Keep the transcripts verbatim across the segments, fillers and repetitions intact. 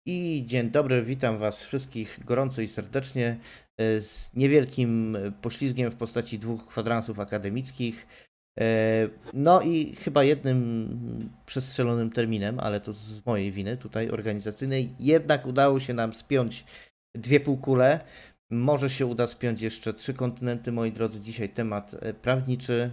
I dzień dobry, witam Was wszystkich gorąco i serdecznie z niewielkim poślizgiem w postaci dwóch kwadransów akademickich. No i chyba jednym przestrzelonym terminem, ale to z mojej winy tutaj organizacyjnej. Jednak udało się nam spiąć dwie półkule. Może się uda spiąć jeszcze trzy kontynenty, moi drodzy. Dzisiaj temat prawniczy,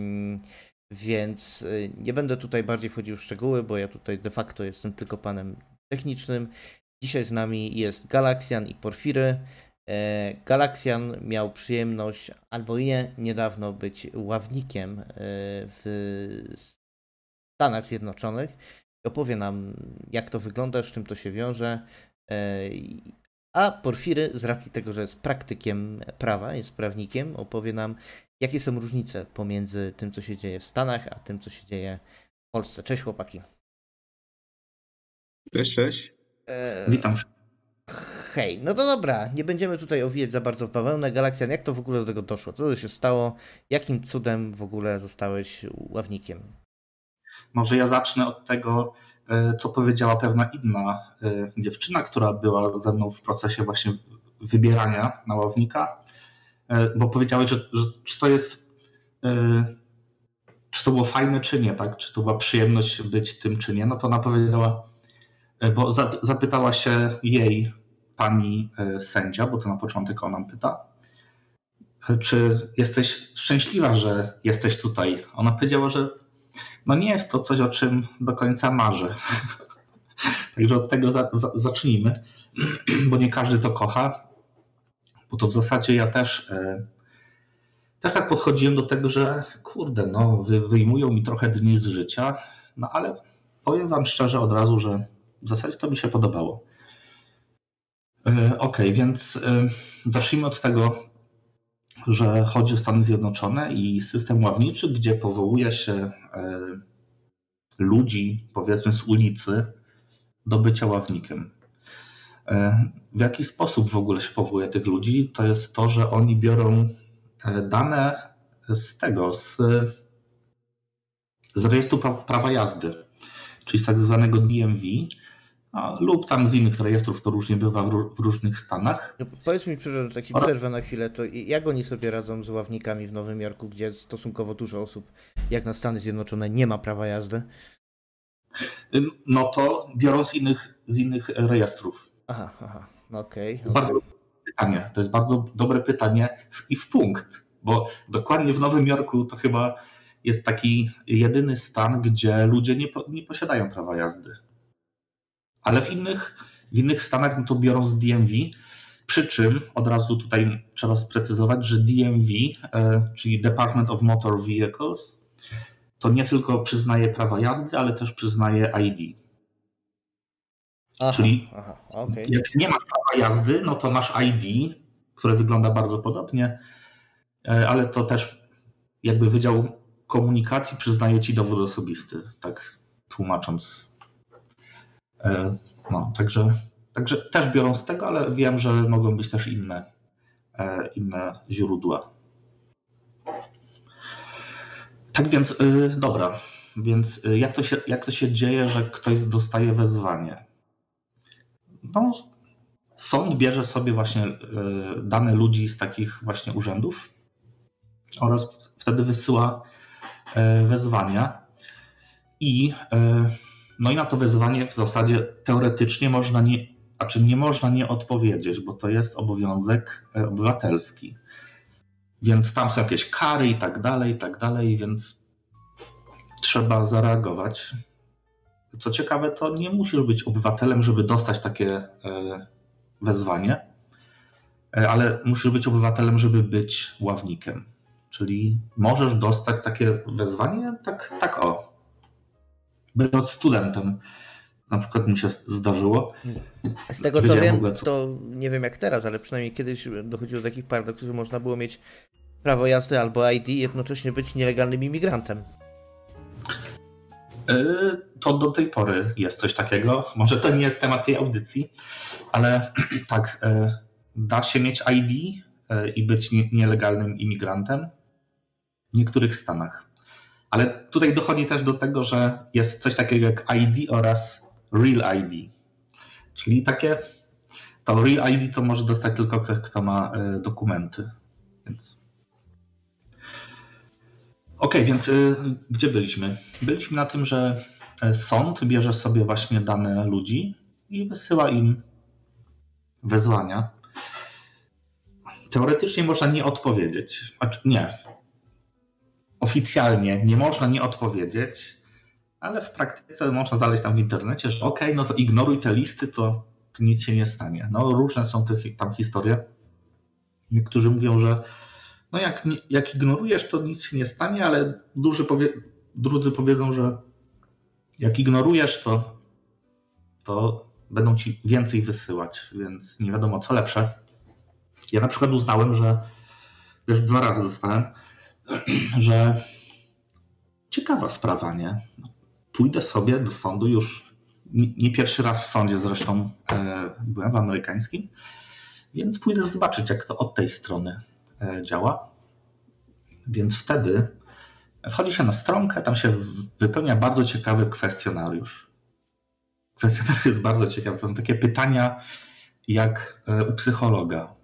więc nie będę tutaj bardziej wchodził w szczegóły, bo ja tutaj de facto jestem tylko panem technicznym. Dzisiaj z nami jest Galaksjan i Porfiry. Galaksjan miał przyjemność, albo nie, niedawno być ławnikiem w Stanach Zjednoczonych. Opowie nam, jak to wygląda, z czym to się wiąże. A Porfiry, z racji tego, że jest praktykiem prawa, jest prawnikiem, opowie nam, jakie są różnice pomiędzy tym, co się dzieje w Stanach, a tym, co się dzieje w Polsce. Cześć chłopaki. Cześć, cześć. E... Witam. Hej, no to dobra, nie będziemy tutaj owijać za bardzo w bawełnę. Galaksjan, jak to w ogóle do tego doszło? Co to się stało? Jakim cudem w ogóle zostałeś ławnikiem? Może ja zacznę od tego, co powiedziała pewna inna dziewczyna, która była ze mną w procesie właśnie wybierania na ławnika, bo powiedziałeś, że, że czy to jest, czy to było fajne, czy nie, tak? Czy to była przyjemność być tym, czy nie? No to ona powiedziała, bo zapytała się jej pani sędzia, bo to na początek ona pyta, czy jesteś szczęśliwa, że jesteś tutaj? Ona powiedziała, że no nie jest to coś, o czym do końca marzę. Także od tego za, za, zacznijmy, bo nie każdy to kocha, bo to w zasadzie ja też, e, też tak podchodziłem do tego, że kurde, no wy, wyjmują mi trochę dni z życia, no ale powiem wam szczerze od razu, że w zasadzie to mi się podobało. E, Okej, okay, więc e, zacznijmy od tego, że chodzi o Stany Zjednoczone i system ławniczy, gdzie powołuje się ludzi, powiedzmy z ulicy, do bycia ławnikiem. W jaki sposób w ogóle się powołuje tych ludzi? To jest to, że oni biorą dane z tego, z, z rejestru prawa jazdy, czyli z tak zwanego D M V, no, lub tam z innych rejestrów, to różnie bywa w, w różnych stanach. No, powiedz mi, przepraszam, taki przerwę na chwilę, to jak oni sobie radzą z ławnikami w Nowym Jorku, gdzie stosunkowo dużo osób, jak na Stany Zjednoczone, nie ma prawa jazdy? No to biorą z innych, z innych rejestrów. Aha, aha, no okej. Okay, okay. Bardzo dobre pytanie. To jest bardzo dobre pytanie i w punkt, bo dokładnie w Nowym Jorku to chyba jest taki jedyny stan, gdzie ludzie nie, nie posiadają prawa jazdy. Ale w innych, w innych stanach no to biorą z D M V, przy czym od razu tutaj trzeba sprecyzować, że D M V, czyli Department of Motor Vehicles, to nie tylko przyznaje prawa jazdy, ale też przyznaje I D. Aha, czyli aha, okay. Jak nie masz prawa jazdy, no to masz I D, które wygląda bardzo podobnie, ale to też jakby Wydział Komunikacji przyznaje ci dowód osobisty, tak tłumacząc. No, także, także też biorą z tego, ale wiem, że mogą być też inne, inne źródła. Tak więc, dobra, więc jak to się, jak to się dzieje, że ktoś dostaje wezwanie? No, sąd bierze sobie właśnie dane ludzi z takich właśnie urzędów oraz wtedy wysyła wezwania i no i na to wezwanie w zasadzie teoretycznie można nie, a czy nie można nie odpowiedzieć, bo to jest obowiązek obywatelski. Więc tam są jakieś kary i tak dalej, i tak dalej, więc trzeba zareagować. Co ciekawe, to nie musisz być obywatelem, żeby dostać takie wezwanie, ale musisz być obywatelem, żeby być ławnikiem. Czyli możesz dostać takie wezwanie tak, tak o. Będąc studentem, na przykład mi się zdarzyło. Z tego co wiem, ogóle, co... to nie wiem jak teraz, ale przynajmniej kiedyś dochodziło do takich paradoksów, że można było mieć prawo jazdy albo I D i jednocześnie być nielegalnym imigrantem. To do tej pory jest coś takiego. Może to nie jest temat tej audycji, ale tak, da się mieć I D i być nielegalnym imigrantem w niektórych stanach. Ale tutaj dochodzi też do tego, że jest coś takiego jak I D oraz Real I D. Czyli takie, to Real I D to może dostać tylko ktoś, kto ma dokumenty. Więc... Okej, okay, więc y, gdzie byliśmy? Byliśmy na tym, że sąd bierze sobie właśnie dane ludzi i wysyła im wezwania. Teoretycznie można nie odpowiedzieć. Znaczy, nie. Oficjalnie nie można nie odpowiedzieć, ale w praktyce można znaleźć tam w internecie, że okej, okay, no to ignoruj te listy, to, to nic się nie stanie. No różne są te, tam historie. Niektórzy mówią, że no jak, jak ignorujesz, to nic się nie stanie, ale duży powie, drudzy powiedzą, że jak ignorujesz, to, to będą ci więcej wysyłać, więc nie wiadomo co lepsze. Ja na przykład uznałem, że już dwa razy dostałem, że ciekawa sprawa, nie? Pójdę sobie do sądu już, nie, nie pierwszy raz w sądzie zresztą e, byłem w amerykańskim, więc pójdę zobaczyć, jak to od tej strony e, działa. Więc wtedy wchodzi się na stronkę, tam się wypełnia bardzo ciekawy kwestionariusz. Kwestionariusz jest bardzo ciekawy, to są takie pytania jak u psychologa.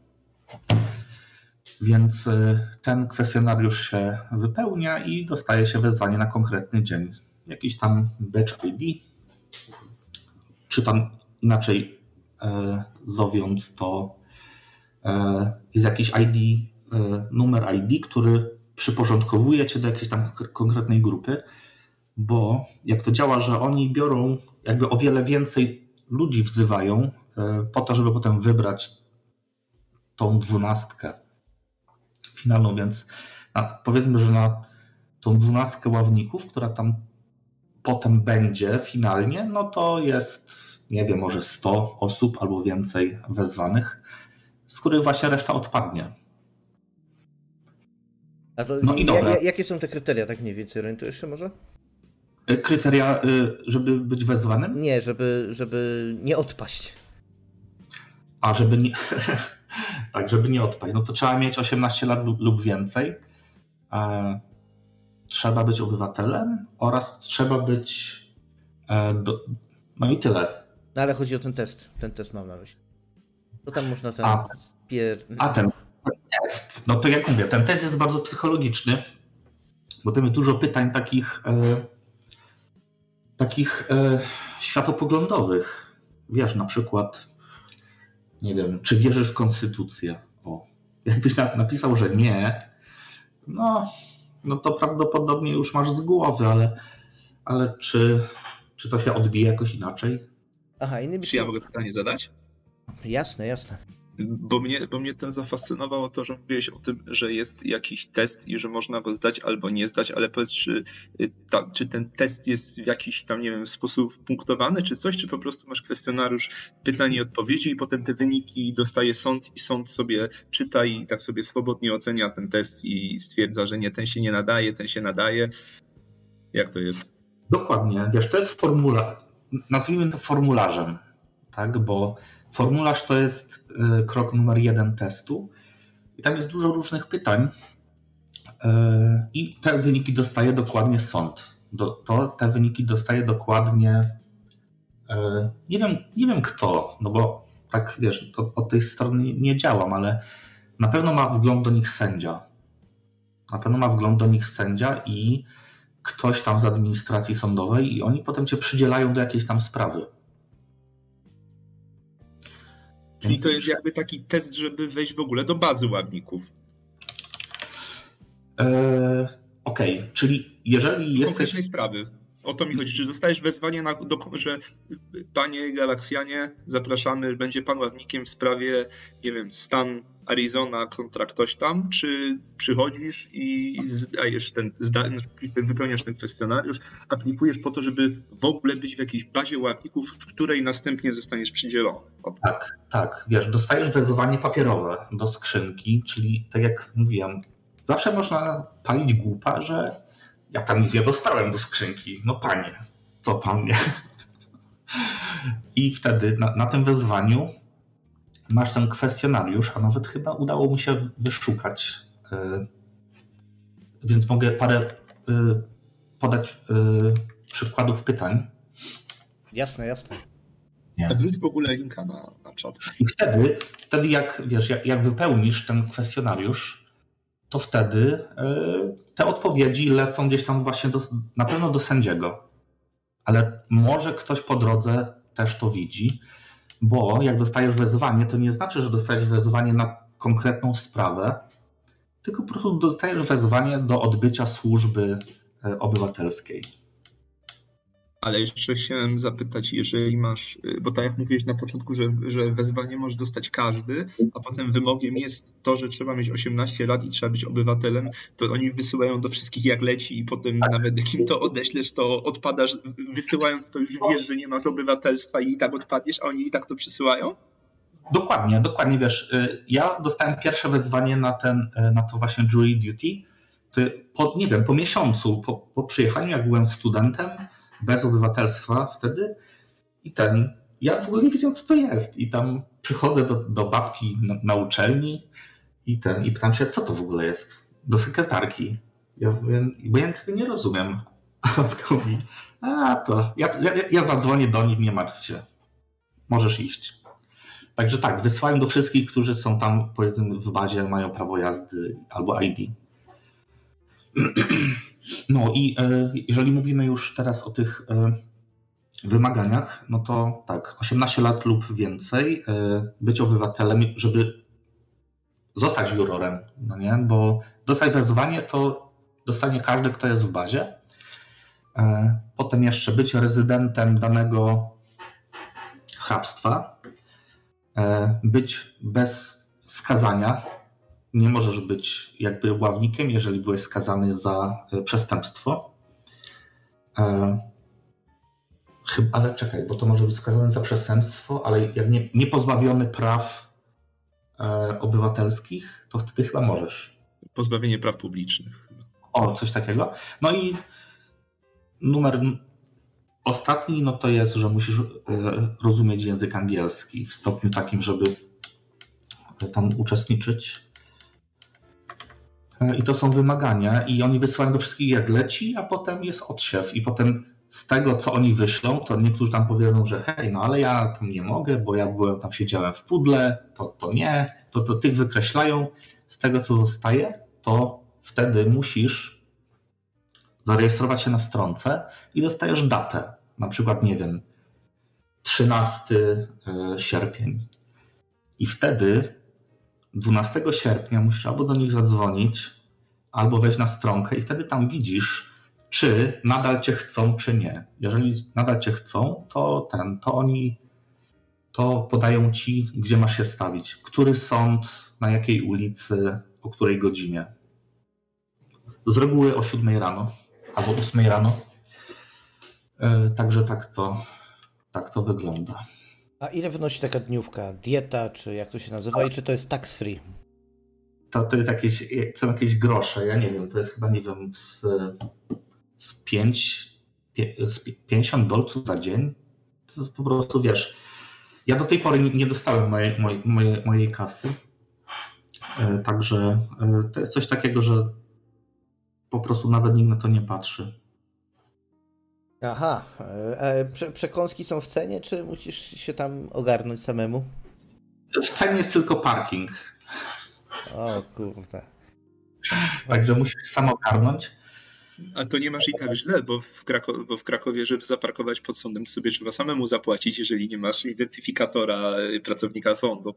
Więc ten kwestionariusz się wypełnia i dostaje się wezwanie na konkretny dzień. Jakiś tam badge I D, czy tam inaczej e, zowiąc to e, jest jakiś I D, e, numer I D, który przyporządkowuje cię do jakiejś tam konkretnej grupy, bo jak to działa, że oni biorą jakby o wiele więcej ludzi wzywają e, po to, żeby potem wybrać tą dwunastkę finalną, więc na, powiedzmy, że na tą dwunastkę ławników, która tam potem będzie finalnie, no to jest, nie wiem, może sto osób albo więcej wezwanych, z których właśnie reszta odpadnie. A to no i dobra. Jakie są te kryteria, tak mniej więcej orientujesz się może? Kryteria, żeby być wezwanym? Nie, żeby, żeby nie odpaść. A, żeby nie... tak, żeby nie odpaść. No to trzeba mieć osiemnaście lat lub więcej. Trzeba być obywatelem oraz trzeba być... Do... No i tyle. No ale chodzi o ten test. Ten test mam na myśli. To tam można ten... A, pier... a ten test. No to jak mówię, ten test jest bardzo psychologiczny, bo tam jest dużo pytań takich e, takich e, światopoglądowych. Wiesz, na przykład nie wiem, czy wierzysz w konstytucję? O, jakbyś napisał, że nie, no, no to prawdopodobnie już masz z głowy, ale, ale czy, czy to się odbije jakoś inaczej? Aha, innymi Czy ja mogę pytanie zadać? Jasne, jasne. Bo mnie, bo mnie to zafascynowało to, że mówiłeś o tym, że jest jakiś test i że można go zdać albo nie zdać, ale powiedz, czy, ta, czy ten test jest w jakiś tam, nie wiem, sposób punktowany, czy coś, czy po prostu masz kwestionariusz pytań i odpowiedzi i potem te wyniki dostaje sąd i sąd sobie czyta i tak sobie swobodnie ocenia ten test i stwierdza, że nie, ten się nie nadaje, ten się nadaje. Jak to jest? Dokładnie, wiesz, to jest formularz, nazwijmy to formularzem, tak, bo formularz to jest krok numer jeden testu i tam jest dużo różnych pytań i te wyniki dostaje dokładnie sąd. To te wyniki dostaje dokładnie nie wiem, nie wiem kto, no bo tak wiesz, od, od tej strony nie działam, ale na pewno ma wgląd do nich sędzia. Na pewno ma wgląd do nich sędzia i ktoś tam z administracji sądowej i oni potem cię przydzielają do jakiejś tam sprawy. Czyli to jest jakby taki test, żeby wejść w ogóle do bazy ławników. Eee, Okej, okay. Czyli jeżeli jesteś... Konkretnej sprawy. O to mi chodzi. Czy dostajesz wezwanie, na, do, że panie Galaksjanie, zapraszamy, będzie pan ławnikiem w sprawie, nie wiem, stan Arizona kontra ktoś tam, czy przychodzisz i zdajesz ten, zda, wypełniasz ten kwestionariusz, aplikujesz po to, żeby w ogóle być w jakiejś bazie ławników, w której następnie zostaniesz przydzielony. Tak, tak. Wiesz, dostajesz wezwanie papierowe do skrzynki, czyli tak jak mówiłem, zawsze można palić głupa, że ja tam nic nie dostałem do skrzynki. No panie, co pan nie? I wtedy na, na tym wezwaniu masz ten kwestionariusz, a nawet chyba udało mi się wyszukać. Yy, więc mogę parę yy, podać yy, przykładów pytań. Jasne, jasne. Nie. Wrzuć w ogóle linka na, na czat. I wtedy, wtedy jak, wiesz, jak, jak wypełnisz ten kwestionariusz, to wtedy y, te odpowiedzi lecą gdzieś tam właśnie do, na pewno do sędziego. Ale może ktoś po drodze też to widzi, bo jak dostajesz wezwanie, to nie znaczy, że dostajesz wezwanie na konkretną sprawę, tylko po prostu dostajesz wezwanie do odbycia służby obywatelskiej. Ale jeszcze chciałem zapytać, jeżeli masz, bo tak jak mówiłeś na początku, że, że wezwanie może dostać każdy, a potem wymogiem jest to, że trzeba mieć osiemnaście lat i trzeba być obywatelem, to oni wysyłają do wszystkich jak leci i potem tak. Nawet jak im to odeślesz, to odpadasz, wysyłając to już wiesz, że nie masz obywatelstwa i tak odpadniesz, a oni i tak to przysyłają? Dokładnie, dokładnie, wiesz, ja dostałem pierwsze wezwanie na, ten, na to właśnie jury duty, to po, nie wiem, po miesiącu, po, po przyjechaniu, jak byłem studentem, bez obywatelstwa wtedy i ten, ja w ogóle nie wiedziałem, co to jest i tam przychodzę do, do babki na, na uczelni i ten, i pytam się, co to w ogóle jest, do sekretarki. Ja mówię, bo ja tego nie rozumiem. A babka mówi, a to, ja, ja, ja zadzwonię do nich, nie martw się, możesz iść. Także tak, wysyłają do wszystkich, którzy są tam, powiedzmy, w bazie, mają prawo jazdy albo I D. No i e, jeżeli mówimy już teraz o tych e, wymaganiach, no to tak, osiemnaście lat lub więcej, e, być obywatelem, żeby zostać jurorem, no nie? Bo dostać wezwanie to dostanie każdy, kto jest w bazie. E, potem jeszcze być rezydentem danego hrabstwa, e, być bez skazania. Nie możesz być jakby ławnikiem, jeżeli byłeś skazany za przestępstwo. Chyba, ale czekaj, bo to może być skazany za przestępstwo, ale jak nie, nie pozbawiony praw obywatelskich, to wtedy chyba możesz. Pozbawienie praw publicznych. O, coś takiego. No i numer ostatni, no to jest, że musisz rozumieć język angielski w stopniu takim, żeby tam uczestniczyć. I to są wymagania i oni wysyłają do wszystkich jak leci, a potem jest odsiew i potem z tego, co oni wyślą, to niektórzy tam powiedzą, że hej, no ale ja tam nie mogę, bo ja byłem tam, siedziałem w pudle, to, to nie, to, to tych wykreślają. Z tego, co zostaje, to wtedy musisz zarejestrować się na stronce i dostajesz datę, na przykład, nie wiem, trzynastego sierpnia. I wtedy dwunastego sierpnia musisz albo do nich zadzwonić, albo wejść na stronkę i wtedy tam widzisz, czy nadal cię chcą, czy nie. Jeżeli nadal cię chcą, to ten, to oni to podają ci, gdzie masz się stawić. Który sąd, na jakiej ulicy, o której godzinie. Z reguły o siódmej rano, albo ósmej rano. Yy, także tak to, tak to wygląda. A ile wynosi taka dniówka? Dieta, czy jak to się nazywa? I czy to jest tax free? To, to jest jakieś, są jakieś grosze, ja nie wiem, to jest chyba, nie wiem, z, z, pięć, z pięćdziesiąt dolców za dzień. To jest po prostu, wiesz, ja do tej pory nie, nie dostałem mojej, mojej, mojej, mojej kasy, także to jest coś takiego, że po prostu nawet nikt na to nie patrzy. Aha, e, prze, przekąski są w cenie, czy musisz się tam ogarnąć samemu? W cenie jest tylko parking. O kurde. Także musisz sam ogarnąć. A to nie masz i tak źle, bo w, Krakow- bo w Krakowie, żeby zaparkować pod sądem, to sobie trzeba samemu zapłacić, jeżeli nie masz identyfikatora pracownika sądu.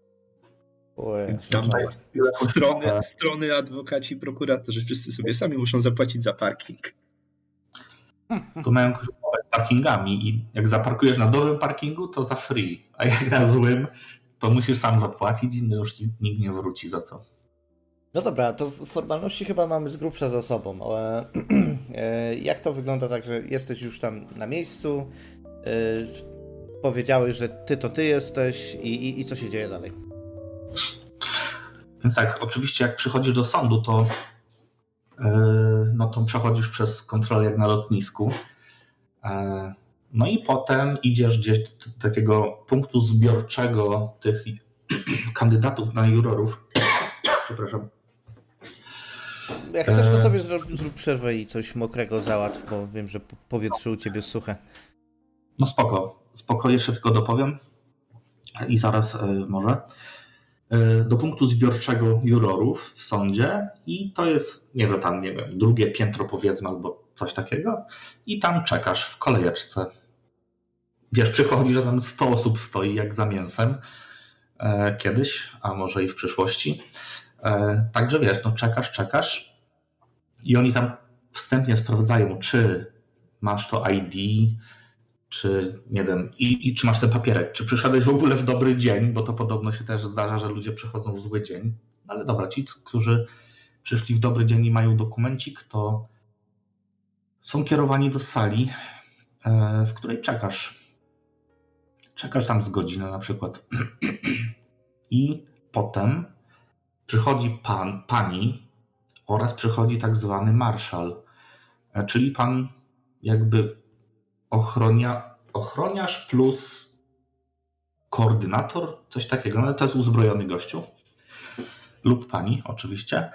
Ue, Więc tam strony, strony, adwokaci, prokuratorzy, wszyscy sobie sami muszą zapłacić za parking. Tu mają jakąś umowę z parkingami i jak zaparkujesz na dobrym parkingu, to za free, a jak na złym, to musisz sam zapłacić i już nikt nie wróci za to. No dobra, to formalności chyba mamy z grubsza za sobą. Jak to wygląda tak, że jesteś już tam na miejscu, powiedziałeś, że ty to ty jesteś i, i, i co się dzieje dalej? Więc tak, oczywiście jak przychodzisz do sądu, to no to przechodzisz przez kontrolę jak na lotnisku. No i potem idziesz gdzieś do takiego punktu zbiorczego tych kandydatów na jurorów. Przepraszam. Jak chcesz, to sobie zrób, zrób przerwę i coś mokrego załatw, bo wiem, że powietrze u ciebie suche. No spoko. spokojnie jeszcze tylko dopowiem i zaraz może. Do punktu zbiorczego jurorów w sądzie i to jest, nie wiem, tam, nie wiem, drugie piętro powiedzmy albo coś takiego i tam czekasz w kolejeczce. Wiesz, przychodzi, że tam sto osób stoi jak za mięsem e, kiedyś, a może i w przyszłości. E, także wiesz, no czekasz, czekasz i oni tam wstępnie sprawdzają, czy masz to I D, czy nie wiem, i, i czy masz ten papierek, czy przyszedłeś w ogóle w dobry dzień, bo to podobno się też zdarza, że ludzie przychodzą w zły dzień. No ale dobra, ci, którzy przyszli w dobry dzień i mają dokumencik, to są kierowani do sali, e, w której czekasz. Czekasz tam z godzinę na przykład. I potem przychodzi pan, pani oraz przychodzi tak zwany marszał, czyli pan jakby ochronia, ochroniarz plus koordynator, coś takiego. No to jest uzbrojony gościu lub pani oczywiście.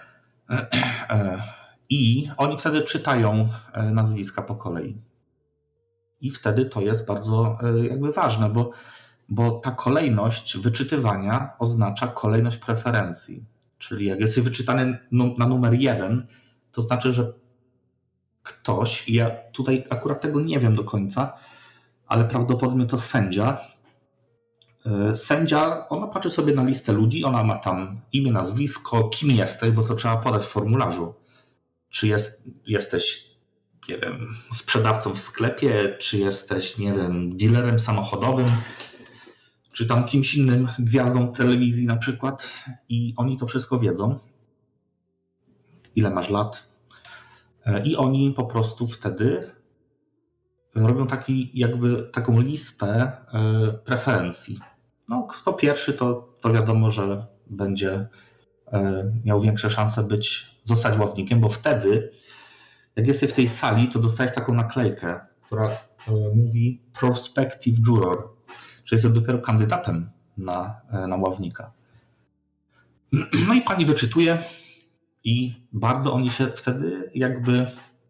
I oni wtedy czytają nazwiska po kolei. I wtedy to jest bardzo jakby ważne, bo, bo ta kolejność wyczytywania oznacza kolejność preferencji. Czyli jak jesteś wyczytany na numer jeden, to znaczy, że ktoś, i ja tutaj akurat tego nie wiem do końca, ale prawdopodobnie to sędzia. Sędzia, ona patrzy sobie na listę ludzi, ona ma tam imię, nazwisko, kim jesteś, bo to trzeba podać w formularzu. Czy jest, jesteś, nie wiem, sprzedawcą w sklepie, czy jesteś, nie wiem, dealerem samochodowym, czy tam kimś innym, gwiazdą w telewizji na przykład. I oni to wszystko wiedzą. Ile masz lat? I oni po prostu wtedy robią taki, jakby taką listę preferencji. No, kto pierwszy, to, to wiadomo, że będzie miał większe szanse być, zostać ławnikiem, bo wtedy, jak jesteś w tej sali, to dostajesz taką naklejkę, która mówi prospective juror, czyli jesteś dopiero kandydatem na, na ławnika. No i pani wyczytuje i bardzo oni się wtedy jakby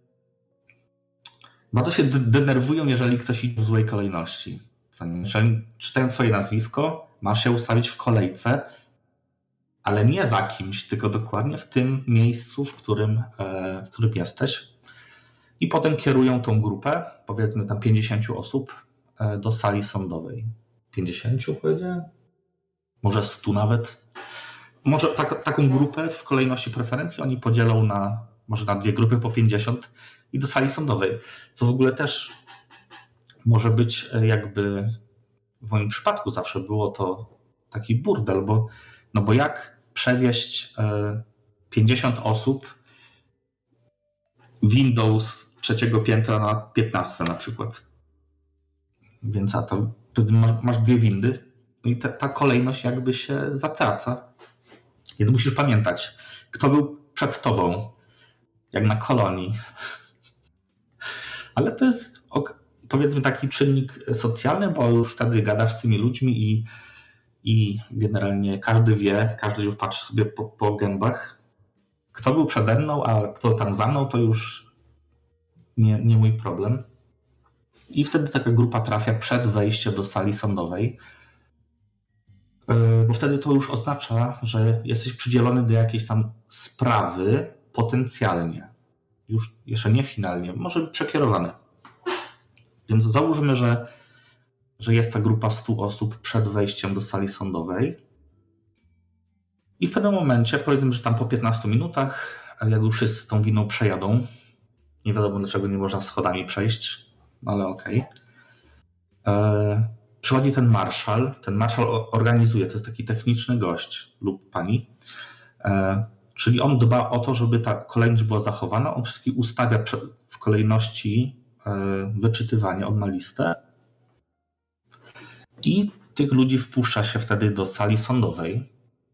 bardzo się denerwują, jeżeli ktoś idzie w złej kolejności. Jeżeli czytają twoje nazwisko, masz się ustawić w kolejce, ale nie za kimś, tylko dokładnie w tym miejscu, w którym, w którym jesteś. I potem kierują tą grupę, powiedzmy tam pięćdziesięciu osób, do sali sądowej. pięćdziesięciu powiedziałem? Może stu nawet. Może tak, taką grupę w kolejności preferencji oni podzielą na może na dwie grupy po pięćdziesiąt i do sali sądowej. Co w ogóle też może być jakby w moim przypadku zawsze było to taki burdel, bo, no bo jak przewieźć pięćdziesiąt osób Windows trzeciego piętra na piętnaste na przykład. Więc a to masz, masz dwie windy, no i ta, ta kolejność jakby się zatraca. Więc musisz pamiętać, kto był przed tobą, jak na kolonii. Ale to jest powiedzmy taki czynnik socjalny, bo już wtedy gadasz z tymi ludźmi i, i generalnie każdy wie, każdy już patrzy sobie po, po gębach. Kto był przede mną, a kto tam za mną, to już nie, nie mój problem. I wtedy taka grupa trafia przed wejściem do sali sądowej, bo wtedy to już oznacza, że jesteś przydzielony do jakiejś tam sprawy potencjalnie. Już jeszcze nie finalnie, może przekierowany. Więc załóżmy, że, że jest ta grupa stu osób przed wejściem do sali sądowej i w pewnym momencie, powiedzmy, że tam po piętnastu minutach, jak już wszyscy tą winą przejadą, nie wiadomo dlaczego nie można schodami przejść, ale okej. Okay. Przychodzi ten marszał, ten marszał organizuje, to jest taki techniczny gość lub pani, e, czyli on dba o to, żeby ta kolejność była zachowana, on wszystkich ustawia przed, w kolejności e, wyczytywania, on ma listę i tych ludzi wpuszcza się wtedy do sali sądowej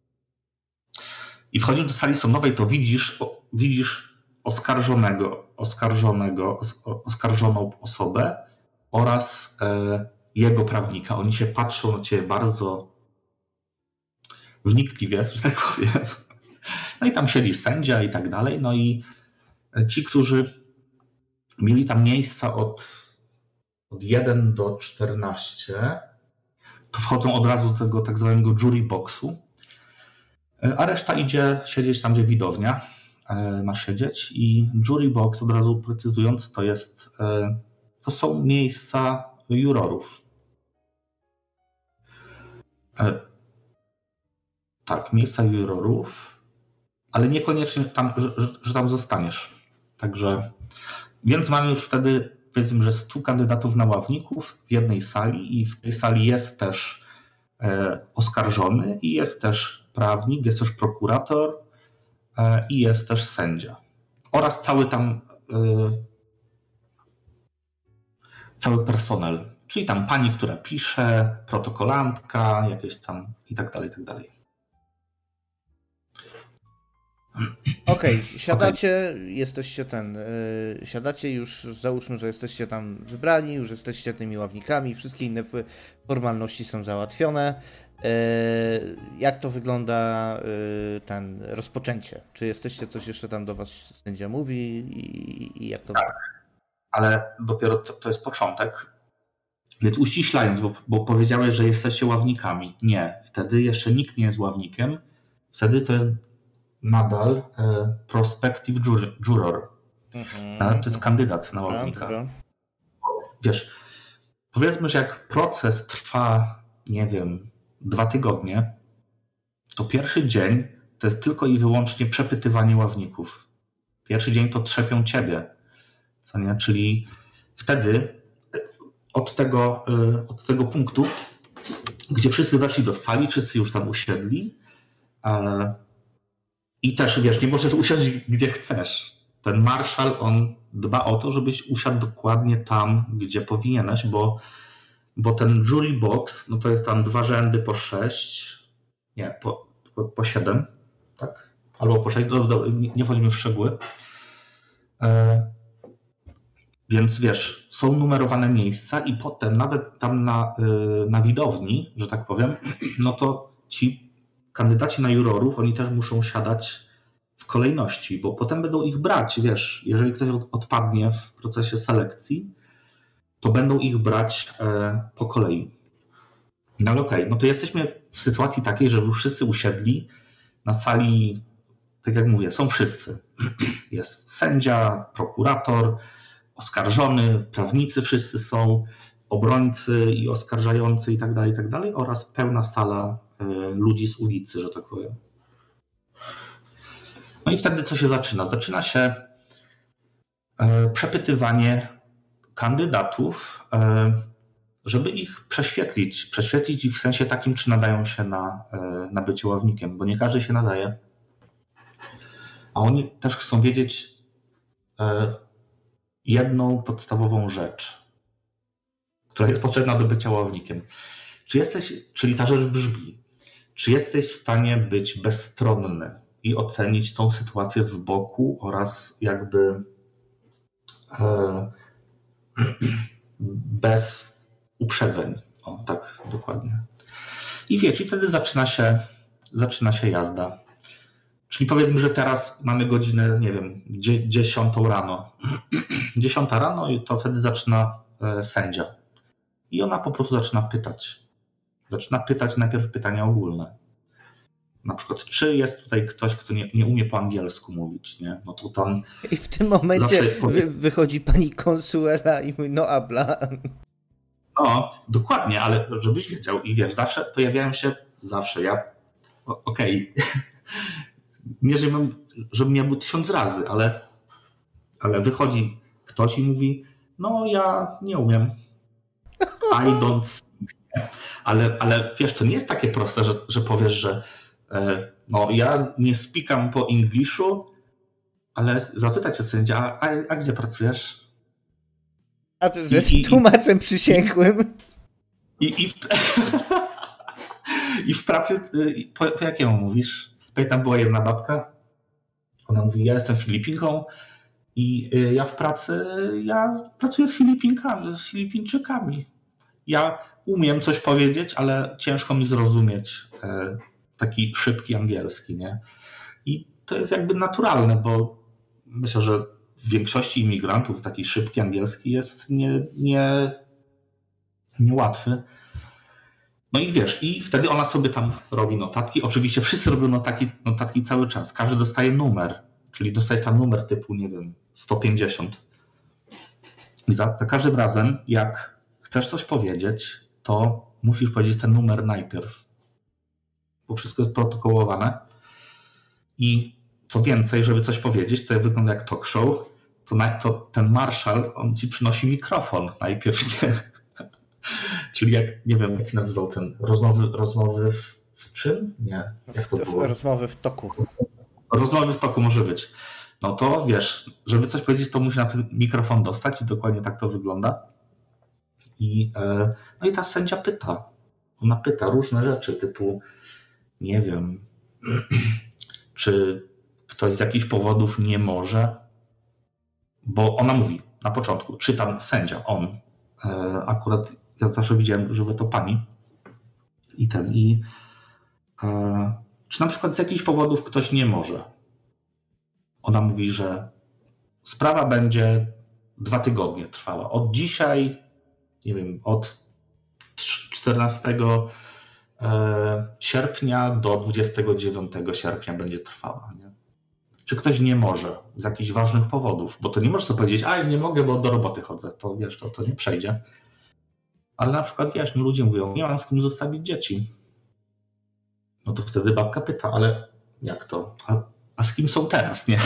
i wchodzisz do sali sądowej, to widzisz, o, widzisz oskarżonego, oskarżonego, os, oskarżoną osobę oraz e, jego prawnika. Oni się patrzą na ciebie bardzo wnikliwie, że tak powiem. No i tam siedzi sędzia i tak dalej. No i ci, którzy mieli tam miejsca od od jeden do czternastu, to wchodzą od razu do tego tak zwanego jury boxu, a reszta idzie siedzieć tam, gdzie widownia ma siedzieć. I jury box, od razu precyzując, to jest, to są miejsca jurorów. Tak, miejsca jurorów, ale niekoniecznie tam, że, że tam zostaniesz. Także, więc mamy już wtedy, powiedzmy, że stu kandydatów na ławników w jednej sali i w tej sali jest też e, oskarżony i jest też prawnik, jest też prokurator e, i jest też sędzia. Oraz cały tam e, cały personel, czyli tam pani, która pisze, protokolantka, jakieś tam i tak dalej, i tak dalej. Okej, okay, siadacie, okay. jesteście ten, yy, siadacie już, załóżmy, że jesteście tam wybrani, już jesteście tymi ławnikami, wszystkie inne formalności są załatwione. Yy, jak to wygląda yy, ten rozpoczęcie? Czy jesteście, coś jeszcze tam do was sędzia mówi i, i jak to... Tak, ale dopiero to, to jest początek, więc uściślając, bo, bo powiedziałeś, że jesteście ławnikami. Nie, wtedy jeszcze nikt nie jest ławnikiem, wtedy to jest nadal e, prospective juror. Mhm. To jest kandydat na ławnika. Dobra. Wiesz, powiedzmy, że jak proces trwa, nie wiem, dwa tygodnie, to pierwszy dzień to jest tylko i wyłącznie przepytywanie ławników. Pierwszy dzień to trzepią ciebie, co nie? Czyli wtedy od tego, od tego punktu, gdzie wszyscy weszli do sali, wszyscy już tam usiedli, i też, wiesz, nie możesz usiąść gdzie chcesz. Ten marszał, on dba o to, żebyś usiadł dokładnie tam, gdzie powinieneś, bo, bo ten jury box, no to jest tam dwa rzędy po sześć, nie, po, po, po siedem, tak? Albo po sześć, do, do, nie, nie wchodzimy w szczegóły. E, więc wiesz, są numerowane miejsca i potem nawet tam na, na widowni, że tak powiem, no to ci kandydaci na jurorów, oni też muszą siadać w kolejności, bo potem będą ich brać, wiesz, jeżeli ktoś odpadnie w procesie selekcji, to będą ich brać e, po kolei. No ale okej, okay, no to jesteśmy w sytuacji takiej, że już wszyscy usiedli na sali, tak jak mówię, są wszyscy. Jest sędzia, prokurator, oskarżony, prawnicy wszyscy są, obrońcy i oskarżający i tak dalej, i tak dalej, oraz pełna sala ludzi z ulicy, że tak powiem. No i wtedy co się zaczyna? Zaczyna się przepytywanie kandydatów, żeby ich prześwietlić. Prześwietlić ich w sensie takim, czy nadają się na, na bycie ławnikiem, bo nie każdy się nadaje. A oni też chcą wiedzieć jedną podstawową rzecz, która jest potrzebna do bycia ławnikiem. Czy jesteś, czyli ta rzecz brzmi, czy jesteś w stanie być bezstronny i ocenić tą sytuację z boku oraz jakby e, bez uprzedzeń. O, tak, dokładnie. I wiecie, i wtedy zaczyna się, zaczyna się jazda. Czyli powiedzmy, że teraz mamy godzinę, nie wiem, dziesiątą rano. Dziesiąta rano i to wtedy zaczyna e, sędzia. I ona po prostu zaczyna pytać. Zaczyna pytać najpierw pytania ogólne. Na przykład, czy jest tutaj ktoś, kto nie, nie umie po angielsku mówić, nie? No to tam... I w tym momencie powie... wy, wychodzi pani konsuela i mówi, no habla. No, dokładnie, ale żebyś wiedział i wiesz, zawsze pojawiają się, zawsze, ja, okej, okay. Nie, żebym, żebym miał tysiąc razy, ale, ale wychodzi ktoś i mówi, no ja nie umiem. I don't speak. Ale, ale wiesz, to nie jest takie proste, że, że powiesz, że e, no ja nie speakam po angliszu, ale zapyta cię sędzia, a, a gdzie pracujesz? A ty jesteś tłumaczem i, przysięgłym. I, i, i, w, i w pracy, po, po jakiemu mówisz? Tam była jedna babka, ona mówi, ja jestem Filipinką i ja w pracy, ja pracuję z Filipinkami, z Filipińczykami. Ja umiem coś powiedzieć, ale ciężko mi zrozumieć taki szybki angielski, nie? I to jest jakby naturalne, bo myślę, że w większości imigrantów taki szybki angielski jest nie, nie, niełatwy. No i wiesz, i wtedy ona sobie tam robi notatki. Oczywiście wszyscy robią notatki, notatki cały czas. Każdy dostaje numer, czyli dostaje tam numer typu, nie wiem, sto pięćdziesiąt. I za, za każdym razem, jak chcesz coś powiedzieć, to musisz powiedzieć ten numer najpierw. Bo wszystko jest protokołowane. I co więcej, żeby coś powiedzieć, to wygląda jak talk show, to, na, to ten marszał, on ci przynosi mikrofon najpierw, nie? Czyli jak, nie wiem, jak się nazywał ten, rozmowy, rozmowy w, w czym? Nie, jak to było? Rozmowy w toku. Rozmowy w toku może być. No to wiesz, żeby coś powiedzieć, to musi na ten mikrofon dostać i dokładnie tak to wygląda. I, no i ta sędzia pyta. Ona pyta różne rzeczy, typu, nie wiem, czy ktoś z jakichś powodów nie może, bo ona mówi na początku, czy tam sędzia, on, akurat ja zawsze widziałem, że to pani i ten, i czy na przykład z jakichś powodów ktoś nie może. Ona mówi, że sprawa będzie dwa tygodnie trwała. Od dzisiaj, nie wiem, od czternastego sierpnia do dwudziestego dziewiątego sierpnia będzie trwała. Nie? Czy ktoś nie może z jakichś ważnych powodów, bo to nie możesz sobie powiedzieć, a nie mogę, bo do roboty chodzę, to wiesz, to, to nie przejdzie. Ale na przykład, wiesz, no ludzie mówią, nie mam z kim zostawić dzieci. No to wtedy babka pyta, ale jak to? A, a z kim są teraz, nie?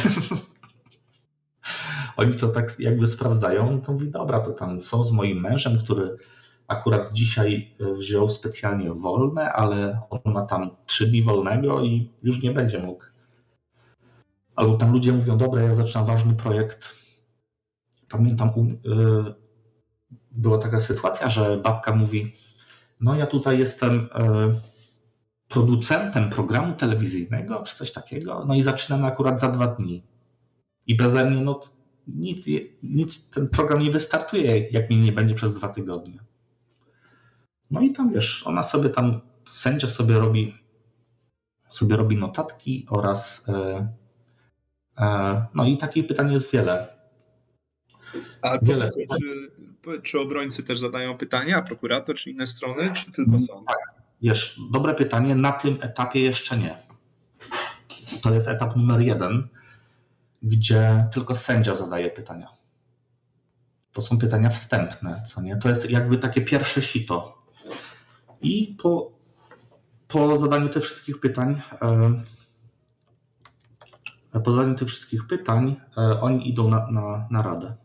Oni to tak jakby sprawdzają, to mówi, dobra, to tam są z moim mężem, który akurat dzisiaj wziął specjalnie wolne, ale on ma tam trzy dni wolnego i już nie będzie mógł. Albo tam ludzie mówią, dobra, ja zaczynam ważny projekt. Pamiętam, yy, była taka sytuacja, że babka mówi, no ja tutaj jestem yy, producentem programu telewizyjnego, czy coś takiego, no i zaczynam akurat za dwa dni. I beze mnie, no nic, nic, ten program nie wystartuje, jak mnie nie będzie przez dwa tygodnie. No i tam wiesz, ona sobie tam, sędzia sobie robi, sobie robi notatki oraz e, e, no i takich pytań jest wiele. A wiele. Czy, czy obrońcy też zadają pytania, a prokurator, czy inne strony, czy tylko sąd? Tak, wiesz, dobre pytanie, na tym etapie jeszcze nie. To jest etap numer jeden, gdzie tylko sędzia zadaje pytania. To są pytania wstępne, co nie? To jest jakby takie pierwsze sito. I po, po zadaniu tych wszystkich pytań, e, po zadaniu tych wszystkich pytań, e, oni idą na, na, na radę.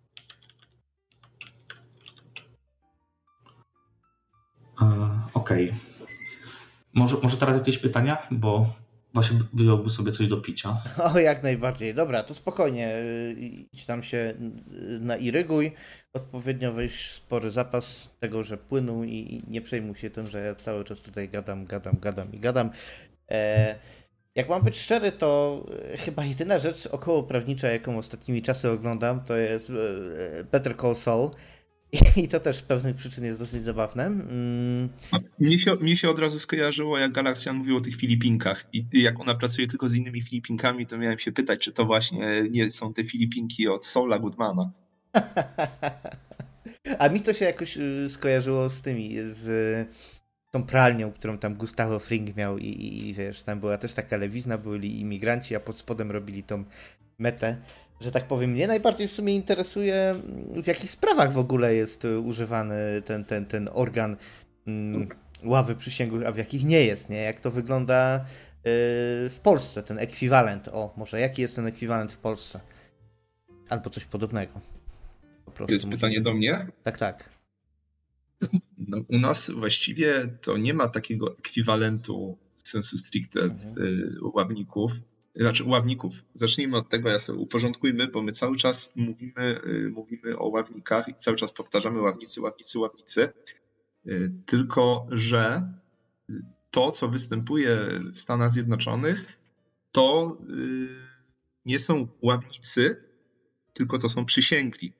E, Okej. Okay. Może, może teraz jakieś pytania? Bo właśnie wyjąłby sobie coś do picia. O, jak najbardziej. Dobra, to spokojnie. Idź tam się nairyguj. Odpowiednio weź spory zapas tego, że płyną i nie przejmuj się tym, że ja cały czas tutaj gadam, gadam, gadam i gadam. E, jak mam być szczery, to chyba jedyna rzecz okołoprawnicza, jaką ostatnimi czasy oglądam, to jest Better Call Saul. I to też z pewnych przyczyn jest dosyć zabawne. Mm. Mnie się, mnie się od razu skojarzyło, jak Galaksjan mówił o tych Filipinkach. I jak ona pracuje tylko z innymi Filipinkami, to miałem się pytać, czy to właśnie nie są te Filipinki od Saula Goodmana. A mi to się jakoś skojarzyło z tymi, z tą pralnią, którą tam Gustavo Fring miał i, i, i wiesz, tam była też taka lewizna, byli imigranci, a pod spodem robili tą metę. Że tak powiem, mnie najbardziej w sumie interesuje, w jakich sprawach w ogóle jest używany ten, ten, ten organ mm, ławy przysięgłych, a w jakich nie jest, nie? Jak to wygląda yy, w Polsce, ten ekwiwalent. O, może jaki jest ten ekwiwalent w Polsce? Albo coś podobnego. Po prostu to jest pytanie mówię. Do mnie? Tak, tak. No, u nas właściwie to nie ma takiego ekwiwalentu sensu stricte mhm. ławników. Znaczy ławników. Zacznijmy od tego, ja sobie uporządkujmy, bo my cały czas mówimy, mówimy o ławnikach i cały czas powtarzamy ławnicy, ławnicy, ławnicy. Tylko że to, co występuje w Stanach Zjednoczonych, to nie są ławnicy, tylko to są przysięgli.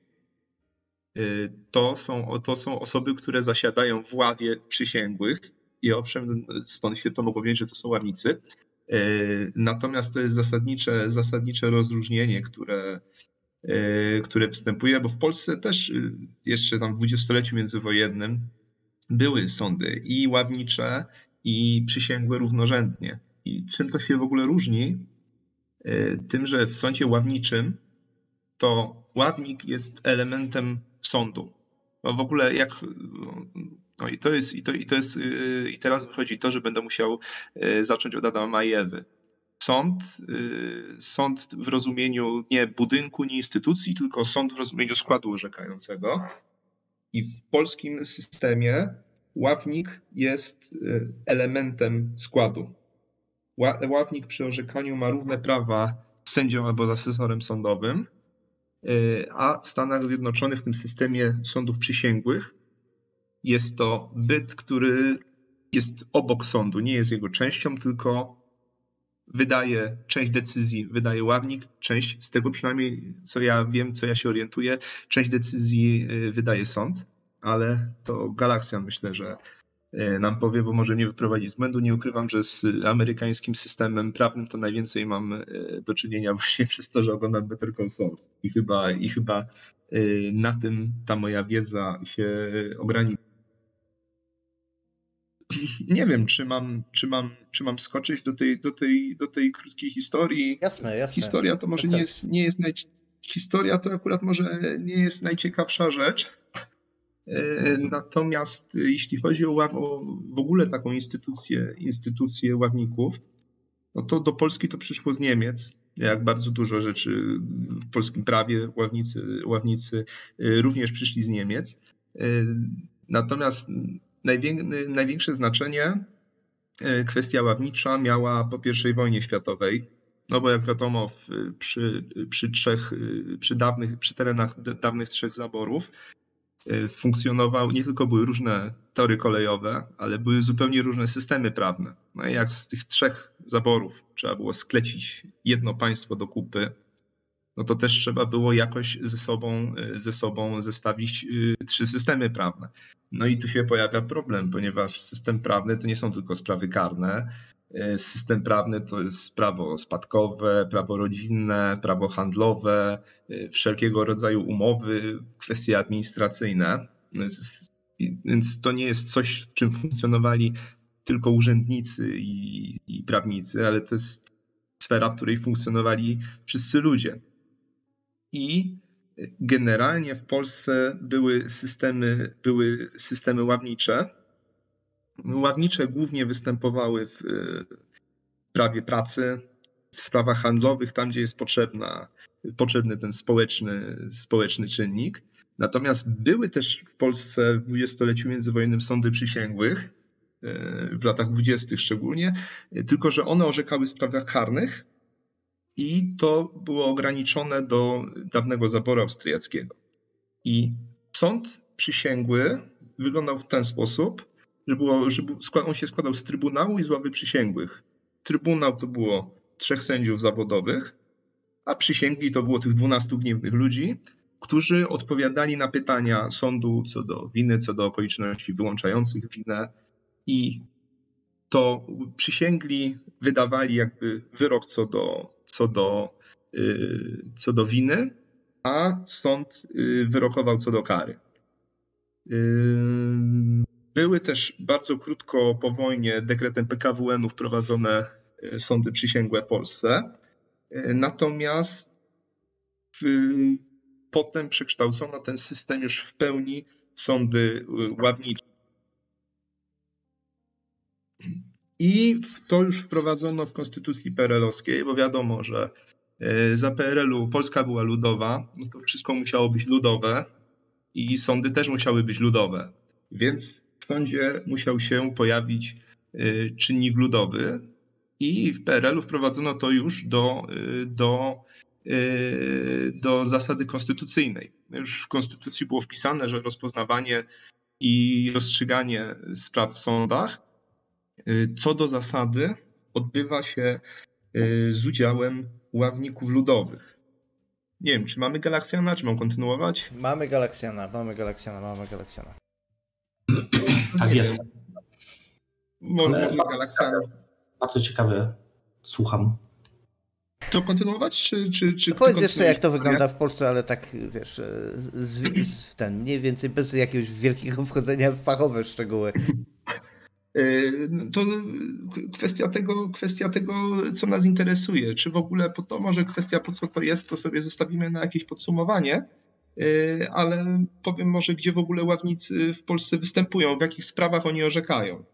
To są, to są osoby, które zasiadają w ławie przysięgłych i owszem, stąd się to mogło wiedzieć, że to są ławnicy. Natomiast to jest zasadnicze, zasadnicze rozróżnienie, które, które występuje, bo w Polsce też jeszcze tam w dwudziestoleciu międzywojennym były sądy i ławnicze, i przysięgłe równorzędnie. I czym to się w ogóle różni? Tym, że w sądzie ławniczym to ławnik jest elementem sądu. Bo w ogóle jak... No i to jest, i to, i to jest, i teraz wychodzi to, że będę musiał zacząć od Adama i Ewy. Sąd, sąd w rozumieniu nie budynku, nie instytucji, tylko sąd w rozumieniu składu orzekającego. I w polskim systemie ławnik jest elementem składu. Ławnik przy orzekaniu ma równe prawa z sędzią albo z asesorem sądowym, a w Stanach Zjednoczonych w tym systemie sądów przysięgłych jest to byt, który jest obok sądu, nie jest jego częścią, tylko wydaje część decyzji, wydaje ławnik, część, z tego przynajmniej co ja wiem, co ja się orientuję, część decyzji wydaje sąd, ale to Galaksjan myślę, że nam powie, bo może mnie wyprowadzić z błędu. Nie ukrywam, że z amerykańskim systemem prawnym to najwięcej mam do czynienia właśnie przez to, że oglądam Better Call Saul. I chyba, i chyba na tym ta moja wiedza się ogranicza. Nie wiem, czy mam, czy mam, czy mam skoczyć do tej, do tej, do tej krótkiej historii. Jasne, jasne. Historia to może nie jest, nie jest naj... Historia to akurat może nie jest najciekawsza rzecz. Natomiast jeśli chodzi o, o w ogóle taką instytucję, instytucję ławników, no to do Polski to przyszło z Niemiec, jak bardzo dużo rzeczy w polskim prawie ławnicy, ławnicy również przyszli z Niemiec. Natomiast największe znaczenie kwestia ławnicza miała po pierwszej wojnie światowej, no bo jak wiadomo przy, przy, trzech, przy, dawnych, przy terenach dawnych trzech zaborów funkcjonowały, nie tylko były różne tory kolejowe, ale były zupełnie różne systemy prawne. No i jak z tych trzech zaborów trzeba było sklecić jedno państwo do kupy, no to też trzeba było jakoś ze sobą, ze sobą zestawić trzy systemy prawne. No i tu się pojawia problem, ponieważ system prawny to nie są tylko sprawy karne. System prawny to jest prawo spadkowe, prawo rodzinne, prawo handlowe, wszelkiego rodzaju umowy, kwestie administracyjne. Więc to nie jest coś, w czym funkcjonowali tylko urzędnicy i, i prawnicy, ale to jest sfera, w której funkcjonowali wszyscy ludzie. I generalnie w Polsce były systemy, były systemy ławnicze. Ławnicze głównie występowały w prawie pracy, w sprawach handlowych, tam gdzie jest potrzebna, potrzebny ten społeczny, społeczny czynnik. Natomiast były też w Polsce w dwudziestoleciu międzywojennym sądy przysięgłych, w latach dwudziestych szczególnie, tylko że one orzekały w sprawach karnych i to było ograniczone do dawnego zaboru austriackiego. I sąd przysięgły wyglądał w ten sposób, że, było, że on się składał z trybunału i z ławy przysięgłych. Trybunał to było trzech sędziów zawodowych, a przysięgli to było tych dwunastu gniewnych ludzi, którzy odpowiadali na pytania sądu co do winy, co do okoliczności wyłączających winę i to przysięgli wydawali jakby wyrok co do, co do, yy, co do winy, a sąd yy, wyrokował co do kary. Yy, były też bardzo krótko po wojnie dekretem P K W N-u wprowadzone sądy przysięgłe w Polsce. Yy, natomiast yy, potem przekształcono ten system już w pełni w sądy ławnicze. I to już wprowadzono w konstytucji P R L-owskiej, bo wiadomo, że za P R L-u Polska była ludowa, no to wszystko musiało być ludowe i sądy też musiały być ludowe. Więc w sądzie musiał się pojawić czynnik ludowy i w P R L-u wprowadzono to już do, do, do zasady konstytucyjnej. Już w konstytucji było wpisane, że rozpoznawanie i rozstrzyganie spraw w sądach co do zasady odbywa się z udziałem ławników ludowych. Nie wiem, czy mamy Galaksjana, czy mam kontynuować? Mamy Galaksjana, mamy Galaksjana, mamy Galaksjana. Tak jest. Może, może Galaksjan. Bardzo ciekawe, słucham. To kontynuować, czy... czy, czy Powiedz jeszcze, jak to wygląda w Polsce, ale tak, wiesz, z, z ten, mniej więcej bez jakiegoś wielkiego wchodzenia w fachowe szczegóły. To kwestia tego, kwestia tego, co nas interesuje. Czy w ogóle, po to może kwestia, po co to jest, to sobie zostawimy na jakieś podsumowanie, ale powiem może, gdzie w ogóle ławnicy w Polsce występują, w jakich sprawach oni orzekają.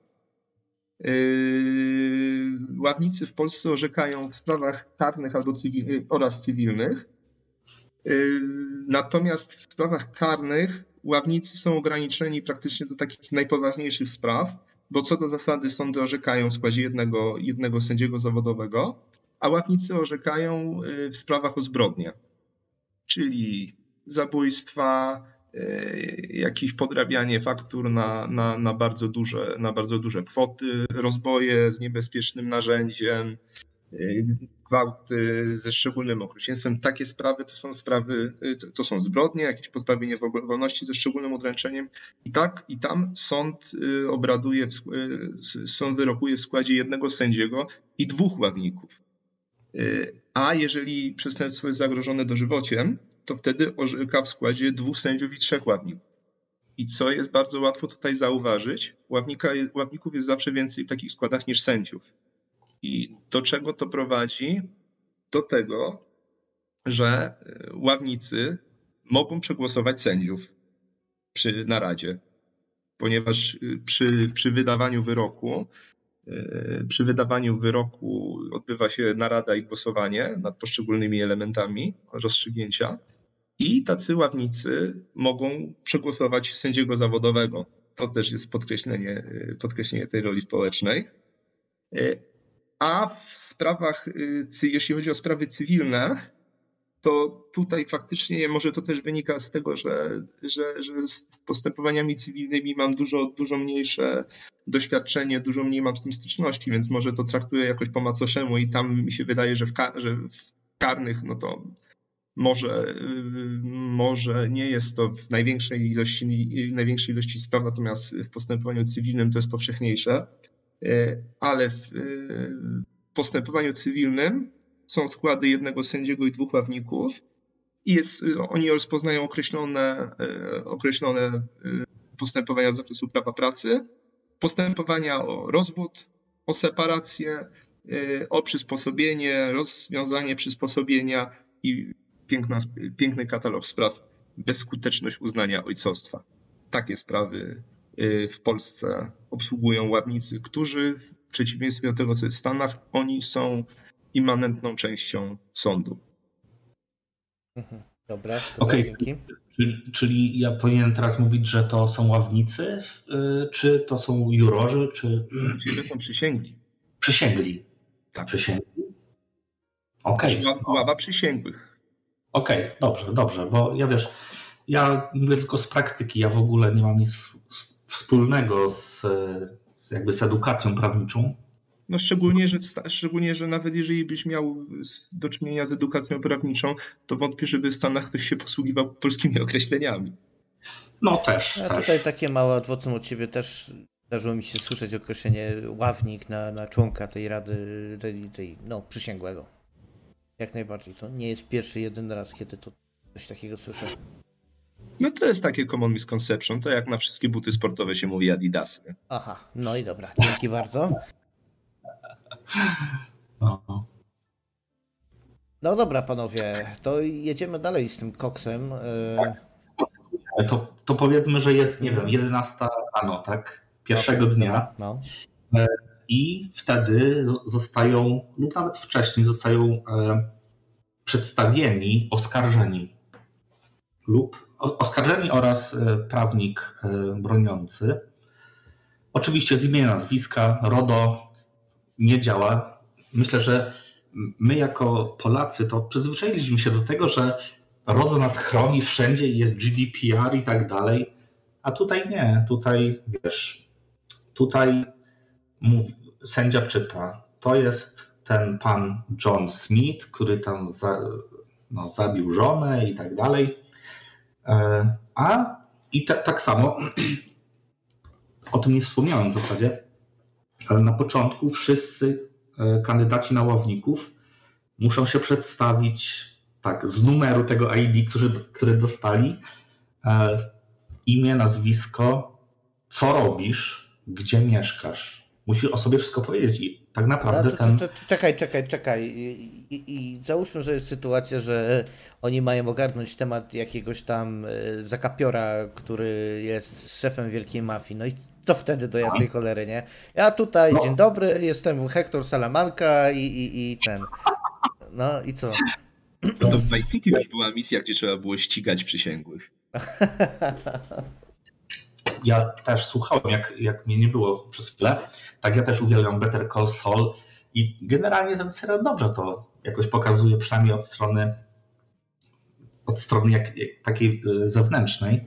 Ławnicy w Polsce orzekają w sprawach karnych albo cywil, oraz cywilnych. Natomiast w sprawach karnych ławnicy są ograniczeni praktycznie do takich najpoważniejszych spraw, bo co do zasady sądy orzekają w składzie jednego, jednego sędziego zawodowego, a ławnicy orzekają w sprawach o zbrodnie, czyli zabójstwa, jakieś podrabianie faktur na, na, na, bardzo duże, na bardzo duże kwoty, rozboje z niebezpiecznym narzędziem, gwałty ze szczególnym okrucieństwem. Takie sprawy to są sprawy, to są zbrodnie, jakieś pozbawienie wolności ze szczególnym udręczeniem. I tak, i tam sąd obraduje, sąd wyrokuje w składzie jednego sędziego i dwóch ławników. A jeżeli przestępstwo jest zagrożone dożywociem, to wtedy orzeka w składzie dwóch sędziów i trzech ławników. I co jest bardzo łatwo tutaj zauważyć, ławnika, ławników jest zawsze więcej w takich składach niż sędziów. I do czego to prowadzi? Do tego, że ławnicy mogą przegłosować sędziów przy naradzie, ponieważ przy, przy wydawaniu wyroku Przy wydawaniu wyroku odbywa się narada i głosowanie nad poszczególnymi elementami rozstrzygnięcia i tacy ławnicy mogą przegłosować sędziego zawodowego. To też jest podkreślenie, podkreślenie tej roli społecznej. A w sprawach, jeśli chodzi o sprawy cywilne, to tutaj faktycznie może to też wynika z tego, że, że, że z postępowaniami cywilnymi mam dużo, dużo mniejsze doświadczenie, dużo mniej mam z tym styczności, więc może to traktuję jakoś po macoszemu i tam mi się wydaje, że w, kar- że w karnych no to może, może nie jest to w największej ilości, największej ilości spraw, natomiast w postępowaniu cywilnym to jest powszechniejsze, ale w postępowaniu cywilnym są składy jednego sędziego i dwóch ławników i jest, oni rozpoznają określone, określone postępowania z zakresu prawa pracy, postępowania o rozwód, o separację, o przysposobienie, rozwiązanie przysposobienia i piękna, piękny katalog spraw, bezskuteczność uznania ojcostwa. Takie sprawy w Polsce obsługują ławnicy, którzy w przeciwieństwie do tego, co jest w Stanach, oni są immanentną częścią sądu. Dobra, Okej, okay. czyli, czyli ja powinienem teraz mówić, że to są ławnicy, yy, czy to są jurorzy, czy... Czyli to są przysięgli. Przysięgli. Tak. Przysięgli. Okej. Okay. Ława przysięgłych. Okej, okay, dobrze, dobrze, bo ja wiesz, ja mówię tylko z praktyki, ja w ogóle nie mam nic wspólnego z, z jakby z edukacją prawniczą. No szczególnie, że, szczególnie, że nawet jeżeli byś miał do czynienia z edukacją prawniczą, to wątpię, żeby w Stanach ktoś się posługiwał polskimi określeniami. No też. A też. tutaj takie małe adwocem od ciebie też zdarzyło mi się słyszeć określenie ławnik na, na członka tej rady, tej, tej no, przysięgłego. Jak najbardziej. To nie jest pierwszy, jeden raz, kiedy to coś takiego słyszę. No to jest takie common misconception, to jak na wszystkie buty sportowe się mówi Adidasy. Aha, no i dobra, dzięki bardzo. No. No dobra, panowie, to jedziemy dalej z tym koksem. Tak. To, to powiedzmy, że jest, nie wiem, jedenasta rano, tak? Pierwszego okay, dnia. no. I wtedy zostają, lub nawet wcześniej zostają przedstawieni oskarżeni lub oskarżeni oraz prawnik broniący. Oczywiście z imienia, nazwiska, RODO nie działa. Myślę, że my jako Polacy to przyzwyczailiśmy się do tego, że RODO nas chroni wszędzie i jest G D P R i tak dalej, a tutaj nie. Tutaj, wiesz, tutaj mówi, sędzia czyta, to jest ten pan John Smith, który tam za, no, zabił żonę i tak dalej. A i te, tak samo, o tym nie wspomniałem w zasadzie, ale na początku wszyscy kandydaci na ławników muszą się przedstawić tak z numeru tego I D, który, który dostali, e, imię, nazwisko, co robisz, gdzie mieszkasz. Musisz o sobie wszystko powiedzieć i tak naprawdę to, ten... to, to, czekaj, czekaj, czekaj. I, i, I załóżmy, że jest sytuacja, że oni mają ogarnąć temat jakiegoś tam zakapiora, który jest szefem wielkiej mafii. No i co wtedy do jasnej cholery, nie? Ja tutaj, no. Dzień dobry, jestem Hector Salamanca i, i, i ten... No i co? No to w Vice City już była misja, gdzie trzeba było ścigać przysięgłych. Ja też słuchałem, jak, jak mnie nie było przez chwilę. Tak, ja też uwielbiam Better Call Saul i generalnie ten serial dobrze to jakoś pokazuje, przynajmniej od strony od strony jak, jak takiej zewnętrznej.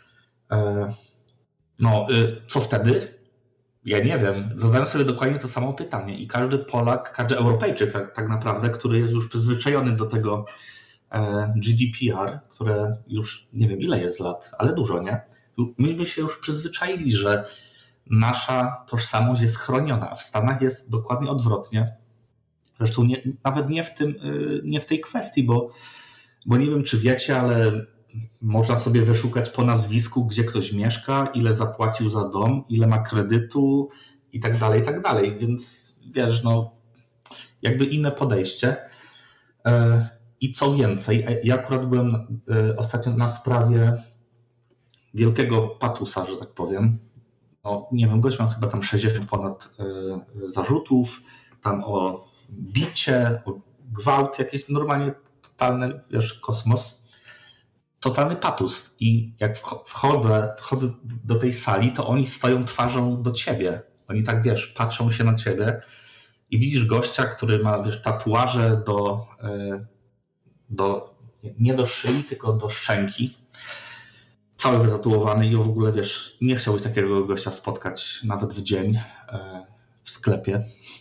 No, co wtedy? Ja nie wiem. Zadałem sobie dokładnie to samo pytanie i każdy Polak, każdy Europejczyk tak, tak naprawdę, który jest już przyzwyczajony do tego G D P R, które już nie wiem ile jest lat, ale dużo, nie? Myśmy się już przyzwyczaili, że nasza tożsamość jest chroniona, a w Stanach jest dokładnie odwrotnie. Zresztą nie, nawet nie w, tym, nie w tej kwestii, bo, bo nie wiem, czy wiecie, ale można sobie wyszukać po nazwisku, gdzie ktoś mieszka, ile zapłacił za dom, ile ma kredytu i tak dalej, i tak dalej. Więc wiesz, no jakby inne podejście. I co więcej, ja akurat byłem ostatnio na sprawie wielkiego patusa, że tak powiem. No, nie wiem, gość ma chyba tam sześćdziesiąt ponad y, zarzutów, tam o bicie, o gwałt, jakieś normalnie totalny, wiesz, kosmos. Totalny patus. I jak wchodzę, wchodzę do tej sali, to oni stoją twarzą do ciebie. Oni tak, wiesz, patrzą się na ciebie i widzisz gościa, który ma, wiesz, tatuaże do, y, do nie do szyi, tylko do szczęki. Cały wytatuowany i w ogóle, wiesz, nie chciałbyś takiego gościa spotkać nawet w dzień w sklepie.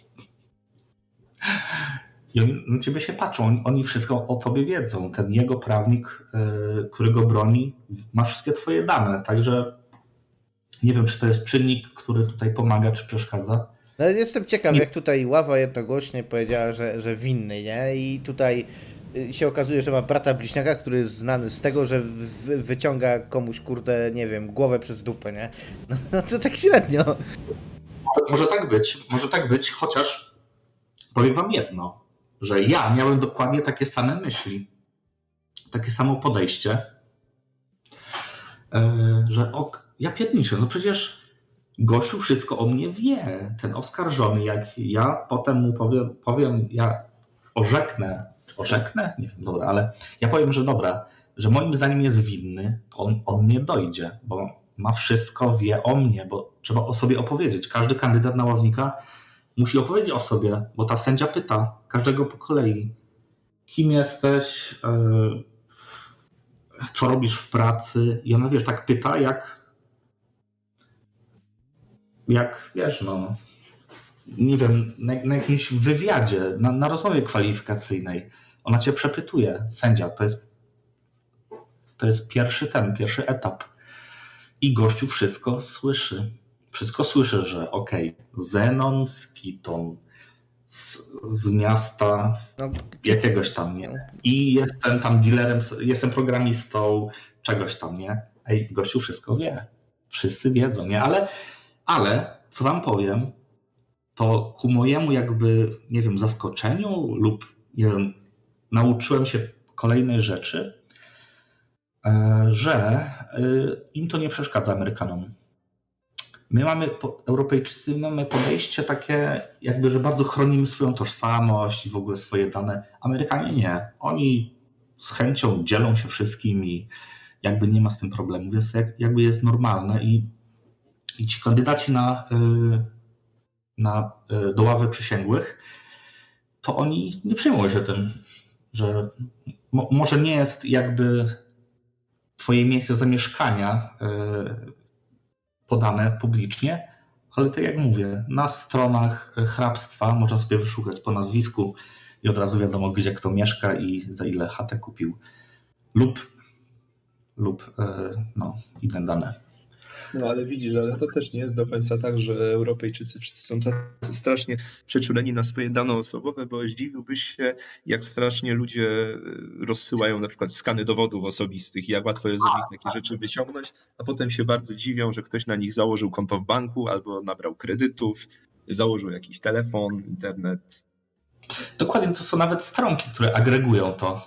I oni na ciebie się patrzą, oni, oni wszystko o tobie wiedzą. Ten jego prawnik, który go broni, ma wszystkie twoje dane, także nie wiem, czy to jest czynnik, który tutaj pomaga, czy przeszkadza. No jestem ciekaw, nie. Jak tutaj ława jednogłośnie powiedziała, że, że winny, nie? I tutaj się okazuje, że ma brata bliźniaka, który jest znany z tego, że wy, wyciąga komuś, kurde, nie wiem, głowę przez dupę, nie? No to tak średnio. Może tak być, może tak być, chociaż powiem wam jedno, że ja miałem dokładnie takie same myśli, takie samo podejście, że ok, ja pierniczę, no przecież gościu wszystko o mnie wie, ten oskarżony, jak ja potem mu powiem, powiem ja orzeknę, Orzeknę? Nie wiem, dobra, ale ja powiem, że dobra, że moim zdaniem jest winny, to on, on nie dojdzie, bo ma wszystko, wie o mnie, bo trzeba o sobie opowiedzieć. Każdy kandydat na ławnika musi opowiedzieć o sobie, bo ta sędzia pyta każdego po kolei, kim jesteś, yy, co robisz w pracy i ona, wiesz, tak pyta jak jak, wiesz, no nie wiem, na, na jakimś wywiadzie, na, na rozmowie kwalifikacyjnej. Ona cię przepytuje, sędzia, to jest, to jest pierwszy ten, pierwszy etap. I gościu wszystko słyszy. Wszystko słyszy, że okej, okay, Zenon Skiton z, z miasta no, jakiegoś tam, nie? I jestem tam dealerem, jestem programistą, czegoś tam, nie? Ej, gościu wszystko wie. Wszyscy wiedzą, nie? Ale, ale co wam powiem, to ku mojemu jakby, nie wiem, zaskoczeniu lub, nie wiem, nauczyłem się kolejnej rzeczy, że im to nie przeszkadza Amerykanom. My mamy, Europejczycy mamy podejście takie jakby, że bardzo chronimy swoją tożsamość i w ogóle swoje dane. Amerykanie nie. Oni z chęcią dzielą się wszystkim i jakby nie ma z tym problemu. Więc jakby jest normalne i, i ci kandydaci na, na, do ławy przysięgłych, to oni nie przejmują się tym, że mo, może nie jest jakby twoje miejsce zamieszkania podane publicznie, ale tak jak mówię, na stronach hrabstwa można sobie wyszukać po nazwisku i od razu wiadomo, gdzie kto mieszka i za ile chatę kupił lub, lub no, inne dane. No ale widzisz, ale to też nie jest do końca tak, że Europejczycy wszyscy są tacy strasznie przeczuleni na swoje dane osobowe, bo zdziwiłbyś się, jak strasznie ludzie rozsyłają na przykład skany dowodów osobistych i jak łatwo jest z nich takie rzeczy wyciągnąć, a potem się bardzo dziwią, że ktoś na nich założył konto w banku albo nabrał kredytów, założył jakiś telefon, internet. Dokładnie, to są nawet stronki, które agregują to.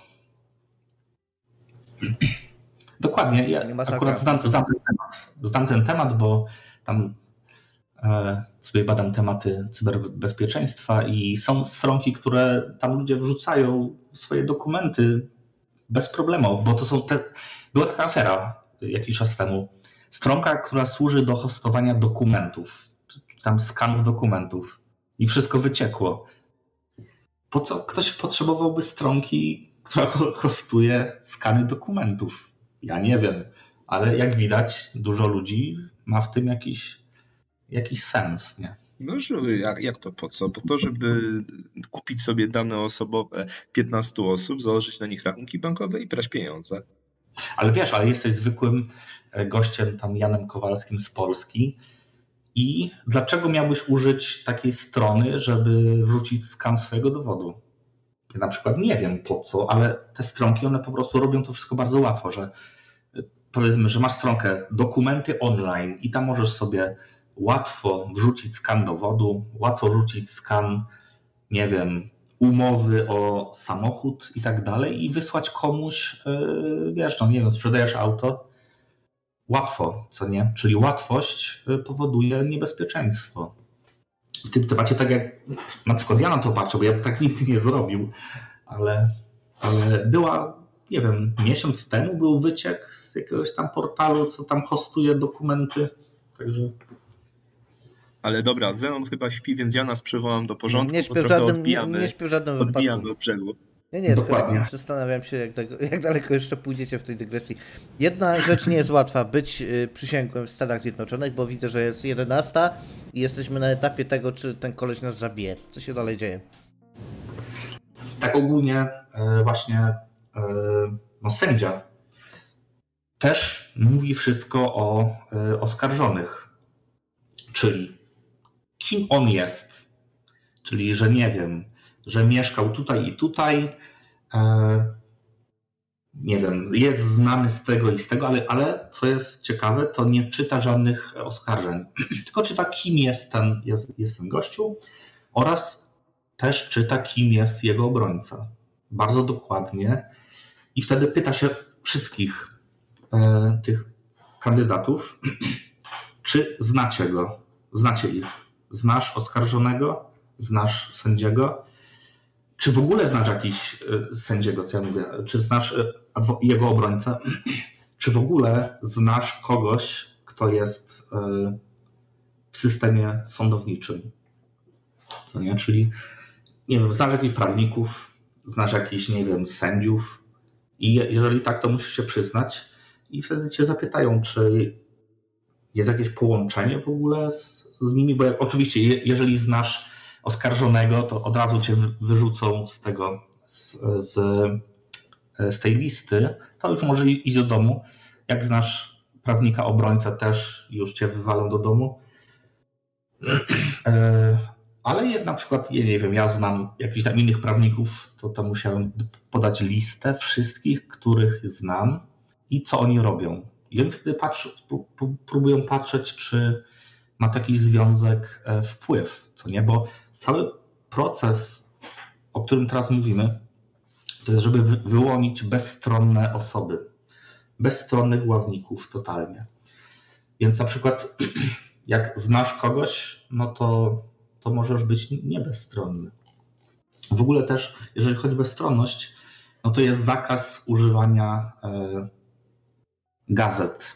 Dokładnie, ja akurat znam, znam ten temat. Znam ten temat, bo tam e, sobie badam tematy cyberbezpieczeństwa i są stronki, które tam ludzie wrzucają swoje dokumenty bez problemu, bo to są te... Była taka afera jakiś czas temu. Stronka, która służy do hostowania dokumentów, tam skanów dokumentów i wszystko wyciekło. Po co ktoś potrzebowałby stronki, która hostuje skany dokumentów? Ja nie wiem, ale jak widać, dużo ludzi ma w tym jakiś, jakiś sens, nie? No, żeby, jak, jak to po co? Po to, żeby kupić sobie dane osobowe piętnastu osób, założyć na nich rachunki bankowe i brać pieniądze. Ale wiesz, ale jesteś zwykłym gościem, tam Janem Kowalskim z Polski i dlaczego miałbyś użyć takiej strony, żeby wrzucić skan swojego dowodu? Ja na przykład nie wiem po co, ale te stronki, one po prostu robią to wszystko bardzo łatwo, że powiedzmy, że masz stronkę dokumenty online i tam możesz sobie łatwo wrzucić skan dowodu, łatwo wrzucić skan, nie wiem, umowy o samochód i tak dalej i wysłać komuś, wiesz, no nie wiem, sprzedajesz auto, łatwo, co nie? Czyli łatwość powoduje niebezpieczeństwo. W tym temacie, tak jak na przykład ja na to patrzę, bo ja tak nigdy nie zrobił, ale, ale była, nie wiem, miesiąc temu był wyciek z jakiegoś tam portalu, co tam hostuje dokumenty, także... Ale dobra, Zenon chyba śpi, więc ja nas przywołam do porządku, nie śpię w żadnym, nie, nie śpię w żadnym odbijamy wypadku. od brzegu. Nie, nie, dokładnie. Tak zastanawiam się, jak daleko, jak daleko jeszcze pójdziecie w tej dygresji. Jedna rzecz nie jest łatwa, być przysięgłym w Stanach Zjednoczonych, bo widzę, że jest jedenasta i jesteśmy na etapie tego, czy ten koleś nas zabije. Co się dalej dzieje? Tak ogólnie właśnie no, sędzia też mówi wszystko o oskarżonych, czyli kim on jest, czyli że nie wiem, że mieszkał tutaj i tutaj, nie wiem, jest znany z tego i z tego, ale, ale co jest ciekawe, to nie czyta żadnych oskarżeń, tylko czyta, kim jest ten, jest, jest ten gościu oraz też czyta, kim jest jego obrońca. Bardzo dokładnie i wtedy pyta się wszystkich e, tych kandydatów, czy znacie go, znacie ich, znasz oskarżonego, znasz sędziego, czy w ogóle znasz jakiś sędziego, co ja mówię, czy znasz jego obrońcę, czy w ogóle znasz kogoś, kto jest w systemie sądowniczym, co nie, czyli nie wiem, znasz jakichś prawników, znasz jakichś, nie wiem, sędziów i jeżeli tak, to musisz się przyznać i wtedy cię zapytają, czy jest jakieś połączenie w ogóle z, z nimi, bo jak, oczywiście jeżeli znasz oskarżonego, to od razu cię wyrzucą z tego, z, z, z tej listy, to już może iść do domu. Jak znasz prawnika, obrońcę, też już cię wywalą do domu. Ale na przykład, ja nie wiem, ja znam jakichś tam innych prawników, to, to musiałem podać listę wszystkich, których znam i co oni robią. I oni wtedy patrzą, próbują patrzeć, czy ma to jakiś związek, wpływ, co nie, bo cały proces, o którym teraz mówimy, to jest, żeby wyłonić bezstronne osoby, bezstronnych ławników totalnie. Więc na przykład jak znasz kogoś, no to, to możesz być nie bezstronny. W ogóle też, jeżeli chodzi o bezstronność, no to jest zakaz używania e, gazet.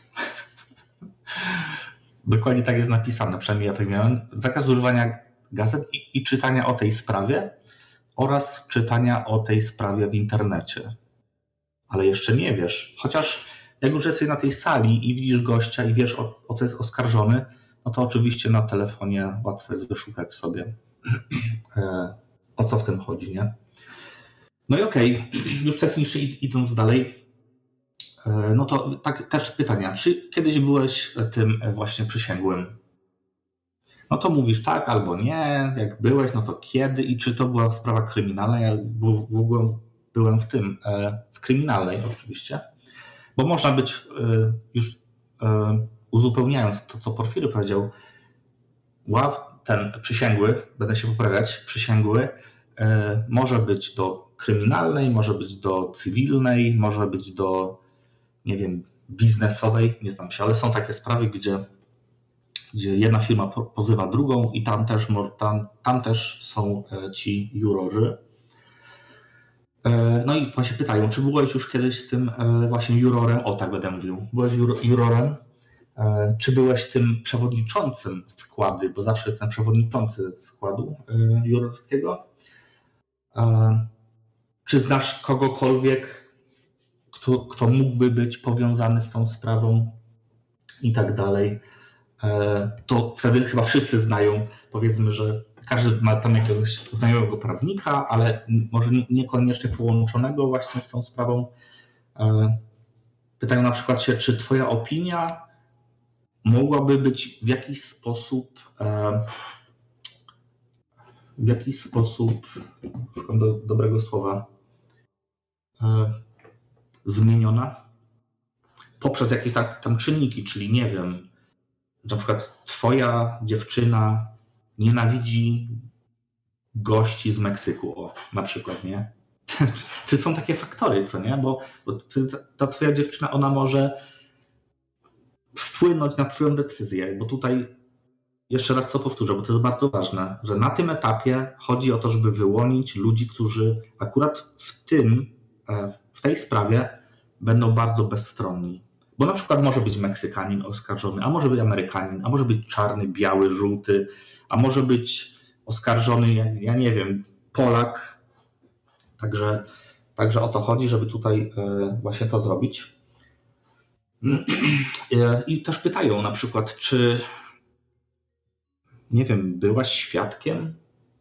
Dokładnie tak jest napisane, przynajmniej ja tak miałem. Zakaz używania gazet i, i czytania o tej sprawie oraz czytania o tej sprawie w internecie. Ale jeszcze nie wiesz, chociaż jak już jesteś na tej sali i widzisz gościa i wiesz, o, o co jest oskarżony, no to oczywiście na telefonie łatwo jest wyszukać sobie, o co w tym chodzi, nie? No i okej, okay, już technicznie idąc dalej, No to tak też pytania. Czy kiedyś byłeś tym właśnie przysięgłym? No to mówisz tak albo nie. Jak byłeś, no to kiedy i czy to była sprawa kryminalna? Ja w ogóle byłem w tym, w kryminalnej oczywiście, bo można być już uzupełniając to, co Porfiry powiedział, ław ten przysięgły, będę się poprawiać, przysięgły może być do kryminalnej, może być do cywilnej, może być do, nie wiem, biznesowej, nie znam się, ale są takie sprawy, gdzie, gdzie jedna firma pozywa drugą i tam też, tam, tam też są ci jurorzy. No i właśnie pytają, czy byłeś już kiedyś tym właśnie jurorem, o tak będę mówił, byłeś jurorem, czy byłeś tym przewodniczącym składu, bo zawsze jest ten przewodniczący składu jurorskiego. Czy znasz kogokolwiek, kto, kto mógłby być powiązany z tą sprawą i tak dalej? To wtedy chyba wszyscy znają, powiedzmy, że każdy ma tam jakiegoś znajomego prawnika, ale może niekoniecznie połączonego właśnie z tą sprawą. Pytają na przykład się, czy twoja opinia mogłaby być w jakiś sposób w jakiś sposób, szukam do, dobrego słowa, zmieniona poprzez jakieś tam, tam czynniki, czyli nie wiem, na przykład twoja dziewczyna nienawidzi gości z Meksyku, o, na przykład, nie? Czy są takie faktory, co nie? Bo, bo ta twoja dziewczyna, ona może wpłynąć na twoją decyzję, bo tutaj jeszcze raz to powtórzę, bo to jest bardzo ważne, że na tym etapie chodzi o to, żeby wyłonić ludzi, którzy akurat w tym, w tej sprawie będą bardzo bezstronni. Bo na przykład może być Meksykanin oskarżony, a może być Amerykanin, a może być czarny, biały, żółty, a może być oskarżony, ja, ja nie wiem, Polak. Także, także o to chodzi, żeby tutaj właśnie to zrobić. I też pytają na przykład, czy nie wiem, byłaś świadkiem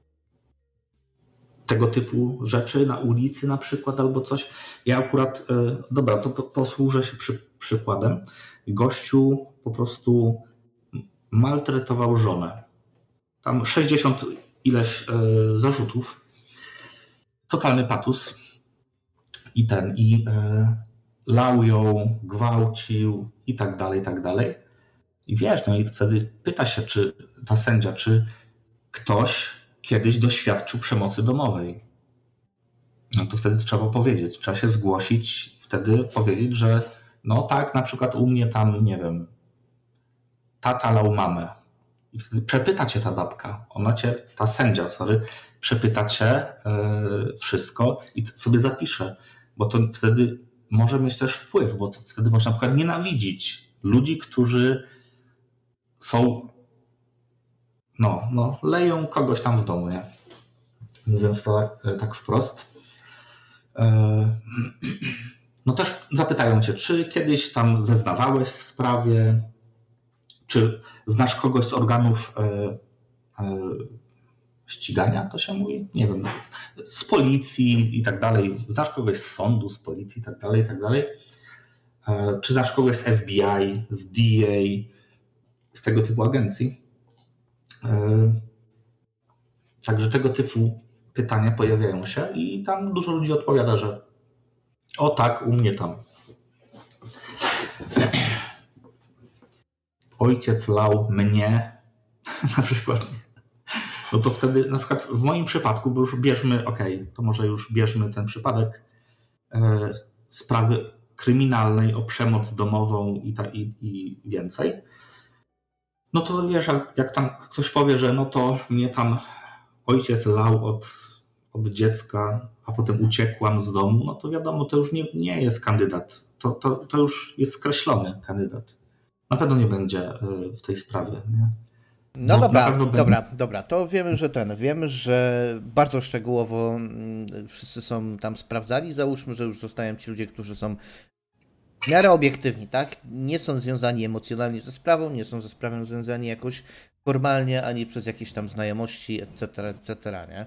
tego typu rzeczy na ulicy na przykład albo coś. Ja akurat, dobra, to posłużę się przy, przykładem. Gościu po prostu maltretował żonę. Tam sześćdziesiąt ileś zarzutów. Totalny patus. I ten, i lał ją, gwałcił i tak dalej, i tak dalej. I wiesz, no i wtedy pyta się, czy ta sędzia, czy ktoś kiedyś doświadczył przemocy domowej. No to wtedy trzeba powiedzieć, trzeba się zgłosić, wtedy powiedzieć, że no tak, na przykład u mnie tam, nie wiem, tata lał mamę. I wtedy przepyta cię ta babka, ona cię, ta sędzia, sorry, przepyta cię yy, wszystko i sobie zapisze, bo to wtedy może mieć też wpływ, bo wtedy można na przykład nienawidzić ludzi, którzy są, no, no, leją kogoś tam w domu, nie? Mówiąc to tak, tak wprost. No też zapytają cię, czy kiedyś tam zeznawałeś w sprawie, czy znasz kogoś z organów ścigania, to się mówi? Nie wiem, z policji i tak dalej. Znasz kogoś z sądu, z policji i tak dalej, i tak dalej. Czy znasz kogoś z F B I, z D A, z tego typu agencji. Także tego typu pytania pojawiają się i tam dużo ludzi odpowiada, że o tak, u mnie tam. Ojciec lał mnie, na przykład. No to wtedy, na przykład w moim przypadku, bo już bierzmy, okej, okay, to może już bierzmy ten przypadek e, sprawy kryminalnej o przemoc domową i, ta, i, i więcej. No to wiesz, jak tam ktoś powie, że no to mnie tam ojciec lał od, od dziecka, a potem uciekłam z domu, no to wiadomo, to już nie, nie jest kandydat. To, to, to już jest skreślony kandydat. Na pewno nie będzie w tej sprawie, nie? No, no dobra, dobra, będzie... dobra, to wiemy, że ten, wiemy, że bardzo szczegółowo wszyscy są tam sprawdzani, załóżmy, że już zostają ci ludzie, którzy są w miarę obiektywni, tak? Nie są związani emocjonalnie ze sprawą, nie są ze sprawą związani jakoś formalnie, ani przez jakieś tam znajomości, et cetera, et cetera, nie?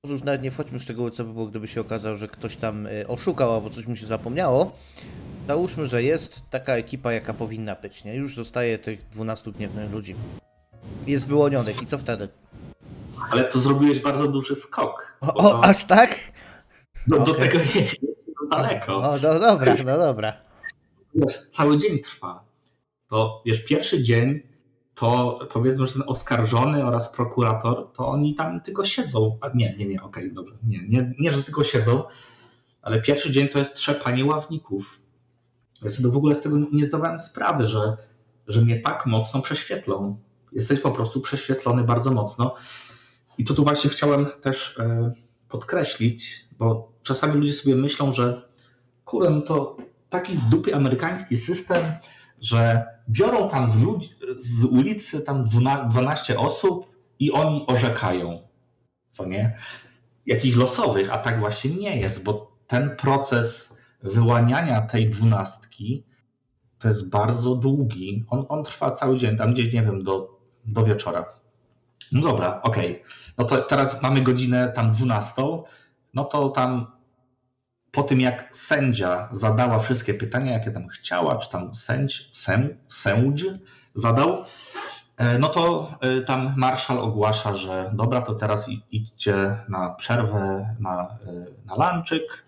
może już nawet nie wchodźmy w szczegóły, co by było, gdyby się okazało, że ktoś tam oszukał albo coś mu się zapomniało. Załóżmy, że jest taka ekipa, jaka powinna być, nie? Już zostaje tych dwunastu gniewnych ludzi. Jest wyłonionych i co wtedy? Ale to zrobiłeś bardzo duży skok. O, o to... aż tak? Do, okay. do tego jest daleko. O, no dobra, no dobra. Wiesz, cały dzień trwa. To wiesz, pierwszy dzień to powiedzmy, że ten oskarżony oraz prokurator, to oni tam tylko siedzą. A nie, nie, nie, okej, okay, dobra. Nie, nie, nie, że tylko siedzą, ale pierwszy dzień to jest trzepanie ławników. Ja sobie w ogóle z tego nie zdawałem sprawy, że, że mnie tak mocno prześwietlą. Jesteś po prostu prześwietlony bardzo mocno. I to tu właśnie chciałem też podkreślić, bo czasami ludzie sobie myślą, że kurde, no to taki z dupy amerykański system, że biorą tam z, ludzi, z ulicy tam dwanaście osób i oni orzekają, co nie? Jakichś losowych, a tak właśnie nie jest, bo ten proces wyłaniania tej dwunastki to jest bardzo długi. On, on trwa cały dzień, tam gdzieś, nie wiem, do, do wieczora. No dobra, okej. Okay. No to teraz mamy godzinę tam dwunastą, no to tam po tym jak sędzia zadała wszystkie pytania, jakie tam chciała, czy tam sędź, sędź, sędź zadał, no to tam marszał ogłasza, że dobra, to teraz idźcie na przerwę, na, na lunczyk.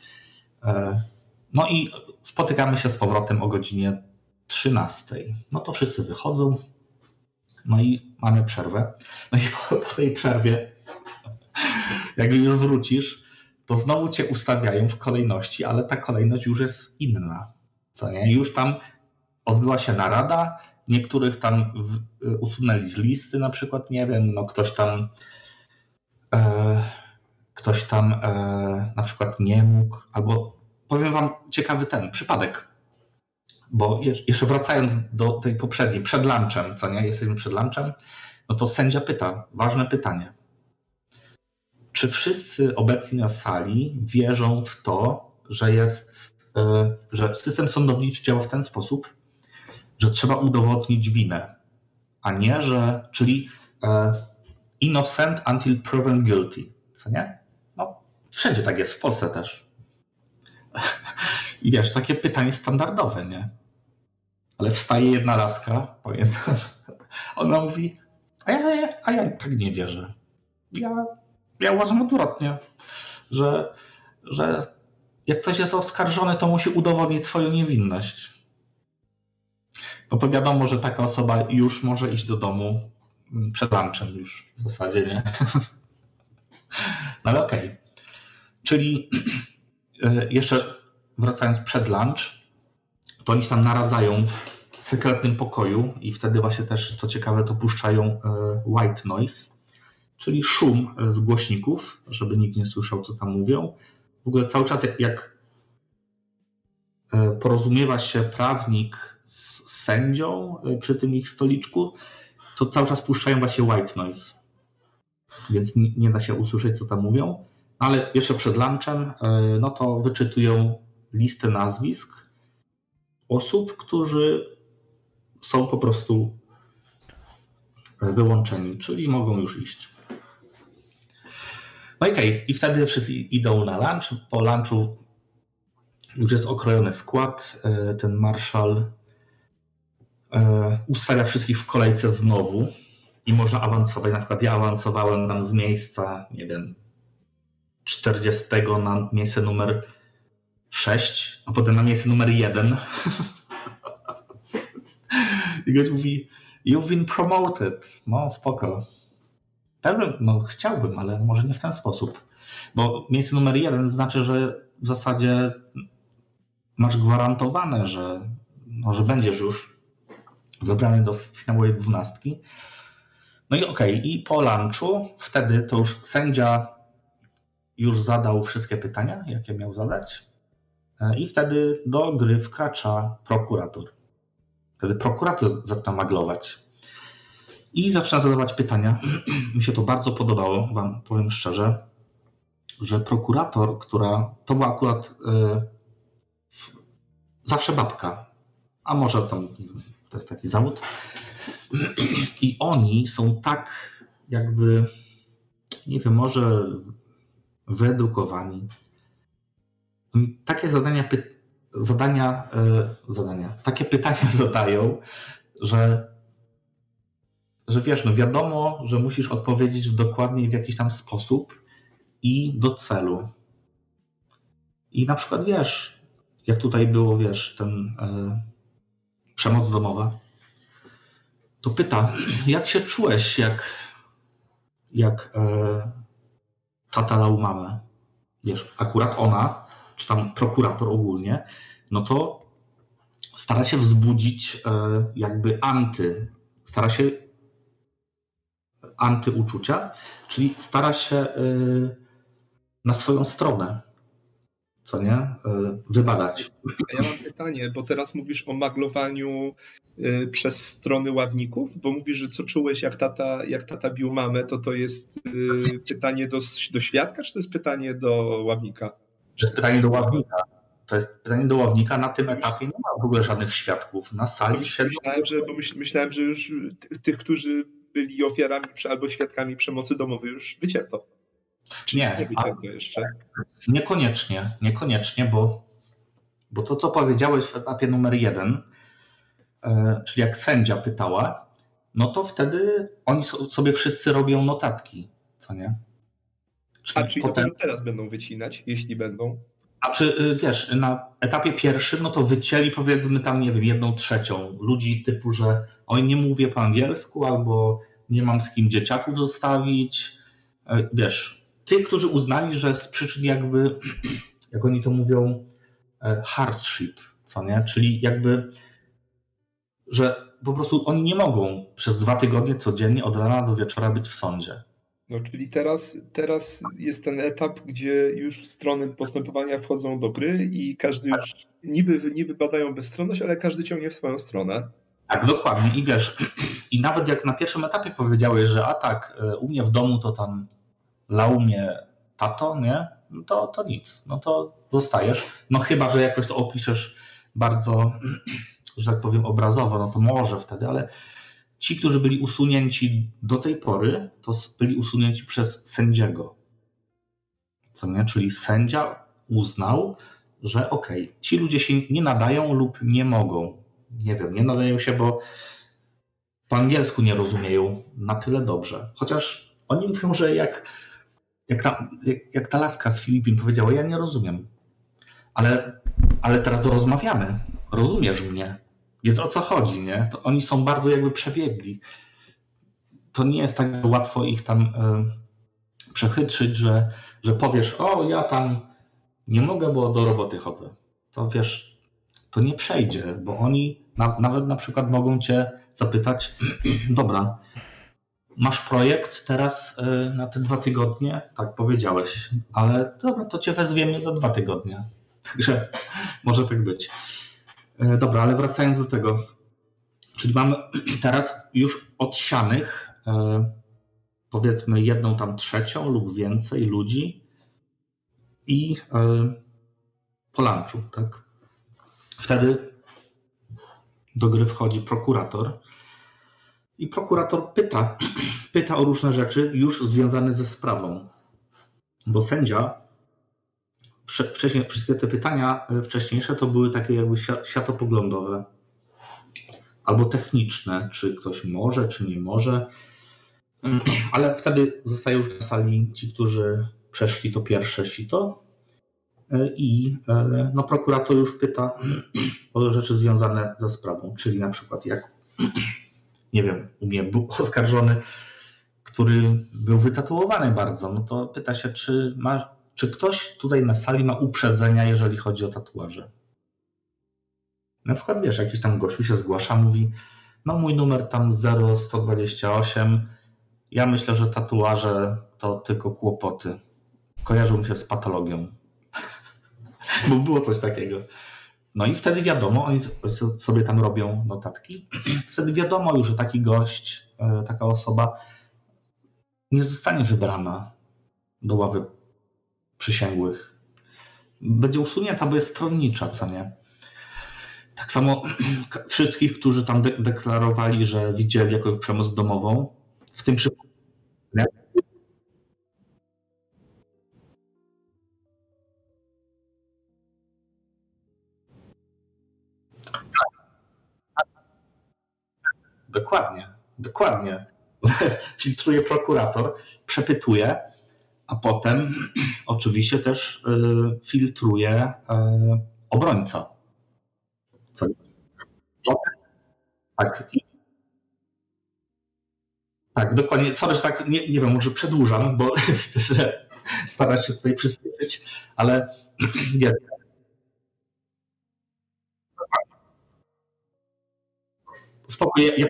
No i spotykamy się z powrotem o godzinie trzynastej. No to wszyscy wychodzą, no i mamy przerwę. No i po tej przerwie, jak już wrócisz, to znowu cię ustawiają w kolejności, ale ta kolejność już jest inna. Co nie? Już tam odbyła się narada, niektórych tam w, usunęli z listy, na przykład, nie wiem, no ktoś tam e, ktoś tam e, na przykład nie mógł, albo powiem wam ciekawy ten przypadek, bo jeszcze wracając do tej poprzedniej, przed lunchem, co nie? Jesteśmy przed lunchem, no to sędzia pyta, ważne pytanie. Czy wszyscy obecni na sali wierzą w to, że jest, że system sądowniczy działa w ten sposób, że trzeba udowodnić winę, a nie, że, czyli innocent until proven guilty, co nie? No, wszędzie tak jest, w Polsce też. I wiesz, takie pytanie standardowe, nie? Ale wstaje jedna laska, pamiętam, ona mówi, a ja, a ja tak nie wierzę. Ja Ja uważam odwrotnie, że, że jak ktoś jest oskarżony, to musi udowodnić swoją niewinność. No to wiadomo, że taka osoba już może iść do domu przed lunchem już w zasadzie, nie? No ale okej. Okay. Czyli jeszcze wracając przed lunch, to oni się tam naradzają w sekretnym pokoju i wtedy właśnie też, co ciekawe, to puszczają white noise, czyli szum z głośników, żeby nikt nie słyszał, co tam mówią. W ogóle cały czas jak, jak porozumiewa się prawnik z sędzią przy tym ich stoliczku, to cały czas puszczają właśnie white noise. Więc nie, nie da się usłyszeć, co tam mówią. Ale jeszcze przed lunchem, no to wyczytują listę nazwisk osób, którzy są po prostu wyłączeni, czyli mogą już iść. No okej, okay. I wtedy wszyscy idą na lunch. Po lunchu już jest okrojony skład. Ten marszał ustawia wszystkich w kolejce znowu i można awansować. Na przykład ja awansowałem tam z miejsca, nie wiem, czterdziestego na miejsce numer sześć, a potem na miejsce numer jeden. I gość mówi, you've been promoted. No spoko. No chciałbym, ale może nie w ten sposób. Bo miejsce numer jeden znaczy, że w zasadzie masz gwarantowane, że, no, że będziesz już wybrany do finałowej dwunastki. No i okej, okay. I po lunchu wtedy to już sędzia już zadał wszystkie pytania, jakie miał zadać. I wtedy do gry wkracza prokurator. Wtedy prokurator zaczyna maglować. I zaczyna zadawać pytania. Mi się to bardzo podobało, wam powiem szczerze, że prokurator, która to była akurat yy, w, zawsze babka, a może tam to jest taki zawód. I oni są tak jakby, nie wiem, może wyedukowani. Takie zadania, py, zadania, yy, zadania, takie pytania zadają, że, że wiesz, no wiadomo, że musisz odpowiedzieć dokładnie w jakiś tam sposób i do celu. I na przykład wiesz, jak tutaj było, wiesz, ten yy, przemoc domowa, to pyta, jak się czułeś, jak, jak yy, tata lał mamę? Wiesz, akurat ona, czy tam prokurator ogólnie, no to stara się wzbudzić yy, jakby anty, stara się antyuczucia, czyli stara się yy, na swoją stronę, co nie, yy, wybadać. A ja mam pytanie, bo teraz mówisz o maglowaniu y, przez strony ławników, bo mówisz, że co czułeś, jak tata, jak tata bił mamę, to to jest y, pytanie do, do świadka, czy to jest pytanie do ławnika? To jest pytanie do ławnika. To jest pytanie do ławnika. Na tym etapie nie ma w ogóle żadnych świadków. Na sali siedzą... Myślałem, że, bo myśl, myślałem, że już tych, którzy byli ofiarami albo świadkami przemocy domowej, już wycięto. Czy nie, nie wycięto jeszcze? Niekoniecznie, niekoniecznie, bo, bo to, co powiedziałeś w etapie numer jeden, e, czyli jak sędzia pytała, no to wtedy oni so, sobie wszyscy robią notatki, co nie? Czyli A czyli potem... dopiero teraz będą wycinać, jeśli będą? A czy wiesz, na etapie pierwszym, no to wycięli powiedzmy tam, nie wiem, jedną trzecią ludzi typu, że oj, nie mówię po angielsku, albo nie mam z kim dzieciaków zostawić. Wiesz, tych, którzy uznali, że z przyczyn jakby, jak oni to mówią, hardship, co nie? Czyli jakby, że po prostu oni nie mogą przez dwa tygodnie codziennie od rana do wieczora być w sądzie. No, czyli teraz, teraz jest ten etap, gdzie już strony postępowania wchodzą do gry i każdy już niby, niby badają bezstronność, ale każdy ciągnie w swoją stronę. Tak, dokładnie. I wiesz, i nawet jak na pierwszym etapie powiedziałeś, że a tak, u mnie w domu to tam lał mnie tato, nie? No to, to nic. No to zostajesz. No chyba, że jakoś to opiszesz bardzo, że tak powiem, obrazowo, no to może wtedy, ale ci, którzy byli usunięci do tej pory, to byli usunięci przez sędziego. Co nie? Czyli sędzia uznał, że okej, okay, ci ludzie się nie nadają lub nie mogą. Nie wiem, nie nadają się, bo po angielsku nie rozumieją na tyle dobrze. Chociaż oni mówią, że jak, jak, ta, jak, jak ta laska z Filipin powiedziała, ja nie rozumiem. Ale, ale teraz rozmawiamy. Rozumiesz mnie. Więc o co chodzi, nie? To oni są bardzo jakby przebiegli. To nie jest tak łatwo ich tam y, przechytrzyć, że, że powiesz, o ja tam nie mogę, bo do roboty chodzę. To wiesz, to nie przejdzie, bo oni na, nawet na przykład mogą cię zapytać, dobra, masz projekt teraz y, na te dwa tygodnie? Tak powiedziałeś, ale dobra, to cię wezwiemy za dwa tygodnie. Także może tak być. Dobra, ale wracając do tego, czyli mamy teraz już odsianych powiedzmy jedną tam trzecią lub więcej ludzi i po lunchu, tak? Wtedy do gry wchodzi prokurator i prokurator pyta, pyta o różne rzeczy już związane ze sprawą, bo sędzia Wcześniej, wszystkie te pytania wcześniejsze to były takie jakby światopoglądowe albo techniczne, czy ktoś może, czy nie może, ale wtedy zostają już na sali ci, którzy przeszli to pierwsze sito i no, prokurator już pyta o rzeczy związane ze sprawą, czyli na przykład jak, nie wiem, u mnie był oskarżony, który był wytatuowany bardzo, no to pyta się, czy ma Czy ktoś tutaj na sali ma uprzedzenia, jeżeli chodzi o tatuaże? Na przykład, wiesz, jakiś tam gościu się zgłasza, mówi, no mój numer tam zero sto dwadzieścia osiem, ja myślę, że tatuaże to tylko kłopoty. Kojarzą mi się z patologią. Bo było coś takiego. No i wtedy wiadomo, oni sobie tam robią notatki. Wtedy wiadomo już, że taki gość, taka osoba nie zostanie wybrana do ławy przysięgłych. Będzie usunięta, bo jest stronnicza, co nie? Tak samo wszystkich, którzy tam de- deklarowali, że widzieli jakąś przemoc domową, w tym przypadku Dokładnie, dokładnie. Filtruje prokurator, przepytuje, a potem oczywiście też y, filtruje y, obrońca. Co? Tak. Tak, dokładnie. Sorry, że tak, nie, nie wiem, może przedłużam, bo widzę, że starasz się tutaj przyspieszyć, ale nie. Spokojnie. Ja...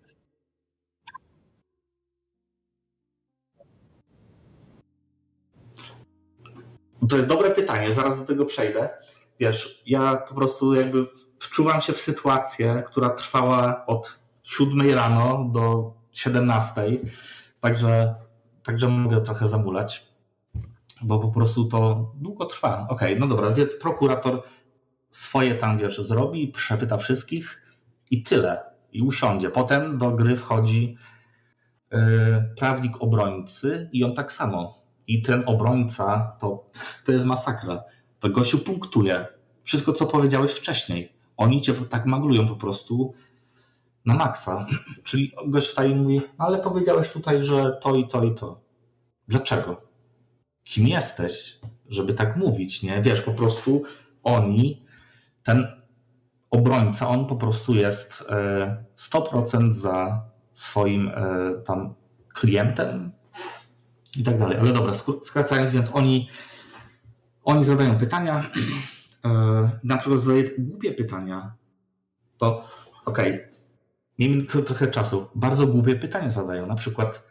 To jest dobre pytanie, zaraz do tego przejdę. Wiesz, ja po prostu jakby wczuwam się w sytuację, która trwała od siódmej rano do siedemnastej, także, także mogę trochę zamulać, bo po prostu to długo trwa. Okej, okay, no dobra, więc prokurator swoje tam, wiesz, zrobi, przepyta wszystkich i tyle. I usiądzie. Potem do gry wchodzi yy, prawnik obrońcy i on tak samo. I ten obrońca to, to jest masakra. To gościu punktuje. Wszystko, co powiedziałeś wcześniej. Oni cię tak maglują po prostu na maksa. Czyli gość wstaje i mówi, no ale powiedziałeś tutaj, że to i to i to. Dlaczego? Kim jesteś, żeby tak mówić, nie? Wiesz, po prostu oni, ten obrońca, on po prostu jest sto procent za swoim tam klientem i tak dalej. Ale dobra, skracając, więc oni, oni zadają pytania, na przykład zadaje głupie pytania, to okej, okay, miejmy to trochę czasu. Bardzo głupie pytania zadają, na przykład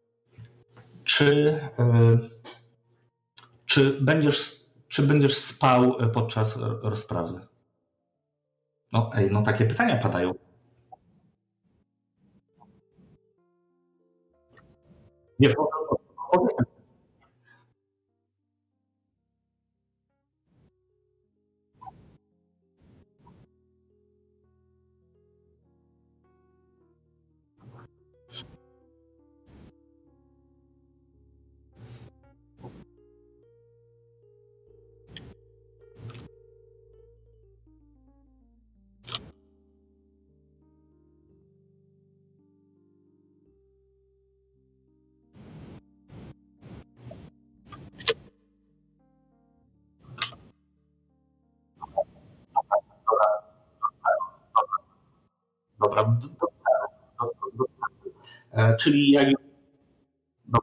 czy, czy, będziesz, czy będziesz spał podczas rozprawy? No ej, no takie pytania padają. Nie, powiem. Dobra, do, do, do, do, czyli jak... No,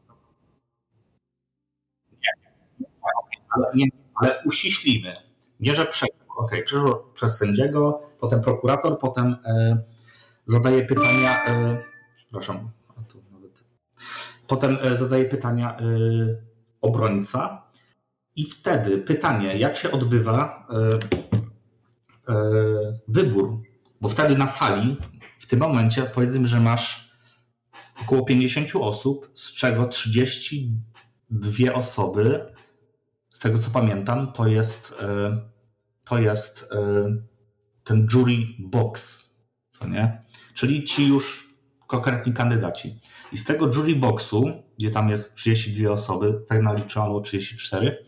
nie, ale, nie, ale uściślimy. Nie, że przez, okay, przeszło przez sędziego, potem prokurator, potem e, zadaje pytania, e, przepraszam, tu nawet, potem e, zadaje pytania e, obrońca i wtedy pytanie, jak się odbywa e, e, wybór, bo wtedy na sali w tym momencie powiedzmy, że masz około pięćdziesiąt osób, z czego trzydzieści dwie osoby, z tego co pamiętam, to jest, to jest ten jury box, co nie? Czyli ci już konkretni kandydaci. I z tego jury boxu, gdzie tam jest trzydzieści dwie osoby, tak naliczyłam, albo trzydzieści cztery,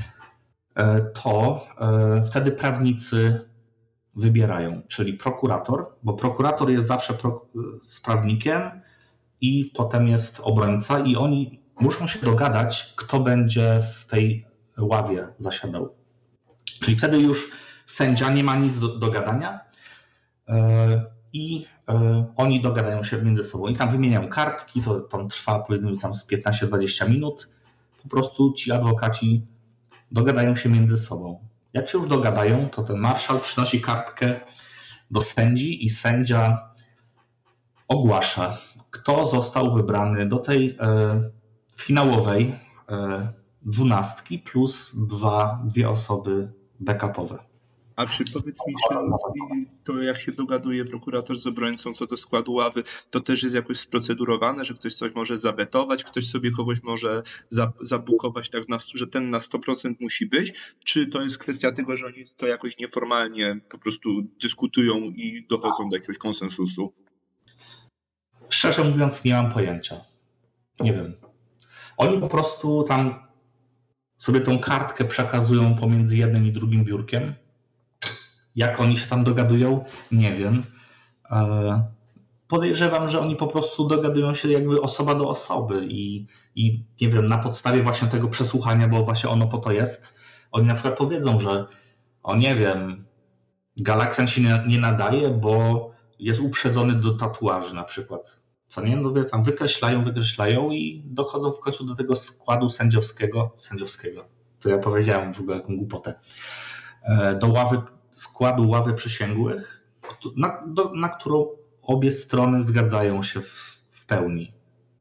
to wtedy prawnicy wybierają, czyli prokurator, bo prokurator jest zawsze pro, z prawnikiem i potem jest obrońca i oni muszą się dogadać, kto będzie w tej ławie zasiadał. Czyli wtedy już sędzia nie ma nic do, do gadania yy, i yy, oni dogadają się między sobą i tam wymieniają kartki, to tam trwa powiedzmy tam z piętnaście do dwudziestu minut. Po prostu ci adwokaci dogadają się między sobą. Jak się już dogadają, to ten marszał przynosi kartkę do sędzi i sędzia ogłasza, kto został wybrany do tej e, finałowej e, dwunastki plus dwa, dwie osoby backupowe. A czy powiedz mi, czy to jak się dogaduje prokurator z obrońcą co do składu ławy, to też jest jakoś sprocedurowane, że ktoś coś może zawetować, ktoś sobie kogoś może zabukować tak, na, że ten na sto procent musi być, czy to jest kwestia tego, że oni to jakoś nieformalnie po prostu dyskutują i dochodzą do jakiegoś konsensusu? Szczerze mówiąc, nie mam pojęcia. Nie wiem. Oni po prostu tam sobie tą kartkę przekazują pomiędzy jednym i drugim biurkiem. Jak oni się tam dogadują, nie wiem. podejrzewam, że oni po prostu dogadują się jakby osoba do osoby i, i nie wiem, na podstawie właśnie tego przesłuchania, bo właśnie ono po to jest, oni na przykład powiedzą, że o nie wiem, Galaxian się nie, nie nadaje, bo jest uprzedzony do tatuaży na przykład. Co nie? No wie, tam wykreślają, wykreślają i dochodzą w końcu do tego składu sędziowskiego, sędziowskiego, to ja powiedziałem w ogóle jaką głupotę, do ławy, składu ławy przysięgłych, na, do, na którą obie strony zgadzają się w, w pełni.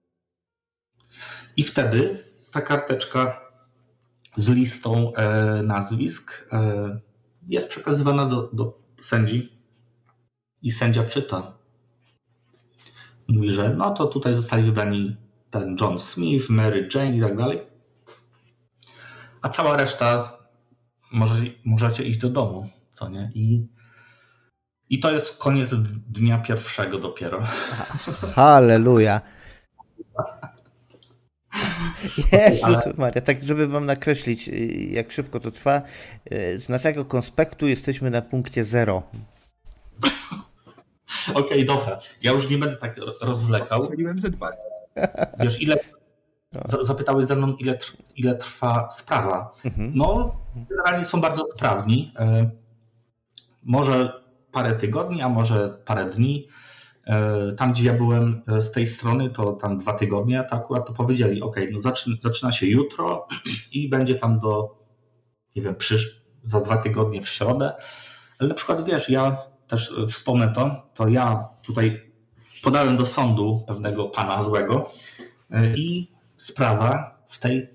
I wtedy ta karteczka z listą e, nazwisk e, jest przekazywana do, do sędzi i sędzia czyta. Mówi, że no to tutaj zostali wybrani ten John Smith, Mary Jane i tak dalej. A cała reszta może, możecie iść do domu, co nie? I, i to jest koniec dnia pierwszego dopiero. Halleluja. Jezus Maria, tak żeby wam nakreślić, jak szybko to trwa. Z naszego konspektu jesteśmy na punkcie zero. Okej, okay, dobra. Ja już nie będę tak rozwlekał. Strzeliłem ze dwa. Wiesz, ile... Zapytałeś ze mną, ile, ile trwa sprawa. Mhm. No, generalnie są bardzo sprawni. Może parę tygodni, a może parę dni. Tam, gdzie ja byłem z tej strony, to tam dwa tygodnie, to akurat to powiedzieli, ok, no zaczyna, zaczyna się jutro i będzie tam do, nie wiem, przysz, za dwa tygodnie w środę. Ale na przykład, wiesz, ja też wspomnę to, to ja tutaj podałem do sądu pewnego pana złego i sprawa w tej,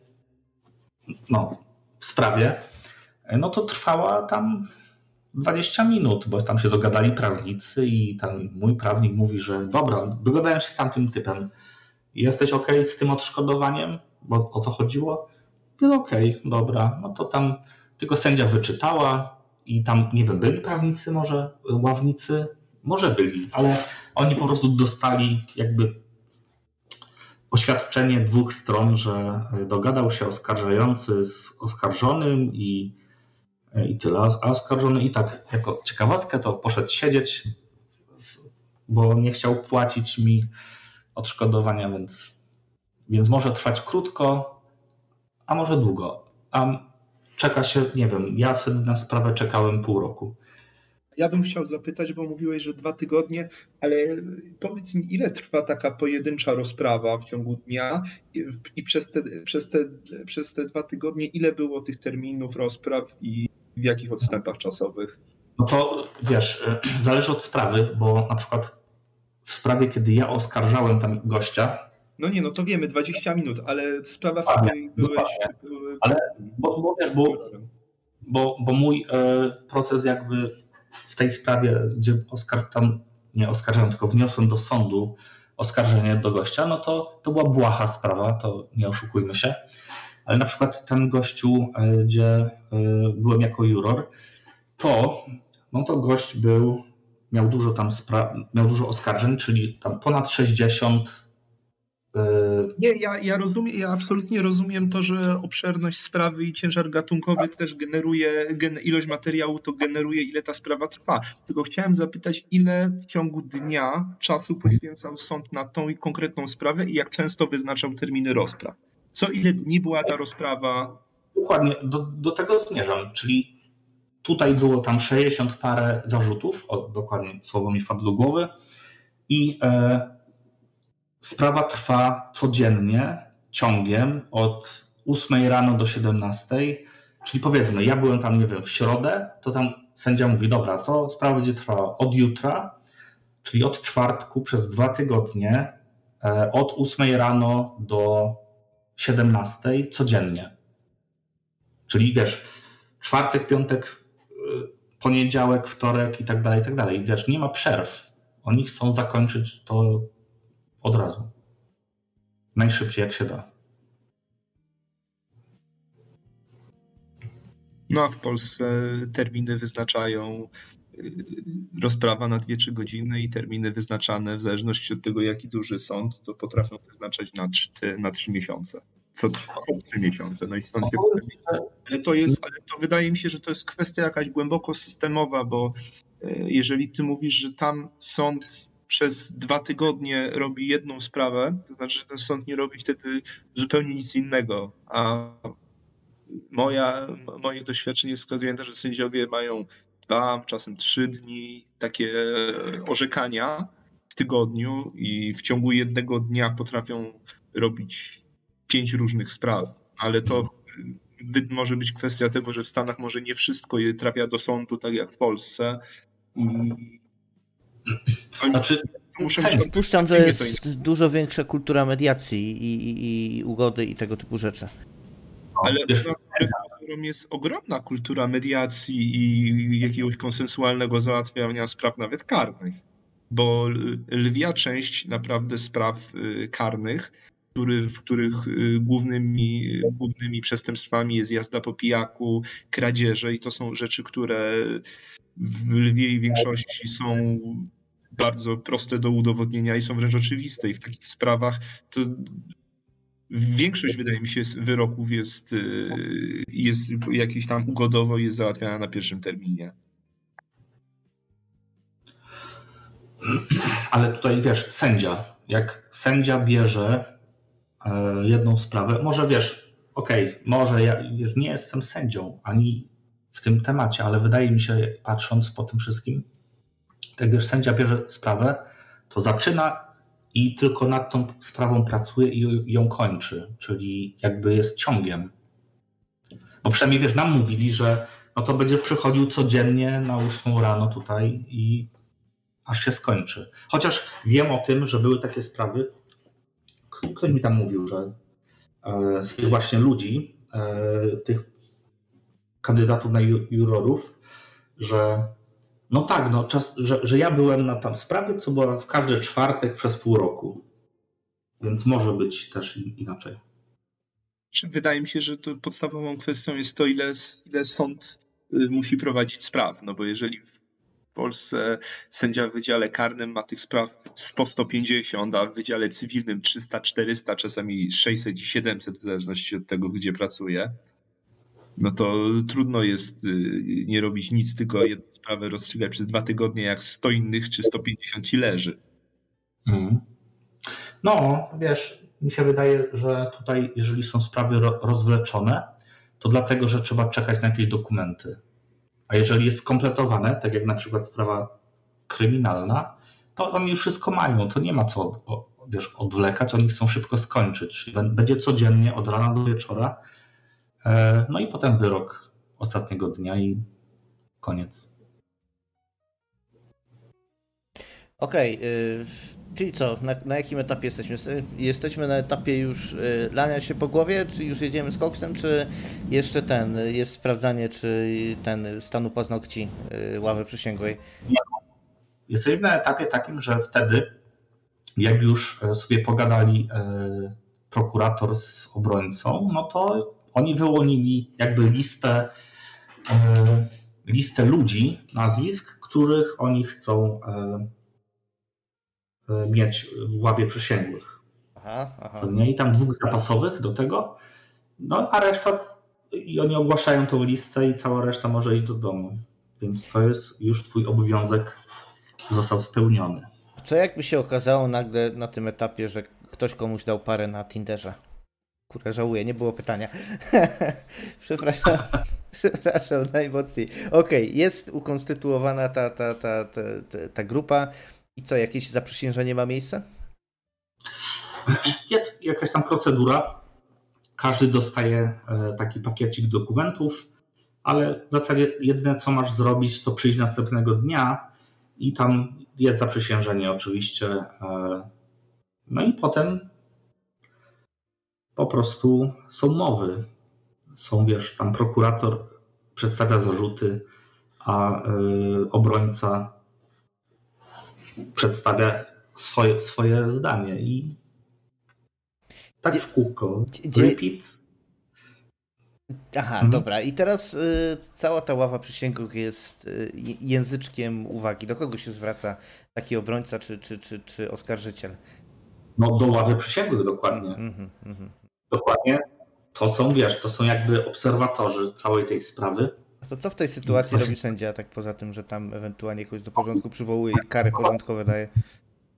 no, w sprawie, no to trwała tam dwadzieścia minut, bo tam się dogadali prawnicy i tam mój prawnik mówi, że dobra, dogadałem się z tamtym typem. Jesteś ok z tym odszkodowaniem? Bo o to chodziło? No okej, okay, dobra. No to tam tylko sędzia wyczytała i tam, nie wiem, byli prawnicy może, ławnicy? Może byli, ale oni po prostu dostali jakby oświadczenie dwóch stron, że dogadał się oskarżający z oskarżonym i I tyle. A oskarżony i tak jako ciekawostkę to poszedł siedzieć, bo nie chciał płacić mi odszkodowania, więc, więc może trwać krótko, a może długo. A czeka się, nie wiem, ja wtedy na sprawę czekałem pół roku. Ja bym chciał zapytać, bo mówiłeś, że dwa tygodnie, ale powiedz mi, ile trwa taka pojedyncza rozprawa w ciągu dnia i, i przez, te, przez, te, przez te dwa tygodnie ile było tych terminów rozpraw i w jakich odstępach czasowych? No to wiesz, zależy od sprawy, bo na przykład w sprawie, kiedy ja oskarżałem tam gościa... No nie, no to wiemy, dwadzieścia minut, ale sprawa, w której byłeś... Były... Ale, bo, bo wiesz, bo, bo, bo mój e, proces jakby w tej sprawie, gdzie oskar, tam nie oskarżałem, tylko wniosłem do sądu oskarżenie do gościa, no to, to była błaha sprawa, to nie oszukujmy się. Ale na przykład ten gościu, gdzie byłem jako juror, to, no to gość był, miał dużo tam spra- miał dużo oskarżeń, czyli tam ponad sześćdziesiąt. Nie, ja, ja rozumiem, ja absolutnie rozumiem to, że obszerność sprawy i ciężar gatunkowy też generuje, gen, ilość materiału to generuje, ile ta sprawa trwa. Tylko chciałem zapytać, ile w ciągu dnia czasu poświęcał sąd na tą i konkretną sprawę i jak często wyznaczał terminy rozpraw? Co ile dni była ta rozprawa? Dokładnie, do, do tego zmierzam, czyli tutaj było tam sześćdziesiąt parę zarzutów, o, dokładnie słowo mi wpadło do głowy i e, sprawa trwa codziennie, ciągiem od ósmej rano do siedemnastej, czyli powiedzmy, ja byłem tam, nie wiem, w środę, to tam sędzia mówi, dobra, to sprawa będzie trwała od jutra, czyli od czwartku przez dwa tygodnie, e, od ósmej rano do siedemnastej codziennie. Czyli wiesz, czwartek, piątek, poniedziałek, wtorek i tak dalej, i tak dalej. Wiesz, nie ma przerw. Oni chcą zakończyć to od razu. Najszybciej jak się da. No a w Polsce terminy wyznaczają rozprawa na dwie trzy godziny i terminy wyznaczane w zależności od tego, jaki duży sąd, to potrafią wyznaczać na trzy, na trzy miesiące. Co trwa trzy miesiące. No i stąd się... Ale to jest, ale to wydaje mi się, że to jest kwestia jakaś głęboko systemowa, bo jeżeli ty mówisz, że tam sąd przez dwa tygodnie robi jedną sprawę, to znaczy, że ten sąd nie robi wtedy zupełnie nic innego, a moja, moje doświadczenie wskazuje na to, że sędziowie mają dwa, czasem trzy dni takie orzekania w tygodniu i w ciągu jednego dnia potrafią robić pięć różnych spraw, ale to może być kwestia tego, że w Stanach może nie wszystko je trafia do sądu, tak jak w Polsce. Znaczy, Przypuszczam, że jest dużo większa kultura mediacji i, i, i ugody i tego typu rzeczy. Ale jest ogromna kultura mediacji i jakiegoś konsensualnego załatwiania spraw nawet karnych, bo lwia część naprawdę spraw karnych, który, w których głównymi, głównymi przestępstwami jest jazda po pijaku, kradzieże i to są rzeczy, które w lwiej większości są bardzo proste do udowodnienia i są wręcz oczywiste i w takich sprawach to większość, wydaje mi się, wyroków jest, jest jakieś tam ugodowo jest załatwiana na pierwszym terminie. Ale tutaj wiesz, sędzia, jak sędzia bierze jedną sprawę, może wiesz, okej, okay, może ja wiesz, nie jestem sędzią ani w tym temacie, ale wydaje mi się, patrząc po tym wszystkim, jak wiesz, sędzia bierze sprawę, to zaczyna i tylko nad tą sprawą pracuje i ją kończy, czyli jakby jest ciągiem. Bo przynajmniej wiesz, nam mówili, że no to będzie przychodził codziennie na ósmą rano tutaj i aż się skończy. Chociaż wiem o tym, że były takie sprawy, ktoś mi tam mówił, że z tych właśnie ludzi, tych kandydatów na jurorów, że no tak, no, czas, że, że ja byłem na tam sprawie, co była w każdy czwartek przez pół roku. Więc może być też inaczej. Wydaje mi się, że to podstawową kwestią jest to, ile, ile sąd musi prowadzić spraw. No bo jeżeli w Polsce sędzia w wydziale karnym ma tych spraw po sto pięćdziesiąt, a w wydziale cywilnym trzysta, czterysta, czasami sześćset i siedemset, w zależności od tego, gdzie pracuje, no to trudno jest nie robić nic, tylko jedną sprawę rozstrzygać przez dwa tygodnie, jak sto innych czy sto pięćdziesiąt ci leży. Hmm. No, wiesz, mi się wydaje, że tutaj, jeżeli są sprawy rozwleczone, to dlatego, że trzeba czekać na jakieś dokumenty. A jeżeli jest skompletowane, tak jak na przykład sprawa kryminalna, to oni już wszystko mają, to nie ma co wiesz, odwlekać, oni chcą szybko skończyć. Będzie codziennie od rana do wieczora. No i potem wyrok ostatniego dnia i koniec. Okej, okay, czyli co, na, na jakim etapie jesteśmy? Jesteśmy na etapie już y, lania się po głowie, czy już jedziemy z koksem, czy jeszcze ten, jest sprawdzanie, czy ten stanu paznokci y, ławy przysięgłej? Jesteśmy na etapie takim, że wtedy, jak już sobie pogadali y, prokurator z obrońcą, no to oni wyłonili jakby listę, e, listę ludzi, nazwisk, których oni chcą e, e, mieć w ławie przysięgłych. Aha, aha. Co nie? I tam dwóch zapasowych do tego, no a reszta, i oni ogłaszają tą listę i cała reszta może iść do domu. Więc to jest już twój obowiązek został spełniony. Co jakby się okazało nagle na tym etapie, że ktoś komuś dał parę na Tinderze? Kurę, żałuję, nie było pytania. Przepraszam, przepraszam najmocniej. Okej, okay, jest ukonstytuowana ta, ta, ta, ta, ta, ta grupa i co, jakieś zaprzysiężenie ma miejsce? Jest jakaś tam procedura. Każdy dostaje taki pakiecik dokumentów, ale w zasadzie jedyne co masz zrobić, to przyjść następnego dnia i tam jest zaprzysiężenie oczywiście. No i potem po prostu są mowy. Są, wiesz, tam prokurator przedstawia zarzuty, a y, obrońca przedstawia swoje, swoje zdanie i tak w kółko. Repeat. Aha, mhm. Dobra. I teraz y, cała ta ława przysięgłych jest y, języczkiem uwagi. Do kogo się zwraca taki obrońca czy, czy, czy, czy oskarżyciel? No do ławy przysięgłych dokładnie. Mm-hmm, mm-hmm. Dokładnie. To są, wiesz, to są jakby obserwatorzy całej tej sprawy. A to co w tej sytuacji robi sędzia, tak poza tym, że tam ewentualnie kogoś do porządku przywołuje i kary porządkowe daje?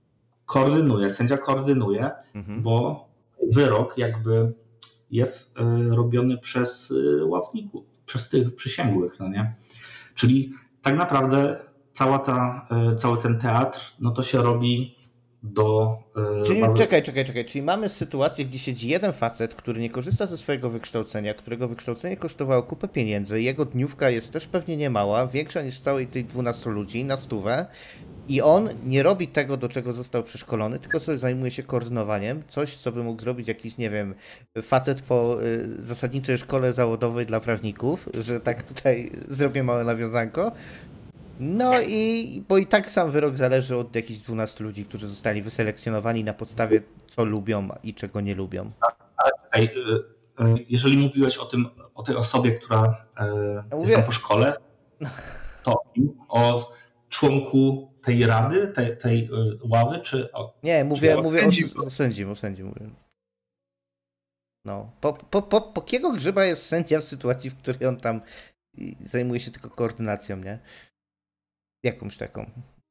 koordynuje, sędzia koordynuje, mhm. bo wyrok jakby jest robiony przez ławników, przez tych przysięgłych, no nie? Czyli tak naprawdę cała ta, cały ten teatr, no to się robi do... Czyli bardzo... czekaj, czekaj, czekaj, czyli mamy sytuację, gdzie siedzi jeden facet, który nie korzysta ze swojego wykształcenia, którego wykształcenie kosztowało kupę pieniędzy, jego dniówka jest też pewnie niemała, większa niż całej tej dwunastu ludzi, na stówę, i on nie robi tego, do czego został przeszkolony, tylko sobie zajmuje się koordynowaniem, coś, co by mógł zrobić jakiś, nie wiem, facet po y, zasadniczej szkole zawodowej dla prawników, że tak tutaj zrobię małe nawiązanko. No i, bo i tak sam wyrok zależy od jakichś dwunastu ludzi, którzy zostali wyselekcjonowani na podstawie, co lubią i czego nie lubią. Ej, jeżeli mówiłeś o tym, o tej osobie, która ja jest tam po szkole, to o członku tej rady, tej, tej ławy, czy o... Nie, mówię, mówię o, o sędzim, o sędzim mówię. No, po, po, po, po kiego grzyba jest sędzia w sytuacji, w której on tam zajmuje się tylko koordynacją, nie? Jakąś taką.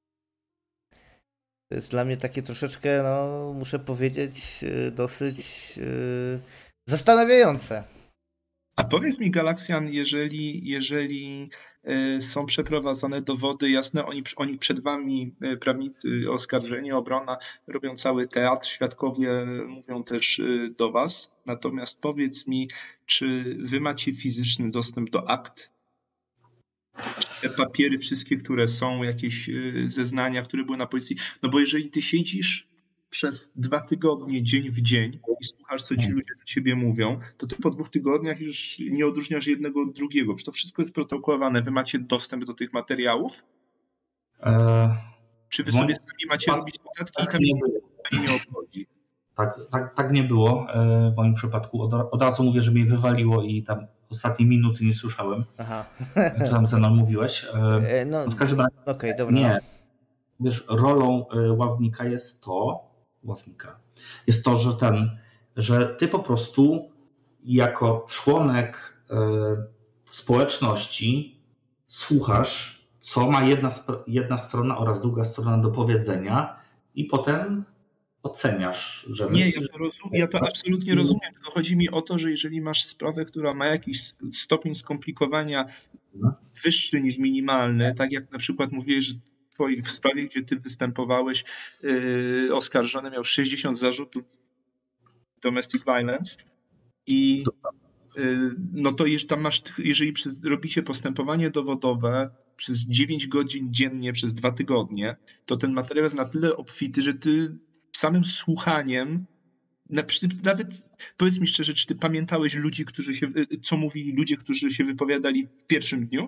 To jest dla mnie takie troszeczkę, no muszę powiedzieć, dosyć yy, zastanawiające. A powiedz mi, Galaksjan, jeżeli, jeżeli y, są przeprowadzone dowody, jasne, oni, oni przed wami, y, prawnicy, oskarżeni, obrona, robią cały teatr, świadkowie mówią też y, do was, natomiast powiedz mi, czy wy macie fizyczny dostęp do akt? Te papiery wszystkie, które są, jakieś zeznania, które były na policji. No bo jeżeli ty siedzisz przez dwa tygodnie, dzień w dzień i słuchasz, co ci ludzie do ciebie mówią, to ty po dwóch tygodniach już nie odróżniasz jednego od drugiego. Przecież to wszystko jest protokołowane. Wy macie dostęp do tych materiałów? Eee, Czy wy sobie sami macie tak, robić notatki tak, i kamienie nie obchodzi? Tak, tak, tak nie było w moim przypadku. Od, od razu mówię, że mnie wywaliło i tam ostatniej minuty nie słyszałem, Aha. co tam ze mną mówiłeś. No, w każdym razie okay, dobra. Nie. Wiesz, rolą ławnika jest to, ławnika, jest to, że ten, że ty po prostu jako członek społeczności słuchasz, co ma jedna, jedna strona oraz druga strona do powiedzenia i potem oceniasz, że... Nie, ja to, rozum, ja to absolutnie rozumiem, tylko chodzi mi o to, że jeżeli masz sprawę, która ma jakiś stopień skomplikowania wyższy niż minimalny, tak jak na przykład mówiłeś, że w sprawie, gdzie ty występowałeś, yy, oskarżony miał sześćdziesiąt zarzutów domestic violence i yy, no to jeżeli tam masz, jeżeli przez, robicie postępowanie dowodowe przez dziewięć godzin dziennie przez dwa tygodnie, to ten materiał jest na tyle obfity, że ty samym słuchaniem, nawet powiedz mi szczerze, czy ty pamiętałeś ludzi, którzy się, co mówili ludzie, którzy się wypowiadali w pierwszym dniu?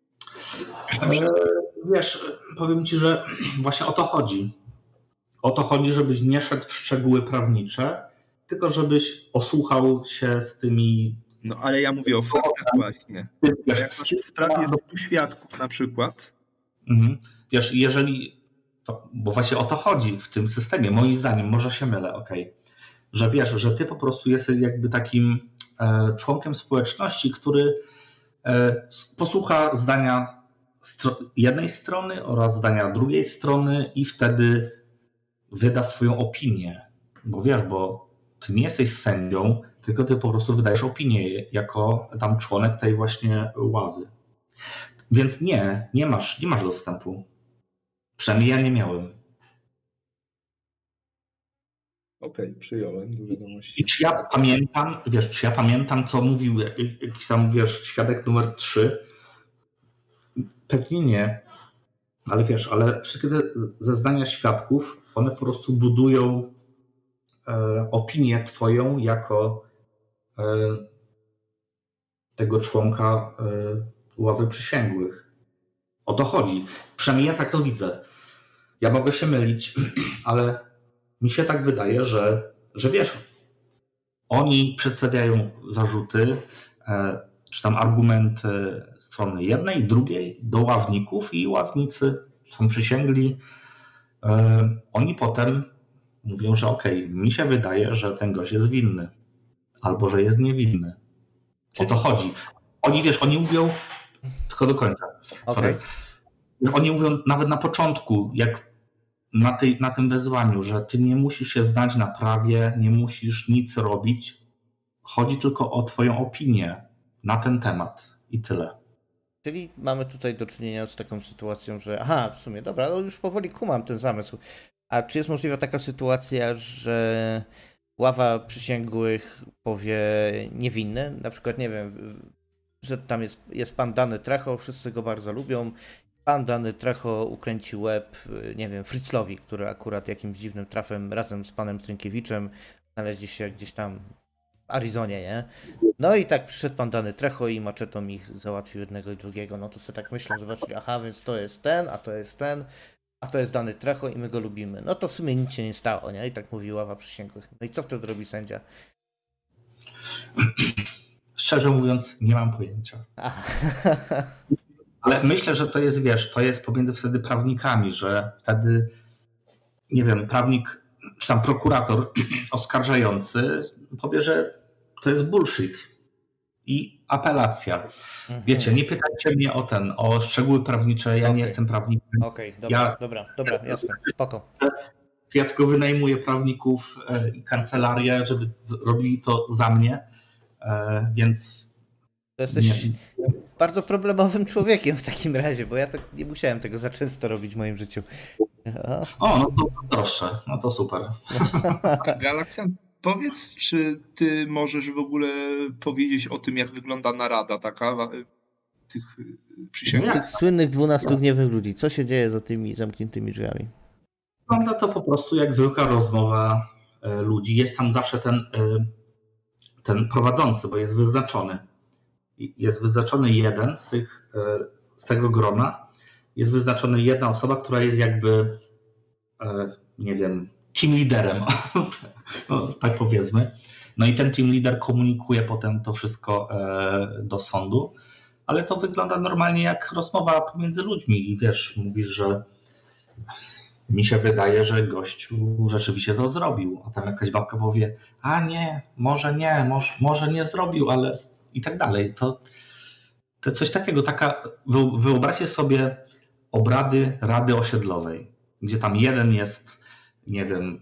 Wiesz, powiem ci, że właśnie o to chodzi. O to chodzi, żebyś nie szedł w szczegóły prawnicze, tylko żebyś osłuchał się z tymi... No ale ja mówię o faktach właśnie. Wiesz, jak masz w sprawie stu świadków na przykład. Mhm. Wiesz, jeżeli... To, bo właśnie o to chodzi w tym systemie, moim zdaniem, może się mylę, okej, okay. Że wiesz, że ty po prostu jesteś jakby takim e, członkiem społeczności, który e, posłucha zdania stro, jednej strony oraz zdania drugiej strony i wtedy wyda swoją opinię, bo wiesz, bo ty nie jesteś sędzią, tylko ty po prostu wydajesz opinię jako tam członek tej właśnie ławy. Więc nie, nie masz, nie masz dostępu. Przynajmniej ja nie miałem. Okej, okay, przyjąłem do wiadomości. I czy ja pamiętam, wiesz, czy ja pamiętam, co mówił jakiś tam, wiesz, świadek numer trzy? Pewnie nie. Ale wiesz, ale wszystkie te zeznania świadków, one po prostu budują e, opinię twoją jako e, tego członka e, ławy przysięgłych. O to chodzi. Przynajmniej ja tak to widzę. Ja mogę się mylić, ale mi się tak wydaje, że, że wiesz, oni przedstawiają zarzuty, e, czy tam argumenty strony jednej, drugiej do ławników i ławnicy są przysięgli. E, oni potem mówią, że okej, okay, mi się wydaje, że ten gość jest winny albo że jest niewinny. O to chodzi. Oni, wiesz, oni mówią, tylko do końca. Sorry. Okay. Oni mówią nawet na początku, jak na, tej, na tym wezwaniu, że ty nie musisz się znać na prawie, nie musisz nic robić. Chodzi tylko o twoją opinię na ten temat i tyle. Czyli mamy tutaj do czynienia z taką sytuacją, że aha, w sumie dobra, no już powoli kumam ten zamysł. A czy jest możliwa taka sytuacja, że ława przysięgłych powie niewinny? Na przykład, nie wiem, że tam jest, jest pan Dany Trecho, wszyscy go bardzo lubią. Pan Dany Trecho ukręcił łeb, nie wiem, Fritzlowi, który akurat jakimś dziwnym trafem razem z panem Trynkiewiczem znaleźli się gdzieś tam w Arizonie, nie? No i tak przyszedł pan Dany Trecho i maczetą ich załatwił jednego i drugiego. No to sobie tak myślą, zobaczcie, aha, więc to jest ten, a to jest ten, a to jest Dany Trecho i my go lubimy. No to w sumie nic się nie stało, nie? I tak mówi ława przysięgłych. No i co wtedy robi sędzia? Szczerze mówiąc, nie mam pojęcia. Ale myślę, że to jest, wiesz, to jest pomiędzy wtedy prawnikami, że wtedy, nie wiem, prawnik, czy tam prokurator oskarżający powie, że to jest bullshit i apelacja. Mhm. Wiecie, nie pytajcie mnie o ten, o szczegóły prawnicze, ja okay. nie jestem prawnikiem. Okej, okay, dobra, ja, dobra, dobra, jasne, spoko. Ja tylko wynajmuję prawników i kancelarię, żeby robili to za mnie, więc... To jesteś nie. bardzo problemowym człowiekiem w takim razie, bo ja tak nie musiałem tego za często robić w moim życiu. O, o no to proszę, no to super. Galaksjan, powiedz, czy ty możesz w ogóle powiedzieć o tym, jak wygląda narada taka tych przysięgłych? Tych słynnych dwunastu gniewnych ludzi. Co się dzieje za tymi zamkniętymi drzwiami? Wygląda to po prostu jak zwykła rozmowa ludzi. Jest tam zawsze ten, ten prowadzący, bo jest wyznaczony. Jest wyznaczony jeden z, tych, z tego grona. Jest wyznaczona jedna osoba, która jest jakby, nie wiem, team liderem, no, tak powiedzmy. No i ten team leader komunikuje potem to wszystko do sądu, ale to wygląda normalnie jak rozmowa pomiędzy ludźmi i wiesz, mówisz, że mi się wydaje, że gościu rzeczywiście to zrobił, a tam jakaś babka powie, a nie, może nie, może, może nie zrobił, ale i tak dalej. To, to coś takiego, taka, wyobraźcie sobie obrady Rady Osiedlowej, gdzie tam jeden jest, nie wiem,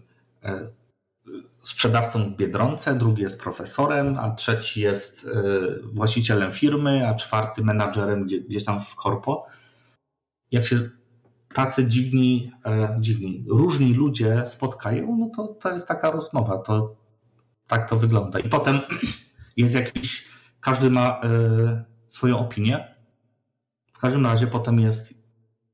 sprzedawcą w Biedronce, drugi jest profesorem, a trzeci jest właścicielem firmy, a czwarty menadżerem gdzieś tam w korpo. Jak się tacy dziwni, dziwni, różni ludzie spotkają, no to to jest taka rozmowa, to tak to wygląda. I potem jest jakiś, każdy ma swoją opinię. W każdym razie potem jest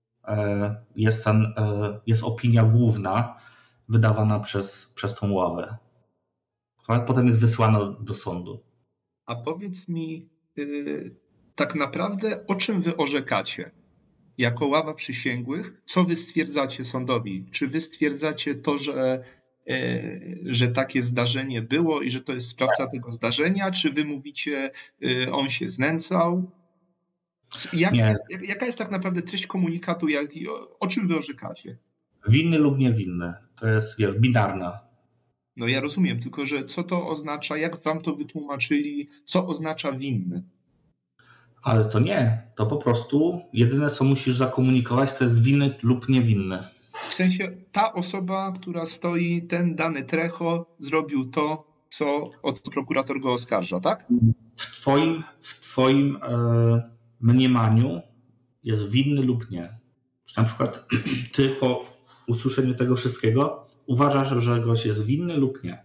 jest, ten, jest opinia główna wydawana przez, przez tą ławę, która potem jest wysłana do sądu. A powiedz mi yy, tak naprawdę, o czym wy orzekacie? Jako ława przysięgłych, co wy stwierdzacie sądowi? Czy wy stwierdzacie to, że, yy, że takie zdarzenie było i że to jest sprawca tego zdarzenia? Czy wy mówicie, yy, on się znęcał? Jak jest, jaka jest tak naprawdę treść komunikatu, jak, o, o czym wy orzekacie? Winny lub niewinny. To jest, wiesz, binarna. No ja rozumiem, tylko że co to oznacza, jak wam to wytłumaczyli, co oznacza winny? Ale to nie. To po prostu jedyne, co musisz zakomunikować, to jest winny lub niewinny. W sensie ta osoba, która stoi, ten Dany Trecho zrobił to, co od prokurator go oskarża, tak? W twoim, w twoim e, mniemaniu jest winny lub nie. Czy na przykład ty po usłyszeniu tego wszystkiego uważasz, że gość jest winny lub nie?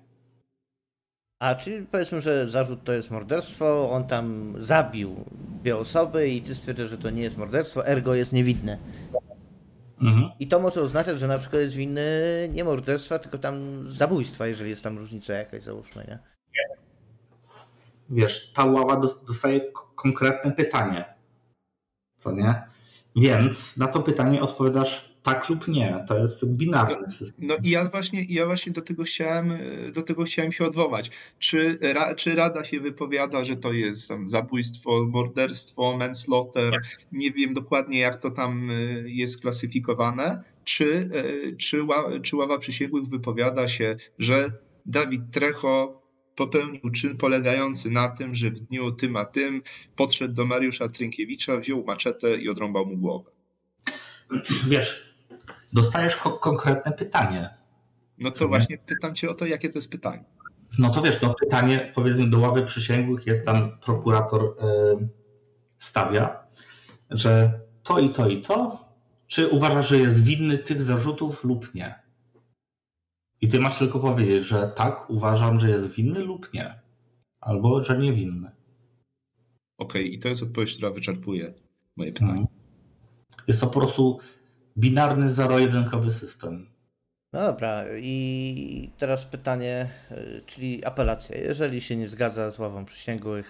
A czyli powiedzmy, że zarzut to jest morderstwo, on tam zabił dwie osoby i ty stwierdzasz, że to nie jest morderstwo, ergo jest niewinny. Mhm. I to może oznaczać, że na przykład jest winny nie morderstwa, tylko tam zabójstwa, jeżeli jest tam różnica jakaś, załóżmy, nie? Wiesz, ta ława dostaje konkretne pytanie, co nie? Więc na to pytanie odpowiadasz tak lub nie. To jest binarny system. No i ja właśnie, ja właśnie do tego chciałem, do tego chciałem się odwołać. Czy, czy Rada się wypowiada, że to jest tam zabójstwo, morderstwo, manslaughter, nie wiem dokładnie jak to tam jest klasyfikowane, czy, czy, czy ława przysięgłych wypowiada się, że Dawid Trecho popełnił czyn polegający na tym, że w dniu tym a tym podszedł do Mariusza Trynkiewicza, wziął maczetę i odrąbał mu głowę. Wiesz, dostajesz ko- konkretne pytanie. No to właśnie pytam cię o to, jakie to jest pytanie. No to wiesz, to pytanie powiedzmy do ławy przysięgłych jest tam prokurator y, stawia, że to i to i to, czy uważasz, że jest winny tych zarzutów lub nie? I ty masz tylko powiedzieć, że tak, uważam, że jest winny lub nie. Albo, że niewinny. Okej, okay, i to jest odpowiedź, która wyczerpuje moje pytanie. Hmm. Jest to po prostu binarny, zero-jedynkowy system. No dobra, i teraz pytanie, czyli apelacja. Jeżeli się nie zgadza z ławą przysięgłych,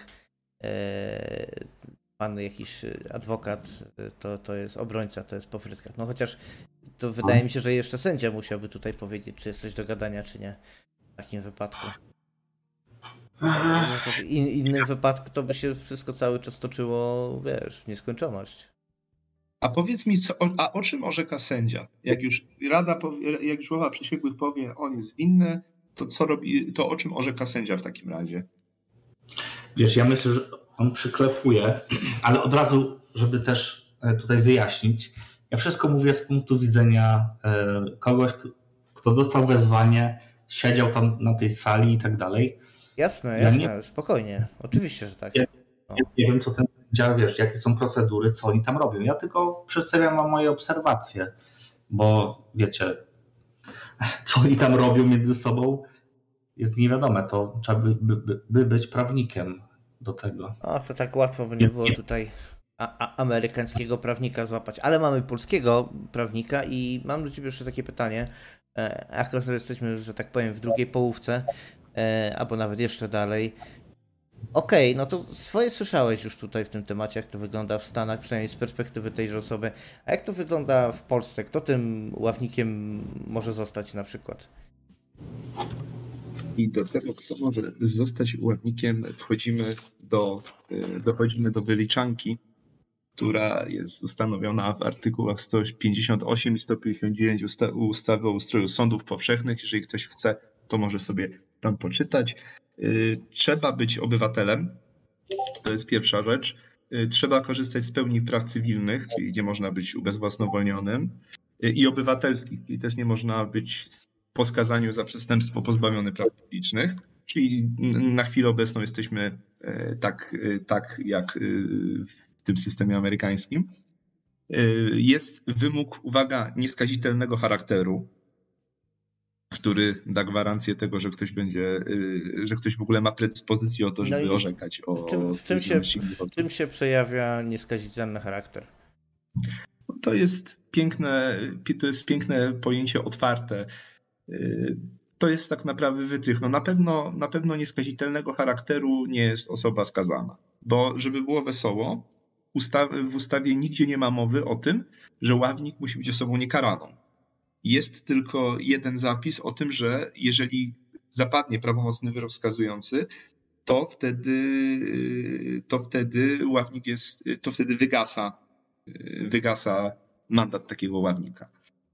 pan jakiś adwokat, to, to jest obrońca, to jest po frytkach. No chociaż to wydaje mi się, że jeszcze sędzia musiałby tutaj powiedzieć, czy jest coś do gadania, czy nie w takim wypadku. No to w in, innym wypadku to by się wszystko cały czas toczyło, wiesz, w nieskończoność. A powiedz mi, co, a o czym orzeka sędzia? Jak już rada, powie, jak już ława przysięgłych powie, on jest winny, to co robi, to o czym orzeka sędzia w takim razie? Wiesz, ja myślę, że on przyklepuje, ale od razu, żeby też tutaj wyjaśnić, ja wszystko mówię z punktu widzenia kogoś, kto dostał wezwanie, siedział tam na tej sali i tak dalej. Jasne, jasne, ja nie, spokojnie. Oczywiście, że tak. Ja no. nie wiem, co ten dział, wiesz, jakie są procedury, co oni tam robią. Ja tylko przedstawiam wam moje obserwacje, bo wiecie, co oni tam robią między sobą jest niewiadome. To trzeba by, by, by być prawnikiem do tego. O, to tak łatwo by nie było tutaj a, a, amerykańskiego prawnika złapać, ale mamy polskiego prawnika i mam do ciebie jeszcze takie pytanie. Jako że jesteśmy, że tak powiem, w drugiej połówce, albo nawet jeszcze dalej. Okej, okay, no to swoje słyszałeś już tutaj w tym temacie, jak to wygląda w Stanach, przynajmniej z perspektywy tejże osoby. A jak to wygląda w Polsce? Kto tym ławnikiem może zostać na przykład? I do tego, kto może zostać ławnikiem, wchodzimy do, dochodzimy do wyliczanki, która jest ustanowiona w artykułach sto pięćdziesiąt osiem i sto pięćdziesiąt dziewięć ustawy o ustroju sądów powszechnych. Jeżeli ktoś chce, to może sobie tam poczytać. Trzeba być obywatelem, to jest pierwsza rzecz. Trzeba korzystać z pełni praw cywilnych, czyli nie można być ubezwłasnowolnionym, i obywatelskich, czyli też nie można być po skazaniu za przestępstwo pozbawiony praw publicznych, czyli na chwilę obecną jesteśmy tak, tak jak w tym systemie amerykańskim. Jest wymóg, uwaga, nieskazitelnego charakteru, który da gwarancję tego, że ktoś będzie, że ktoś w ogóle ma predyspozycję o to, żeby no orzekać o... W czym, w, czym się, w czym się przejawia nieskazitelny charakter? To jest piękne, to jest piękne pojęcie otwarte. To jest tak naprawdę wytrych. No na pewno, na pewno nieskazitelnego charakteru nie jest osoba skazana, bo żeby było wesoło, ustaw, w ustawie nigdzie nie ma mowy o tym, że ławnik musi być osobą niekaraną. Jest tylko jeden zapis o tym, że jeżeli zapadnie prawomocny wyrok skazujący, to wtedy, to wtedy ławnik jest, to wtedy wygasa, wygasa mandat takiego ławnika.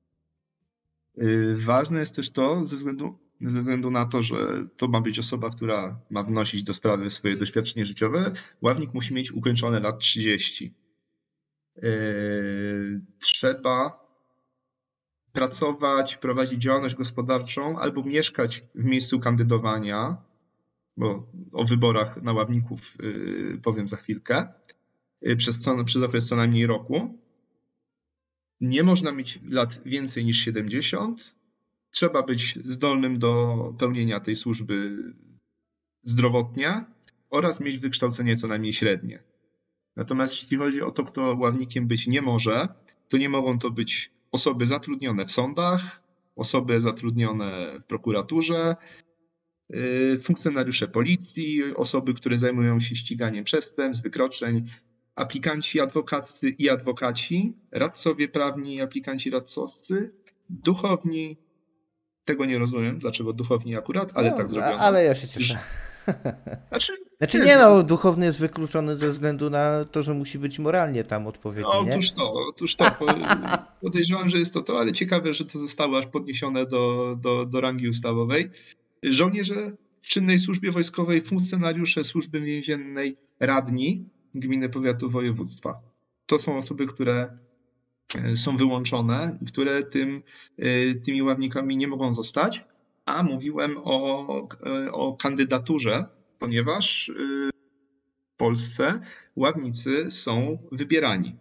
Ważne jest też to, ze względu, ze względu na to, że to ma być osoba, która ma wnosić do sprawy swoje doświadczenie życiowe, ławnik musi mieć ukończone lat trzydzieści. Trzeba pracować, prowadzić działalność gospodarczą albo mieszkać w miejscu kandydowania, bo o wyborach na ławników powiem za chwilkę, przez, co, przez okres co najmniej roku. Nie można mieć lat więcej niż siedemdziesiąt. Trzeba być zdolnym do pełnienia tej służby zdrowotnie oraz mieć wykształcenie co najmniej średnie. Natomiast jeśli chodzi o to, kto ławnikiem być nie może, to nie mogą to być osoby zatrudnione w sądach, osoby zatrudnione w prokuraturze, funkcjonariusze policji, osoby, które zajmują się ściganiem przestępstw, wykroczeń, aplikanci adwokaccy i adwokaci, radcowie prawni i aplikanci radcowscy, duchowni. Tego nie rozumiem, dlaczego duchowni akurat, ale no, tak zrobiono. Ale ja się cieszę. Znaczy, znaczy nie no, duchowny jest wykluczony ze względu na to, że musi być moralnie tam odpowiedni, no, nie? Otóż to, otóż to. Podejrzewam, że jest to to, ale ciekawe, że to zostało aż podniesione do, do, do rangi ustawowej. Żołnierze w czynnej służbie wojskowej, funkcjonariusze służby więziennej, radni gminy, powiatu, województwa. To są osoby, które są wyłączone, które tym, tymi ławnikami nie mogą zostać, a mówiłem o, o kandydaturze, ponieważ w Polsce ławnicy są wybierani.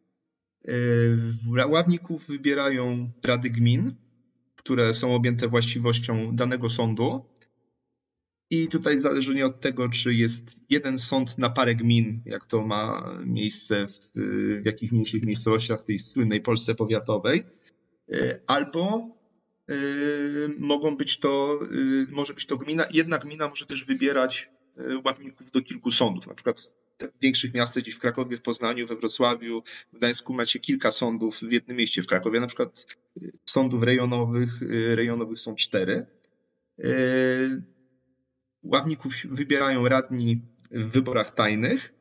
Ławników wybierają rady gmin, które są objęte właściwością danego sądu. I tutaj zależnie od tego, czy jest jeden sąd na parę gmin, jak to ma miejsce w, w jakichś mniejszych miejscowościach w tej słynnej Polsce powiatowej, albo y, mogą być to, y, może być to gmina. Jedna gmina może też wybierać ławników do kilku sądów. Na przykład w większych miastach, gdzieś w Krakowie, w Poznaniu, we Wrocławiu, w Gdańsku macie kilka sądów w jednym mieście. W Krakowie na przykład sądów rejonowych, rejonowych są cztery. Ławników wybierają radni w wyborach tajnych,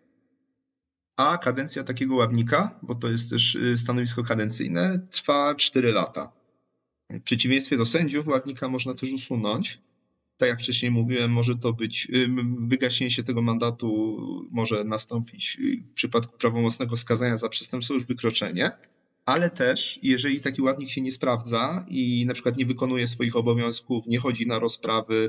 a kadencja takiego ławnika, bo to jest też stanowisko kadencyjne, trwa cztery lata. W przeciwieństwie do sędziów ławnika można też usunąć. Tak jak wcześniej mówiłem, może to być wygaśnięcie tego mandatu może nastąpić w przypadku prawomocnego skazania za przestępstwo lub wykroczenie, ale też jeżeli taki ławnik się nie sprawdza i na przykład nie wykonuje swoich obowiązków, nie chodzi na rozprawy,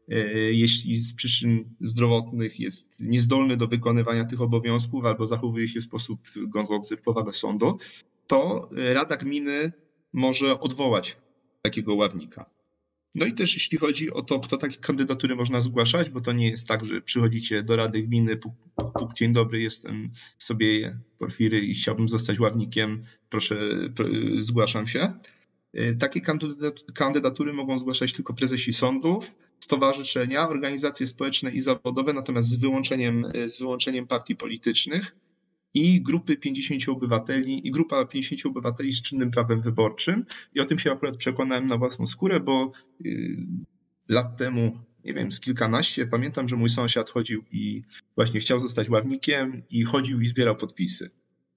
jeśli z przyczyn zdrowotnych jest niezdolny do wykonywania tych obowiązków albo zachowuje się w sposób godzący w powagę sądu, to Rada Gminy może odwołać takiego ławnika. No i też jeśli chodzi o to, kto takie kandydatury można zgłaszać, bo to nie jest tak, że przychodzicie do Rady Gminy, puk, puk, dzień dobry, jestem sobie Porfiry i chciałbym zostać ławnikiem, proszę, zgłaszam się. Takie kandydatury mogą zgłaszać tylko prezesi sądów, stowarzyszenia, organizacje społeczne i zawodowe, natomiast z wyłączeniem, z wyłączeniem partii politycznych i grupy pięćdziesięciu obywateli i grupa pięćdziesięciu obywateli z czynnym prawem wyborczym. I o tym się akurat przekonałem na własną skórę, bo yy, lat temu, nie wiem, z kilkanaście, pamiętam, że mój sąsiad chodził i właśnie chciał zostać ławnikiem i chodził i zbierał podpisy.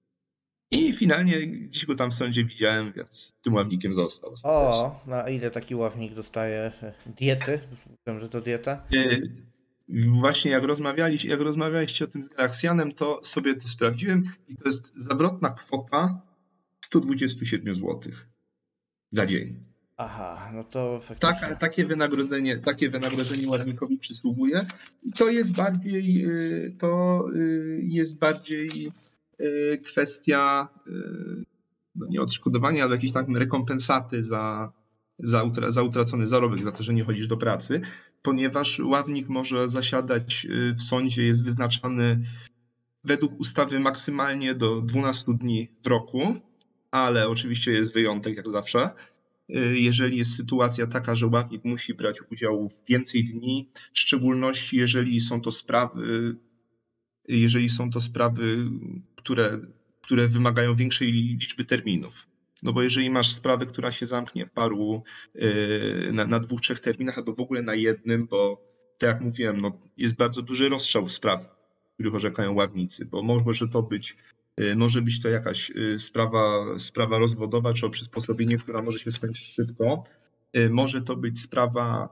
I finalnie gdzieś go tam w sądzie widziałem, więc tym ławnikiem został. O, na ile taki ławnik dostaje diety? Wiem, że to dieta. Yy, Właśnie jak rozmawialiście, jak rozmawialiście o tym z Galaksjanem, to sobie to sprawdziłem i to jest zawrotna kwota sto dwadzieścia siedem złotych za dzień. Aha, no to faktycznie. Tak, takie wynagrodzenie, takie wynagrodzenie ławnikowi przysługuje i to jest bardziej, to jest bardziej kwestia no nie odszkodowania, ale jakiejś tam rekompensaty za, za, utra, za utracony zarobek, za to, że nie chodzisz do pracy, ponieważ ławnik może zasiadać w sądzie, jest wyznaczany według ustawy maksymalnie do dwunastu dni w roku, ale oczywiście jest wyjątek jak zawsze. Jeżeli jest sytuacja taka, że ławnik musi brać udział w więcej dni, w szczególności jeżeli są to sprawy, jeżeli są to sprawy, które, które wymagają większej liczby terminów. No bo jeżeli masz sprawę, która się zamknie w paru, na, na dwóch, trzech terminach, albo w ogóle na jednym, bo tak jak mówiłem, no jest bardzo duży rozstrzał spraw, których orzekają ławnicy, bo może to być, może być to jakaś sprawa, sprawa rozwodowa, czy o przysposobienie, która może się skończyć szybko. Może to być sprawa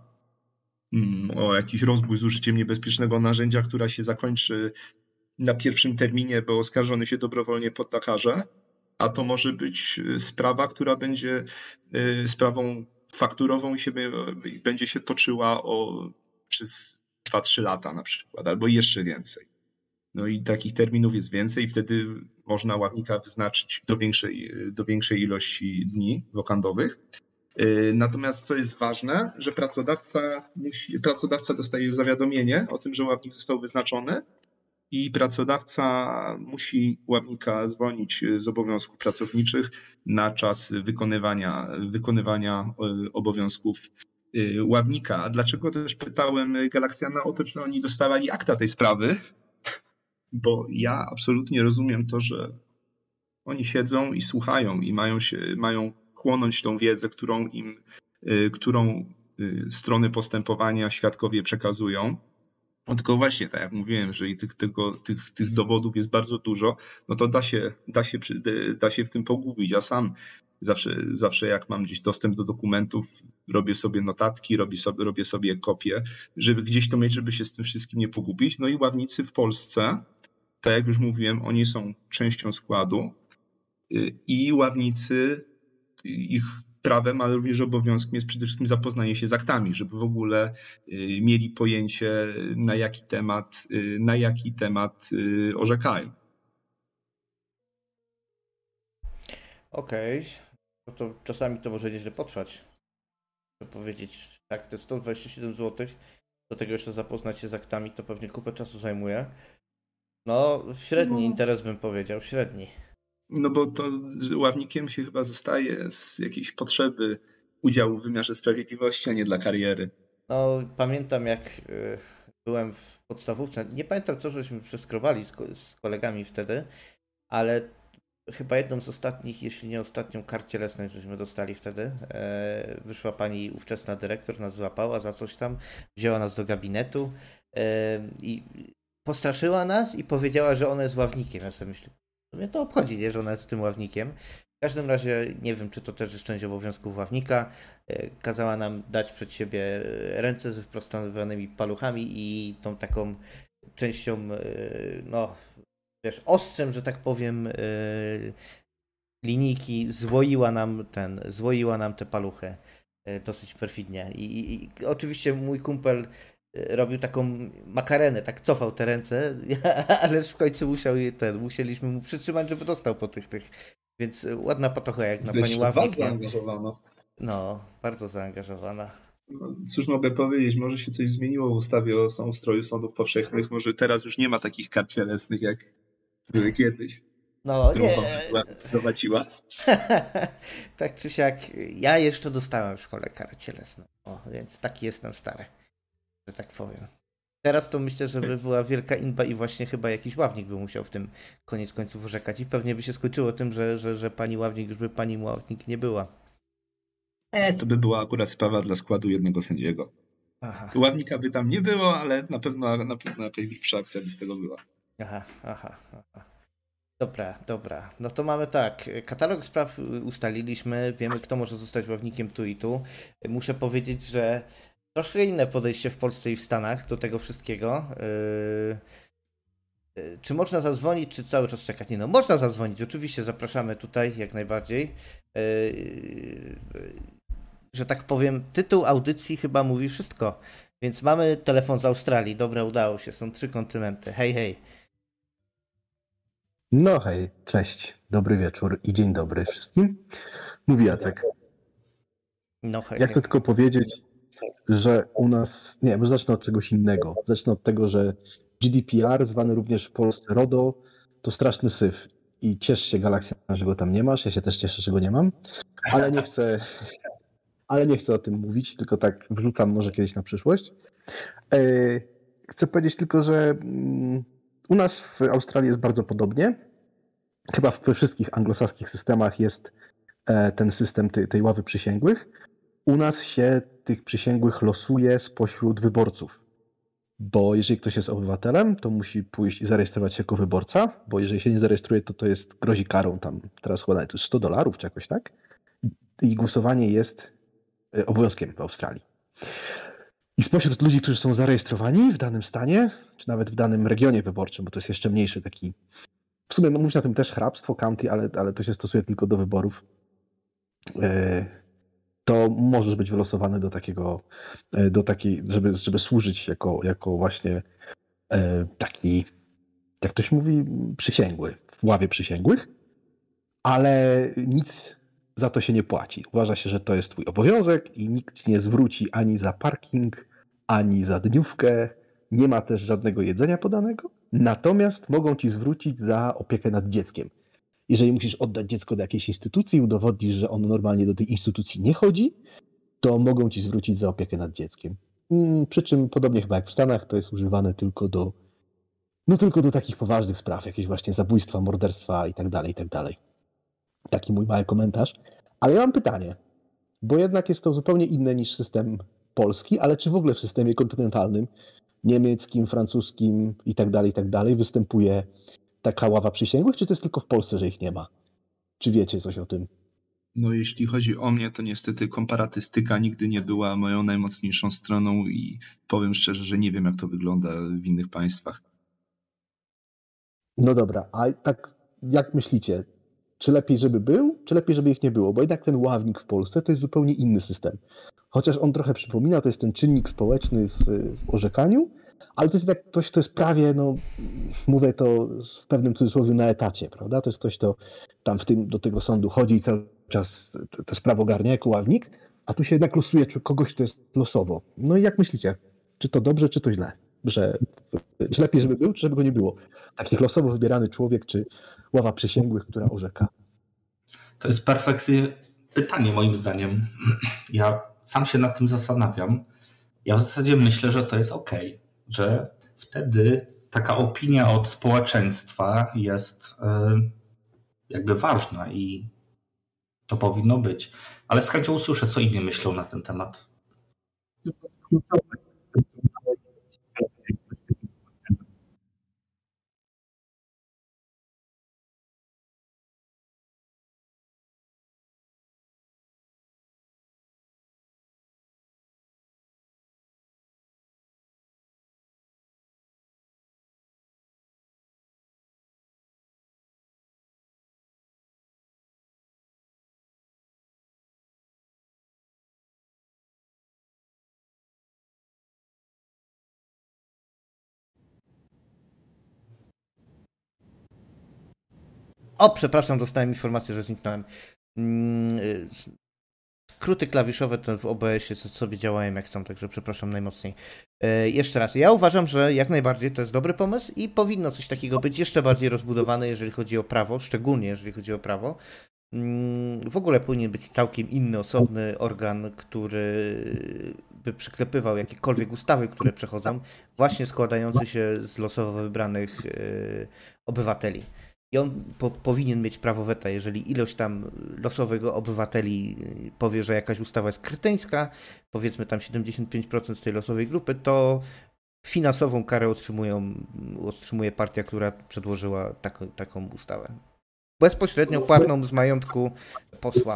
o jakiś rozbój z użyciem niebezpiecznego narzędzia, która się zakończy na pierwszym terminie, bo oskarżony się dobrowolnie poddakarze. A to może być sprawa, która będzie sprawą fakturową i się, będzie się toczyła o, przez dwa trzy lata na przykład, albo jeszcze więcej. No i takich terminów jest więcej i wtedy można ławnika wyznaczyć do większej, do większej ilości dni wakantowych. Natomiast co jest ważne, że pracodawca, musi, pracodawca dostaje zawiadomienie o tym, że ławnik został wyznaczony, i pracodawca musi ławnika zwolnić z obowiązków pracowniczych na czas wykonywania, wykonywania obowiązków ławnika. A dlaczego też pytałem Galaksjana o to, czy oni dostawali akta tej sprawy? Bo ja absolutnie rozumiem to, że oni siedzą i słuchają i mają, się, mają chłonąć tą wiedzę, którą im, którą strony postępowania świadkowie przekazują. No tylko właśnie, tak jak mówiłem, jeżeli tych, tego, tych, tych dowodów jest bardzo dużo, no to da się, da się, da się w tym pogubić. Ja sam zawsze, zawsze jak mam gdzieś dostęp do dokumentów, robię sobie notatki, robię sobie, robię sobie kopie, żeby gdzieś to mieć, żeby się z tym wszystkim nie pogubić. No i ławnicy w Polsce, tak jak już mówiłem, oni są częścią składu. i ławnicy, ich prawem, ale również obowiązkiem jest przede wszystkim zapoznanie się z aktami, żeby w ogóle mieli pojęcie, na jaki temat, na jaki temat orzekają. Okej, okay. No to czasami to może nieźle potrwać. Chcę powiedzieć, tak, te sto dwadzieścia siedem złotych, do tego jeszcze zapoznać się z aktami, to pewnie kupę czasu zajmuje. No, średni no. interes bym powiedział, średni. No bo to ławnikiem się chyba zostaje z jakiejś potrzeby udziału w wymiarze sprawiedliwości, a nie dla kariery. No, pamiętam jak byłem w podstawówce, nie pamiętam co żeśmy przeskrobali z kolegami wtedy, ale chyba jedną z ostatnich, jeśli nie ostatnią kar cielesnych, żeśmy dostali wtedy. Wyszła pani ówczesna dyrektor, nas złapała za coś tam, wzięła nas do gabinetu i postraszyła nas i powiedziała, że ona jest ławnikiem. Ja sobie myślę, mnie to obchodzi, nie, że ona jest tym ławnikiem. W każdym razie nie wiem, czy to też jest część obowiązków ławnika. Kazała nam dać przed siebie ręce z wyprostowanymi paluchami i tą taką częścią, no wiesz, ostrzem, że tak powiem, linijki złoiła nam ten, złoiła nam te paluchy dosyć perfidnie. I, i, i oczywiście mój kumpel robił taką makarenę, tak cofał te ręce, ale w końcu musiał je ten, musieliśmy mu przytrzymać, żeby dostał po tych tych. Więc ładna patocha jak na pani ławnik. Zaangażowana. No, bardzo zaangażowana. No, cóż mogę powiedzieć, może się coś zmieniło w ustawie o ustroju sądów powszechnych, może teraz już nie ma takich kar cielesnych jak były kiedyś. No nie. Prowadziła. Tak czy siak, ja jeszcze dostałem w szkole karę cielesną, o, więc taki jestem stary, że tak powiem. Teraz to myślę, że by była wielka inba i właśnie chyba jakiś ławnik by musiał w tym koniec końców orzekać i pewnie by się skończyło tym, że, że, że pani ławnik już by pani ławnik nie była. E, to by była akurat sprawa dla składu jednego sędziego. Aha. Ławnika by tam nie było, ale na pewno na pewno jakaś większa akcja by z tego była. Aha, aha, aha. Dobra, dobra. No to mamy tak, katalog spraw ustaliliśmy, wiemy kto może zostać ławnikiem tu i tu. Muszę powiedzieć, że troszkę inne podejście w Polsce i w Stanach do tego wszystkiego. Yy, czy można zadzwonić, czy cały czas czekać? Nie no, można zadzwonić, oczywiście zapraszamy tutaj jak najbardziej. Yy, yy, że tak powiem, tytuł audycji chyba mówi wszystko. Więc mamy telefon z Australii, dobra, udało się, są trzy kontynenty. Hej, hej. No hej, cześć, dobry wieczór i dzień dobry wszystkim. Mówi Jacek. No hej. Jak to tylko powiedzieć, że u nas, nie, może zacznę od czegoś innego. Zacznę od tego, że G D P R, zwany również w Polsce RODO, to straszny syf. I ciesz się, Galaxia, że go tam nie masz, ja się też cieszę, że go nie mam, ale nie chcę, ale nie chcę o tym mówić, tylko tak wrzucam może kiedyś na przyszłość. Chcę powiedzieć tylko, że u nas w Australii jest bardzo podobnie. Chyba we wszystkich anglosaskich systemach jest ten system tej, tej ławy przysięgłych. U nas się tych przysięgłych losuje spośród wyborców. Bo jeżeli ktoś jest obywatelem, to musi pójść i zarejestrować się jako wyborca, bo jeżeli się nie zarejestruje, to to jest, grozi karą tam, teraz chyba to jest sto dolarów czy jakoś tak. I głosowanie jest obowiązkiem w Australii. I spośród ludzi, którzy są zarejestrowani w danym stanie, czy nawet w danym regionie wyborczym, bo to jest jeszcze mniejszy taki, w sumie no, mówi na tym też hrabstwo, county, ale, ale to się stosuje tylko do wyborów, to możesz być wylosowany do takiego, do takiej, żeby, żeby służyć jako, jako właśnie taki, jak to się mówi, przysięgły, w ławie przysięgłych, ale nic za to się nie płaci. Uważa się, że to jest twój obowiązek i nikt ci nie zwróci ani za parking, ani za dniówkę. Nie ma też żadnego jedzenia podanego. Natomiast mogą ci zwrócić za opiekę nad dzieckiem. Jeżeli musisz oddać dziecko do jakiejś instytucji i udowodnisz, że ono normalnie do tej instytucji nie chodzi, to mogą ci zwrócić za opiekę nad dzieckiem. Przy czym podobnie chyba jak w Stanach to jest używane tylko do, no tylko do takich poważnych spraw, jakieś właśnie zabójstwa, morderstwa i tak dalej, i tak dalej. Taki mój mały komentarz. Ale ja mam pytanie, bo jednak jest to zupełnie inne niż system polski, ale czy w ogóle w systemie kontynentalnym, niemieckim, francuskim i tak dalej, i tak dalej występuje taka ława przysięgłych, czy to jest tylko w Polsce, że ich nie ma? Czy wiecie coś o tym? No jeśli chodzi o mnie, to niestety komparatystyka nigdy nie była moją najmocniejszą stroną i powiem szczerze, że nie wiem jak to wygląda w innych państwach. No dobra, a tak jak myślicie, czy lepiej, żeby był, czy lepiej, żeby ich nie było, bo jednak ten ławnik w Polsce to jest zupełnie inny system. Chociaż on trochę przypomina, to jest ten czynnik społeczny w, w orzekaniu, ale to jest jak ktoś, kto jest prawie, no mówię to w pewnym cudzysłowie, na etacie, prawda? To jest ktoś, kto tam w tym, do tego sądu chodzi i cały czas to sprawo ogarnia jako ławnik, a tu się jednak losuje czy kogoś, kto jest losowo. No i jak myślicie, czy to dobrze, czy to źle? Że, że lepiej, żeby był, czy żeby go nie było? Taki losowo wybierany człowiek, czy ława przysięgłych, która orzeka? To jest perfekcyjne pytanie moim zdaniem. Ja sam się nad tym zastanawiam. Ja w zasadzie myślę, że to jest ok, że wtedy taka opinia od społeczeństwa jest jakby ważna i to powinno być. Ale z chęcią usłyszę, co inni myślą na ten temat. O, przepraszam, dostałem informację, że zniknąłem. Skróty klawiszowe ten w O B S-ie sobie działają jak chcą, także przepraszam najmocniej. E, jeszcze raz, ja uważam, że jak najbardziej to jest dobry pomysł i powinno coś takiego być jeszcze bardziej rozbudowane, jeżeli chodzi o prawo, szczególnie jeżeli chodzi o prawo. W ogóle powinien być całkiem inny, osobny organ, który by przyklepywał jakiekolwiek ustawy, które przechodzą, właśnie składający się z losowo wybranych e, obywateli. I on po, powinien mieć prawo weta, jeżeli ilość tam losowego obywateli powie, że jakaś ustawa jest kretyńska, powiedzmy tam siedemdziesiąt pięć procent z tej losowej grupy, to finansową karę otrzymują, otrzymuje partia, która przedłożyła taką, taką ustawę. Bezpośrednio płatną z majątku posła.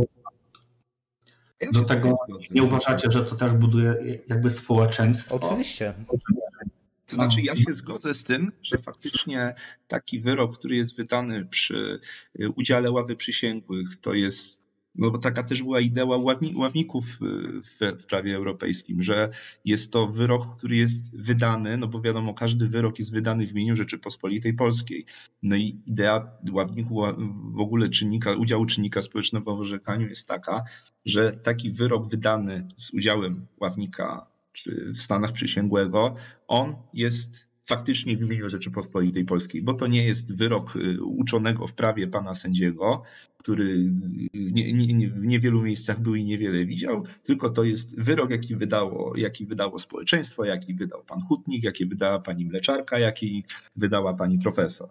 Do tego nie uważacie, że to też buduje jakby społeczeństwo? Oczywiście. To znaczy ja się zgodzę z tym, że faktycznie taki wyrok, który jest wydany przy udziale ławy przysięgłych, to jest, no bo taka też była idea ławni, ławników w, w prawie europejskim, że jest to wyrok, który jest wydany, no bo wiadomo, każdy wyrok jest wydany w imieniu Rzeczypospolitej Polskiej. No i idea ławników, w ogóle czynnika, udziału czynnika społecznego w orzekaniu jest taka, że taki wyrok wydany z udziałem ławnika czy w Stanach przysięgłego, on jest faktycznie w imieniu Rzeczypospolitej Polskiej, bo to nie jest wyrok uczonego w prawie pana sędziego, który nie, nie, w niewielu miejscach był i niewiele widział, tylko to jest wyrok, jaki wydało, jaki wydało społeczeństwo, jaki wydał pan hutnik, jaki wydała pani mleczarka, jaki wydała pani profesor.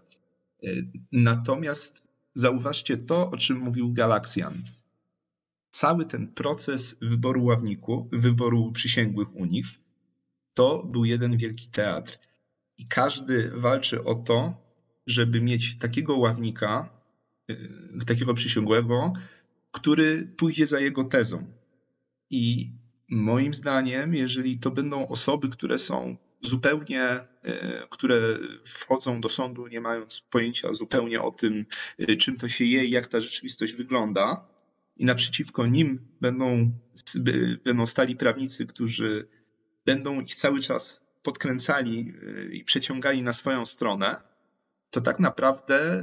Natomiast zauważcie to, o czym mówił Galaksjan. Cały ten proces wyboru ławników, wyboru przysięgłych u nich, to był jeden wielki teatr. I każdy walczy o to, żeby mieć takiego ławnika, takiego przysięgłego, który pójdzie za jego tezą. I moim zdaniem, jeżeli to będą osoby, które są zupełnie, które wchodzą do sądu nie mając pojęcia zupełnie o tym, czym to się je i jak ta rzeczywistość wygląda, i naprzeciwko nim będą, będą stali prawnicy, którzy będą ich cały czas podkręcali i przeciągali na swoją stronę, to tak naprawdę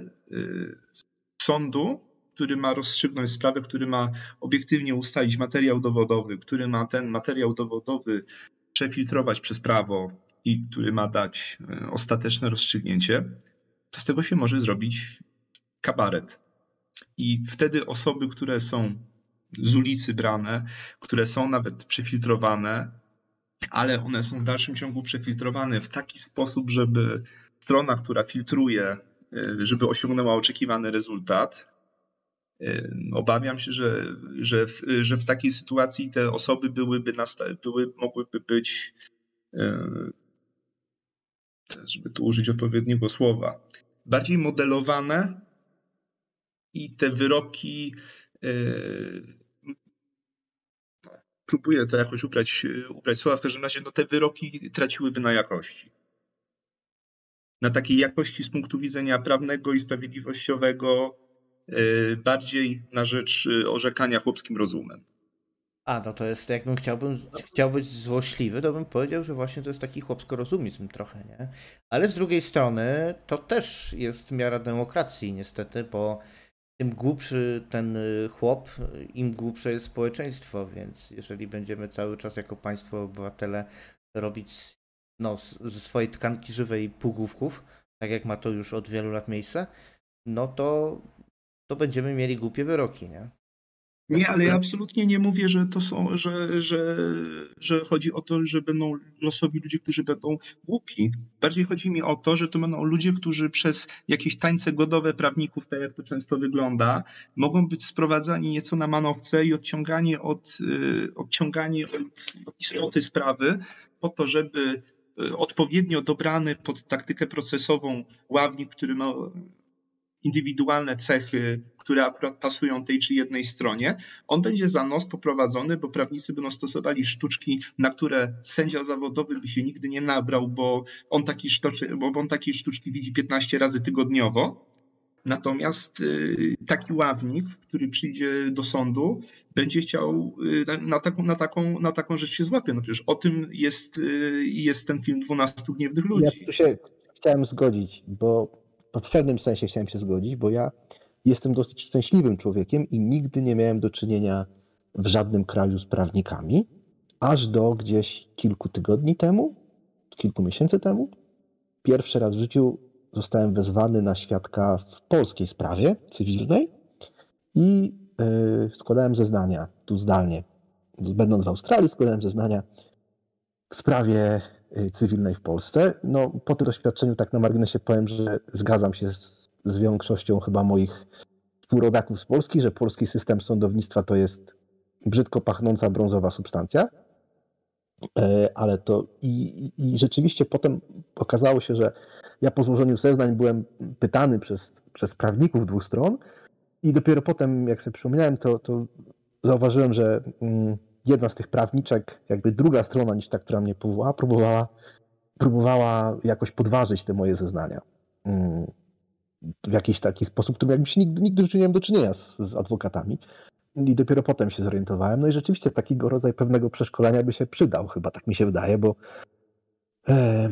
sądu, który ma rozstrzygnąć sprawę, który ma obiektywnie ustalić materiał dowodowy, który ma ten materiał dowodowy przefiltrować przez prawo i który ma dać ostateczne rozstrzygnięcie, to z tego się może zrobić kabaret. I wtedy osoby, które są z ulicy brane, które są nawet przefiltrowane, ale one są w dalszym ciągu przefiltrowane w taki sposób, żeby strona, która filtruje, żeby osiągnęła oczekiwany rezultat. Obawiam się, że, że, w, że w takiej sytuacji te osoby byłyby, nasta- były, mogłyby być, żeby tu użyć odpowiedniego słowa, bardziej modelowane i te wyroki, próbuję to jakoś ubrać, ubrać słowa, w każdym razie no te wyroki traciłyby na jakości. Na takiej jakości z punktu widzenia prawnego i sprawiedliwościowego bardziej na rzecz orzekania chłopskim rozumem. A, no to jest, jakbym chciałbym, chciał być złośliwy, to bym powiedział, że właśnie to jest taki chłopsko-rozumizm trochę, nie? Ale z drugiej strony to też jest miara demokracji niestety, bo im głupszy ten chłop, im głupsze jest społeczeństwo, więc jeżeli będziemy cały czas jako państwo, obywatele robić no, ze swojej tkanki żywej półgłówków, tak jak ma to już od wielu lat miejsce, no to, to będziemy mieli głupie wyroki, nie? Nie, ale ja absolutnie nie mówię, że to są, że, że, że chodzi o to, że będą losowi ludzie, którzy będą głupi. Bardziej chodzi mi o to, że to będą ludzie, którzy przez jakieś tańce godowe prawników, tak jak to często wygląda, mogą być sprowadzani nieco na manowce i odciągani od, odciągani od, od istoty sprawy po to, żeby odpowiednio dobrany pod taktykę procesową ławnik, który ma indywidualne cechy, które akurat pasują tej czy jednej stronie, on będzie za nos poprowadzony, bo prawnicy będą stosowali sztuczki, na które sędzia zawodowy by się nigdy nie nabrał, bo on taki sztoczy, bo on takiej sztuczki widzi piętnaście razy tygodniowo. Natomiast taki ławnik, który przyjdzie do sądu, będzie chciał na taką, na taką, na taką rzecz się złapie. No przecież o tym jest, jest ten film dwunastu gniewnych ludzi. Ja tu się chciałem zgodzić, bo w pewnym sensie chciałem się zgodzić, bo ja jestem dosyć szczęśliwym człowiekiem i nigdy nie miałem do czynienia w żadnym kraju z prawnikami, aż do gdzieś kilku tygodni temu, kilku miesięcy temu. Pierwszy raz w życiu zostałem wezwany na świadka w polskiej sprawie cywilnej i yy, składałem zeznania tu zdalnie. Będąc w Australii, składałem zeznania w sprawie cywilnej w Polsce. No, po tym doświadczeniu tak na marginesie powiem, że zgadzam się z, z większością chyba moich współrodaków z Polski, że polski system sądownictwa to jest brzydko pachnąca brązowa substancja. Ale to i, i rzeczywiście potem okazało się, że ja po złożeniu zeznań byłem pytany przez, przez prawników dwóch stron i dopiero potem, jak sobie przypomniałem, to, to zauważyłem, że mm, jedna z tych prawniczek, jakby druga strona niż ta, która mnie powołała, próbowała, próbowała jakoś podważyć te moje zeznania. Mm, w jakiś taki sposób, którym jakby się nigdy, nigdy w życiu nie miałem do czynienia z, z adwokatami. I dopiero potem się zorientowałem. No i rzeczywiście takiego rodzaju pewnego przeszkolenia by się przydał, chyba tak mi się wydaje, bo, e,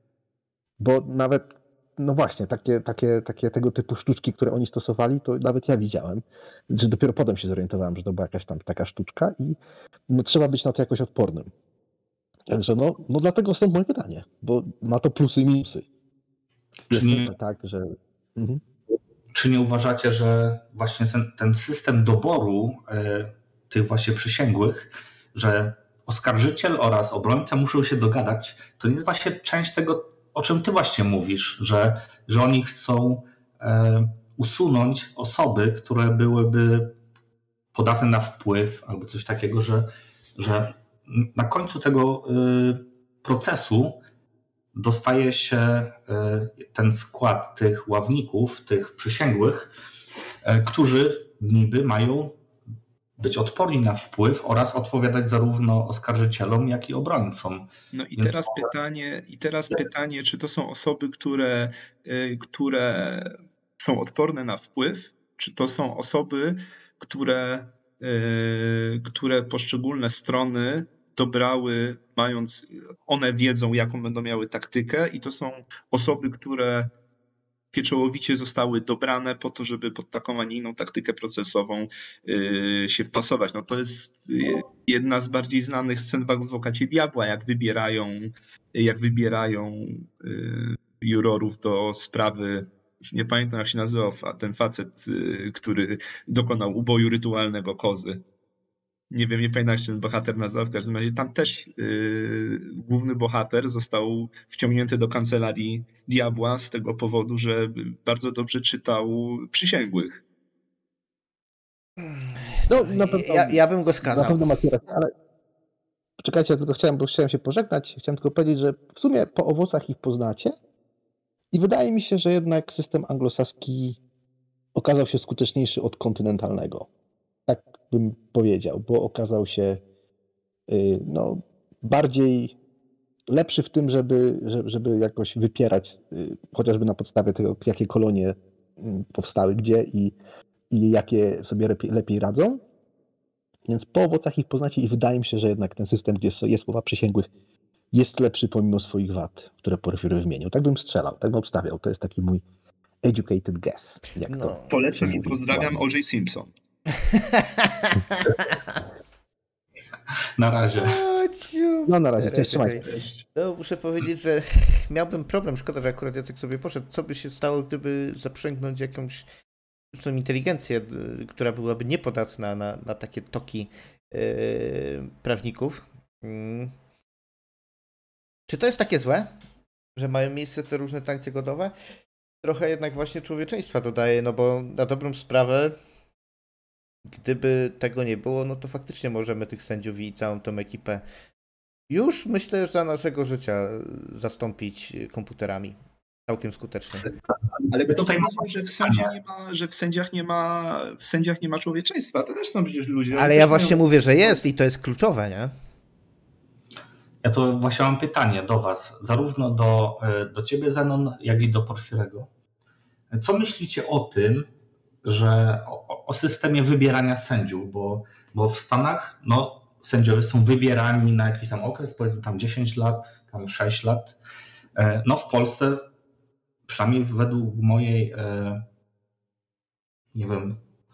bo nawet, no właśnie, takie, takie, takie tego typu sztuczki, które oni stosowali, to nawet ja widziałem, że dopiero potem się zorientowałem, że to była jakaś tam taka sztuczka i no, trzeba być na to jakoś odpornym. Także no, no dlatego stąd moje pytanie, bo ma to plusy i minusy. Jest nie... tak, że... Mhm. Czy nie uważacie, że właśnie ten, ten system doboru y, tych właśnie przysięgłych, że oskarżyciel oraz obrońca muszą się dogadać, to jest właśnie część tego, o czym ty właśnie mówisz, że, że oni chcą y, usunąć osoby, które byłyby podatne na wpływ albo coś takiego, że, że na końcu tego y, procesu dostaje się ten skład tych ławników, tych przysięgłych, którzy niby mają być odporni na wpływ oraz odpowiadać zarówno oskarżycielom, jak i obrońcom. No i Więc teraz może... pytanie, i teraz pytanie, czy to są osoby, które, które są odporne na wpływ, czy to są osoby, które, które poszczególne strony dobrały, mając, one wiedzą, jaką będą miały taktykę i to są osoby, które pieczołowicie zostały dobrane po to, żeby pod taką, a nie inną taktykę procesową yy, się wpasować. No to jest jedna z bardziej znanych scen w Adwokacie Diabła, jak wybierają, jak wybierają yy, jurorów do sprawy, nie pamiętam jak się nazywał ten facet, yy, który dokonał uboju rytualnego kozy. Nie wiem, nie pamiętam jak się ten bohater nazywał, w każdym razie tam też yy, główny bohater został wciągnięty do kancelarii diabła z tego powodu, że bardzo dobrze czytał przysięgłych. No, na pewno, ja, ja bym go skazał. Na pewno macie rację, ale poczekajcie, ja tylko chciałem, bo chciałem się pożegnać, chciałem tylko powiedzieć, że w sumie po owocach ich poznacie i wydaje mi się, że jednak system anglosaski okazał się skuteczniejszy od kontynentalnego. Tak bym powiedział, bo okazał się no, bardziej lepszy w tym, żeby, żeby jakoś wypierać chociażby na podstawie tego, jakie kolonie powstały gdzie i i jakie sobie lepiej, lepiej radzą. Więc po owocach ich poznacie i wydaje mi się, że jednak ten system, gdzie jest słowa przysięgłych, jest lepszy pomimo swoich wad, które Porfiry wymienił. Tak bym strzelał, tak bym obstawiał. To jest taki mój educated guess. Jak No. to Polecam i mówi pozdrawiam ładnie. O J. Simpson. Na razie. O, ciu. No na razie, cześć, trzymajcie. No, muszę powiedzieć, że miałbym problem, szkoda, że akurat Jacek sobie poszedł. Co by się stało, gdyby zaprzęgnąć jakąś sztuczną inteligencję, y, która byłaby niepodatna na, na takie toki yy, prawników. Mm. Czy to jest takie złe, że mają miejsce te różne tańce godowe? Trochę jednak właśnie człowieczeństwa dodaje, no bo na dobrą sprawę, gdyby tego nie było, no to faktycznie możemy tych sędziów i całą tą ekipę już myślę, że za naszego życia zastąpić komputerami. Całkiem skutecznie. Ale My tutaj tutaj mamy że w sędzie nie ma, że w sędziach nie ma, w sędziach nie ma człowieczeństwa. To też są przecież ludzie. Ale Oni ja też właśnie mają... mówię, że jest i to jest kluczowe, nie? Ja to właśnie mam pytanie do was, zarówno do, do ciebie, Zenon, jak i do Porfirego. Co myślicie o tym, że o, o systemie wybierania sędziów, bo, bo w Stanach no, sędziowie są wybierani na jakiś tam okres, powiedzmy tam dziesięć lat, tam sześć lat. No w Polsce, przynajmniej według mojej, nie wiem,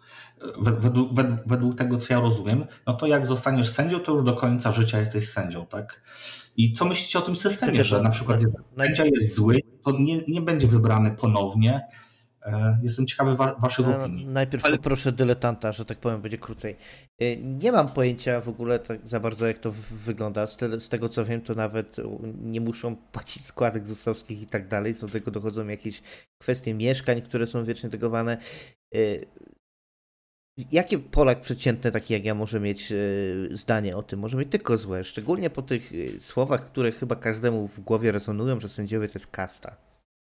według, według, według tego, co ja rozumiem, no to jak zostaniesz sędzią, to już do końca życia jesteś sędzią, tak? I co myślicie o tym systemie, Tylko, że na przykład na- jak na- sędzia jest zły, to nie, nie będzie wybrany ponownie. Jestem ciekawy wa- waszych No, opinii. najpierw Ale- poproszę dyletanta, że tak powiem, będzie krócej. Y, Nie mam pojęcia w ogóle tak za bardzo, jak to w- wygląda. Z, te, z tego co wiem, to nawet nie muszą płacić składek zustowskich i tak dalej. Do tego dochodzą jakieś kwestie mieszkań, które są wiecznie tegowane. Y, Jakie Polak przeciętny, taki jak ja, może mieć y, zdanie o tym? Może mieć tylko złe. Szczególnie po tych y, słowach, które chyba każdemu w głowie rezonują, że sędziowie to jest kasta.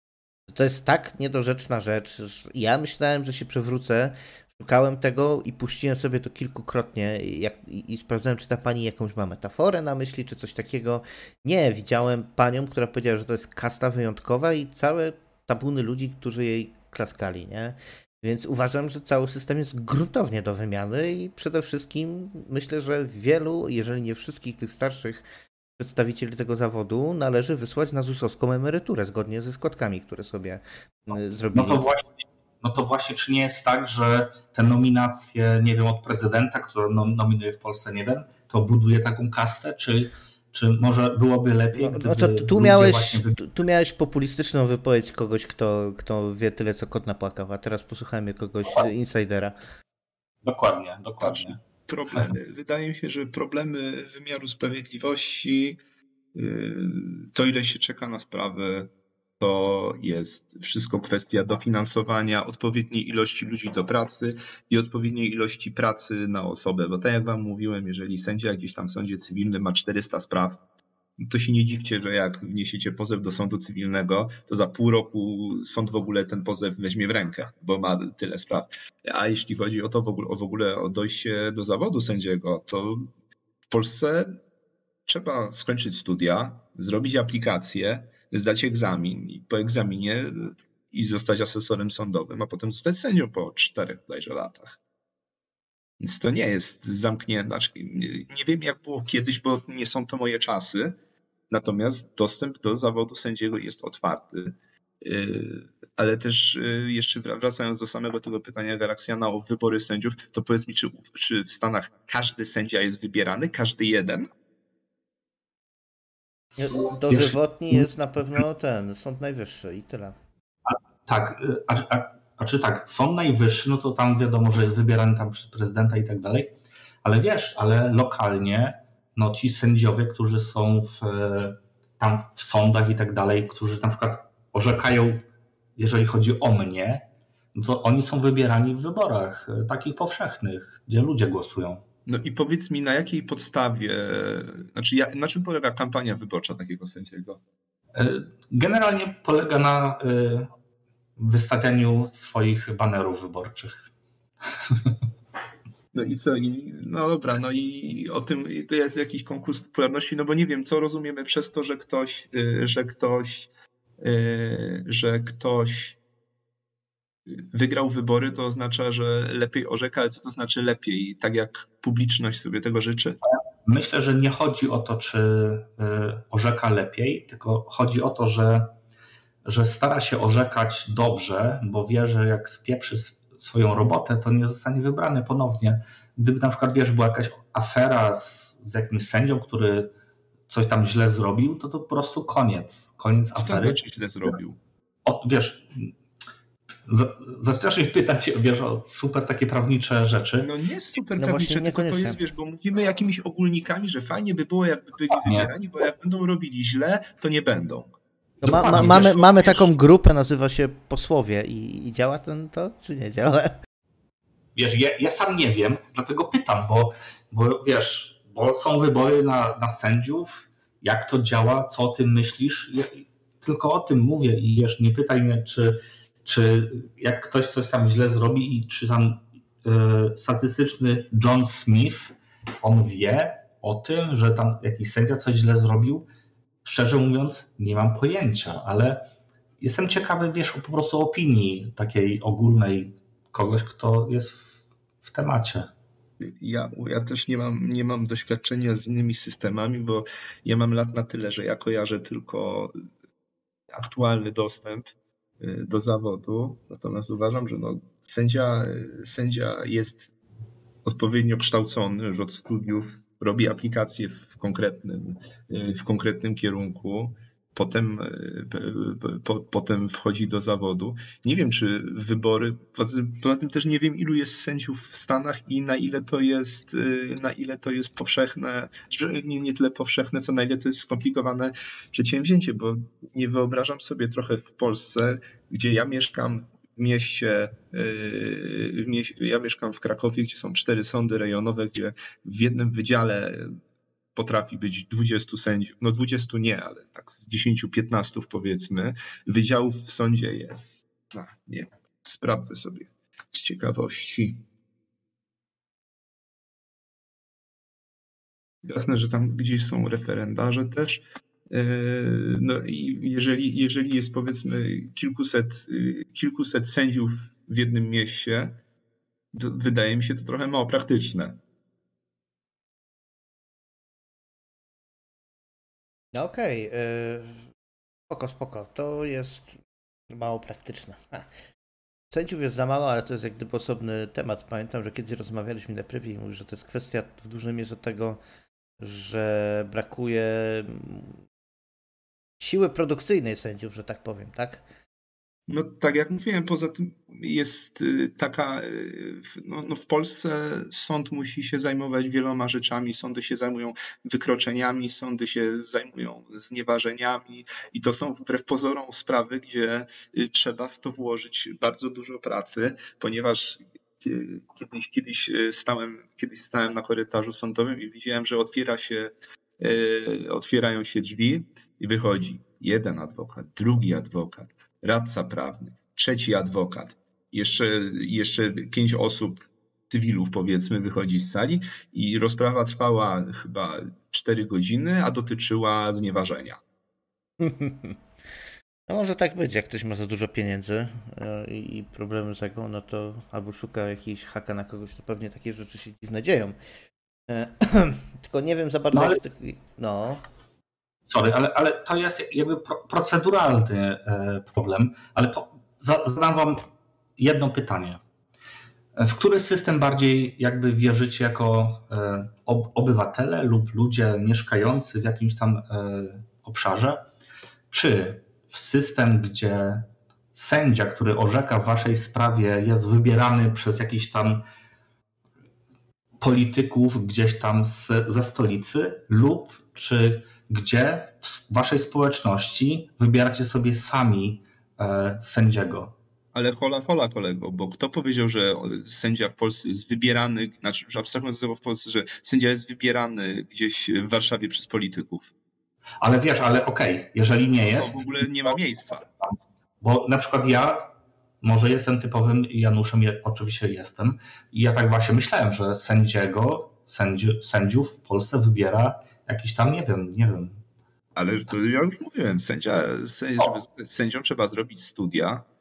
To jest tak niedorzeczna rzecz. Że ja myślałem, że się przewrócę. Szukałem tego i puściłem sobie to kilkukrotnie jak, i, i sprawdzałem, czy ta pani jakąś ma metaforę na myśli, czy coś takiego. Nie, widziałem panią, która powiedziała, że to jest kasta wyjątkowa i całe tabuny ludzi, którzy jej klaskali, nie? Więc uważam, że cały system jest gruntownie do wymiany i przede wszystkim myślę, że wielu, jeżeli nie wszystkich tych starszych przedstawicieli tego zawodu należy wysłać na zusowską emeryturę zgodnie ze składkami, które sobie y, zrobili. No to właśnie, no to właśnie, czy nie jest tak, że te nominacje, nie wiem, od prezydenta, który nom- nominuje w Polsce, nie wiem, to buduje taką kastę, czy, czy może byłoby lepiej, No, gdyby no to tu ludzie miałeś, właśnie wy- tu, tu miałeś populistyczną wypowiedź kogoś, kto, kto wie tyle, co kot napłakał, a teraz posłuchajmy kogoś, insidera. Dokładnie, dokładnie. Problemy. Wydaje mi się, że problemy wymiaru sprawiedliwości, yy, to ile się czeka na sprawę, to jest wszystko kwestia dofinansowania, odpowiedniej ilości ludzi do pracy i odpowiedniej ilości pracy na osobę. Bo tak jak wam mówiłem, jeżeli sędzia gdzieś tam w sądzie cywilnym ma czterysta spraw, to się nie dziwcie, że jak wniesiecie pozew do sądu cywilnego, to za pół roku sąd w ogóle ten pozew weźmie w rękę, bo ma tyle spraw. A jeśli chodzi o to w ogóle, o w ogóle o dojście do zawodu sędziego, to w Polsce trzeba skończyć studia, zrobić aplikację, zdać egzamin i po egzaminie i zostać asesorem sądowym, a potem zostać sędzią po czterech bodajże latach. Więc to nie jest zamknięte. Znaczy, nie, nie wiem, jak było kiedyś, bo nie są to moje czasy. Natomiast dostęp do zawodu sędziego jest otwarty. Yy, Ale też yy, jeszcze wracając do samego tego pytania Galaksjana o wybory sędziów, to powiedz mi, czy, czy w Stanach każdy sędzia jest wybierany? Każdy jeden? Dożywotni jest na pewno ten Sąd Najwyższy i tyle. Tak, a, a, a czy tak, Sąd Najwyższy, no to tam wiadomo, że jest wybierany tam przez prezydenta i tak dalej, ale wiesz, ale lokalnie, no ci sędziowie, którzy są w, tam w sądach i tak dalej, którzy na przykład orzekają, jeżeli chodzi o mnie, no to oni są wybierani w wyborach takich powszechnych, gdzie ludzie głosują. No i powiedz mi, na jakiej podstawie, znaczy ja, na czym polega kampania wyborcza takiego sędziego? Generalnie polega na wystawianiu swoich banerów wyborczych. No i co? I, no dobra, no i o tym to jest jakiś konkurs popularności, no bo nie wiem, co rozumiemy przez to, że ktoś, że ktoś, że ktoś wygrał wybory, to oznacza, że lepiej orzeka, ale co to znaczy lepiej? Tak jak publiczność sobie tego życzy? Myślę, że nie chodzi o to, czy orzeka lepiej, tylko chodzi o to, że, że stara się orzekać dobrze, bo wie, że jak spieprzy swoją robotę, to nie zostanie wybrany ponownie. Gdyby na przykład, wiesz, była jakaś afera z, z jakimś sędzią, który coś tam źle zrobił, to to po prostu koniec. Koniec afery. Co źle zrobił? O, wiesz, zaczynasz mnie pytać, wiesz, o super takie prawnicze rzeczy. No nie super no prawnicze, tylko to jest, wiesz, bo mówimy jakimiś ogólnikami, że fajnie by było, jakby byli wybierani, bo jak będą robili źle, to nie będą. No ma, ma, mamy, wiesz, mamy wiesz, taką grupę, nazywa się posłowie i, i działa ten to, czy nie działa? Wiesz, ja, ja sam nie wiem, dlatego pytam, bo, bo wiesz, bo są wybory na, na sędziów, jak to działa, co o tym myślisz, ja tylko o tym mówię i wiesz, nie pytaj mnie, czy czy jak ktoś coś tam źle zrobi i czy tam y, statystyczny John Smith, on wie o tym, że tam jakiś sędzia coś źle zrobił? Szczerze mówiąc, nie mam pojęcia, ale jestem ciekawy, wiesz, po prostu opinii takiej ogólnej kogoś, kto jest w, w temacie. Ja, ja też nie mam, nie mam doświadczenia z innymi systemami, bo ja mam lat na tyle, że ja kojarzę tylko aktualny dostęp do zawodu, natomiast uważam, że no, sędzia, sędzia jest odpowiednio kształcony już od studiów, robi aplikacje w konkretnym, w konkretnym kierunku, potem, po, potem wchodzi do zawodu. Nie wiem, czy wybory, poza tym też nie wiem, ilu jest sędziów w Stanach i na ile to jest, na ile to jest powszechne, nie, nie tyle powszechne, co na ile to jest skomplikowane przedsięwzięcie, bo nie wyobrażam sobie trochę w Polsce, gdzie ja mieszkam w mieście, w mieście, ja mieszkam w Krakowie, gdzie są cztery sądy rejonowe, gdzie w jednym wydziale potrafi być dwudziestu sędziów, no dwudziestu nie, ale tak z dziesięciu, piętnastu powiedzmy, wydziałów w sądzie jest. A, nie, sprawdzę sobie z ciekawości. Jasne, że tam gdzieś są referendarze też. No i jeżeli, jeżeli jest powiedzmy kilkuset, kilkuset sędziów w jednym mieście, to wydaje mi się to trochę mało praktyczne. No okej, okay. Spoko, spoko, to jest mało praktyczne. Sędziów jest za mało, ale to jest jak gdyby osobny temat. Pamiętam, że kiedyś rozmawialiśmy na privie i mówił, że to jest kwestia w dużej mierze tego, że brakuje siły produkcyjnej sędziów, że tak powiem, tak? No tak jak mówiłem, poza tym jest taka, no, no w Polsce sąd musi się zajmować wieloma rzeczami, sądy się zajmują wykroczeniami, sądy się zajmują znieważeniami i to są wbrew pozorom sprawy, gdzie trzeba w to włożyć bardzo dużo pracy, ponieważ kiedyś, kiedyś, stałem, kiedyś stałem na korytarzu sądowym i widziałem, że otwiera się, otwierają się drzwi i wychodzi jeden adwokat, drugi adwokat, radca prawny, trzeci adwokat, jeszcze, jeszcze pięć osób, cywilów powiedzmy, wychodzi z sali i rozprawa trwała chyba cztery godziny, a dotyczyła znieważenia. No może tak być, jak ktoś ma za dużo pieniędzy i problemy z tego, no to albo szuka jakiegoś haka na kogoś, to pewnie takie rzeczy się dziwne dzieją. Tylko nie wiem za bardzo, no, ale... jak... No. Sorry, ale, ale to jest jakby proceduralny problem, ale po, zadam wam jedno pytanie. W który system bardziej jakby wierzycie jako obywatele lub ludzie mieszkający w jakimś tam obszarze? Czy w system, gdzie sędzia, który orzeka w waszej sprawie, jest wybierany przez jakichś tam polityków gdzieś tam z, ze stolicy, lub czy gdzie w waszej społeczności wybieracie sobie sami e, sędziego? Ale hola, hola kolego, bo kto powiedział, że sędzia w Polsce jest wybierany, znaczy już abstrahując z tego w Polsce, że sędzia jest wybierany gdzieś w Warszawie przez polityków? Ale wiesz, ale okej, okay, jeżeli nie jest... To w ogóle nie ma miejsca. Bo na przykład ja może jestem typowym Januszem, ja oczywiście jestem, i ja tak właśnie myślałem, że sędziego, sędzi, sędziów w Polsce wybiera jakiś tam, nie wiem, nie wiem. Ale to ja już mówiłem, sędzia, sędzia, żeby sędzią trzeba zrobić studia,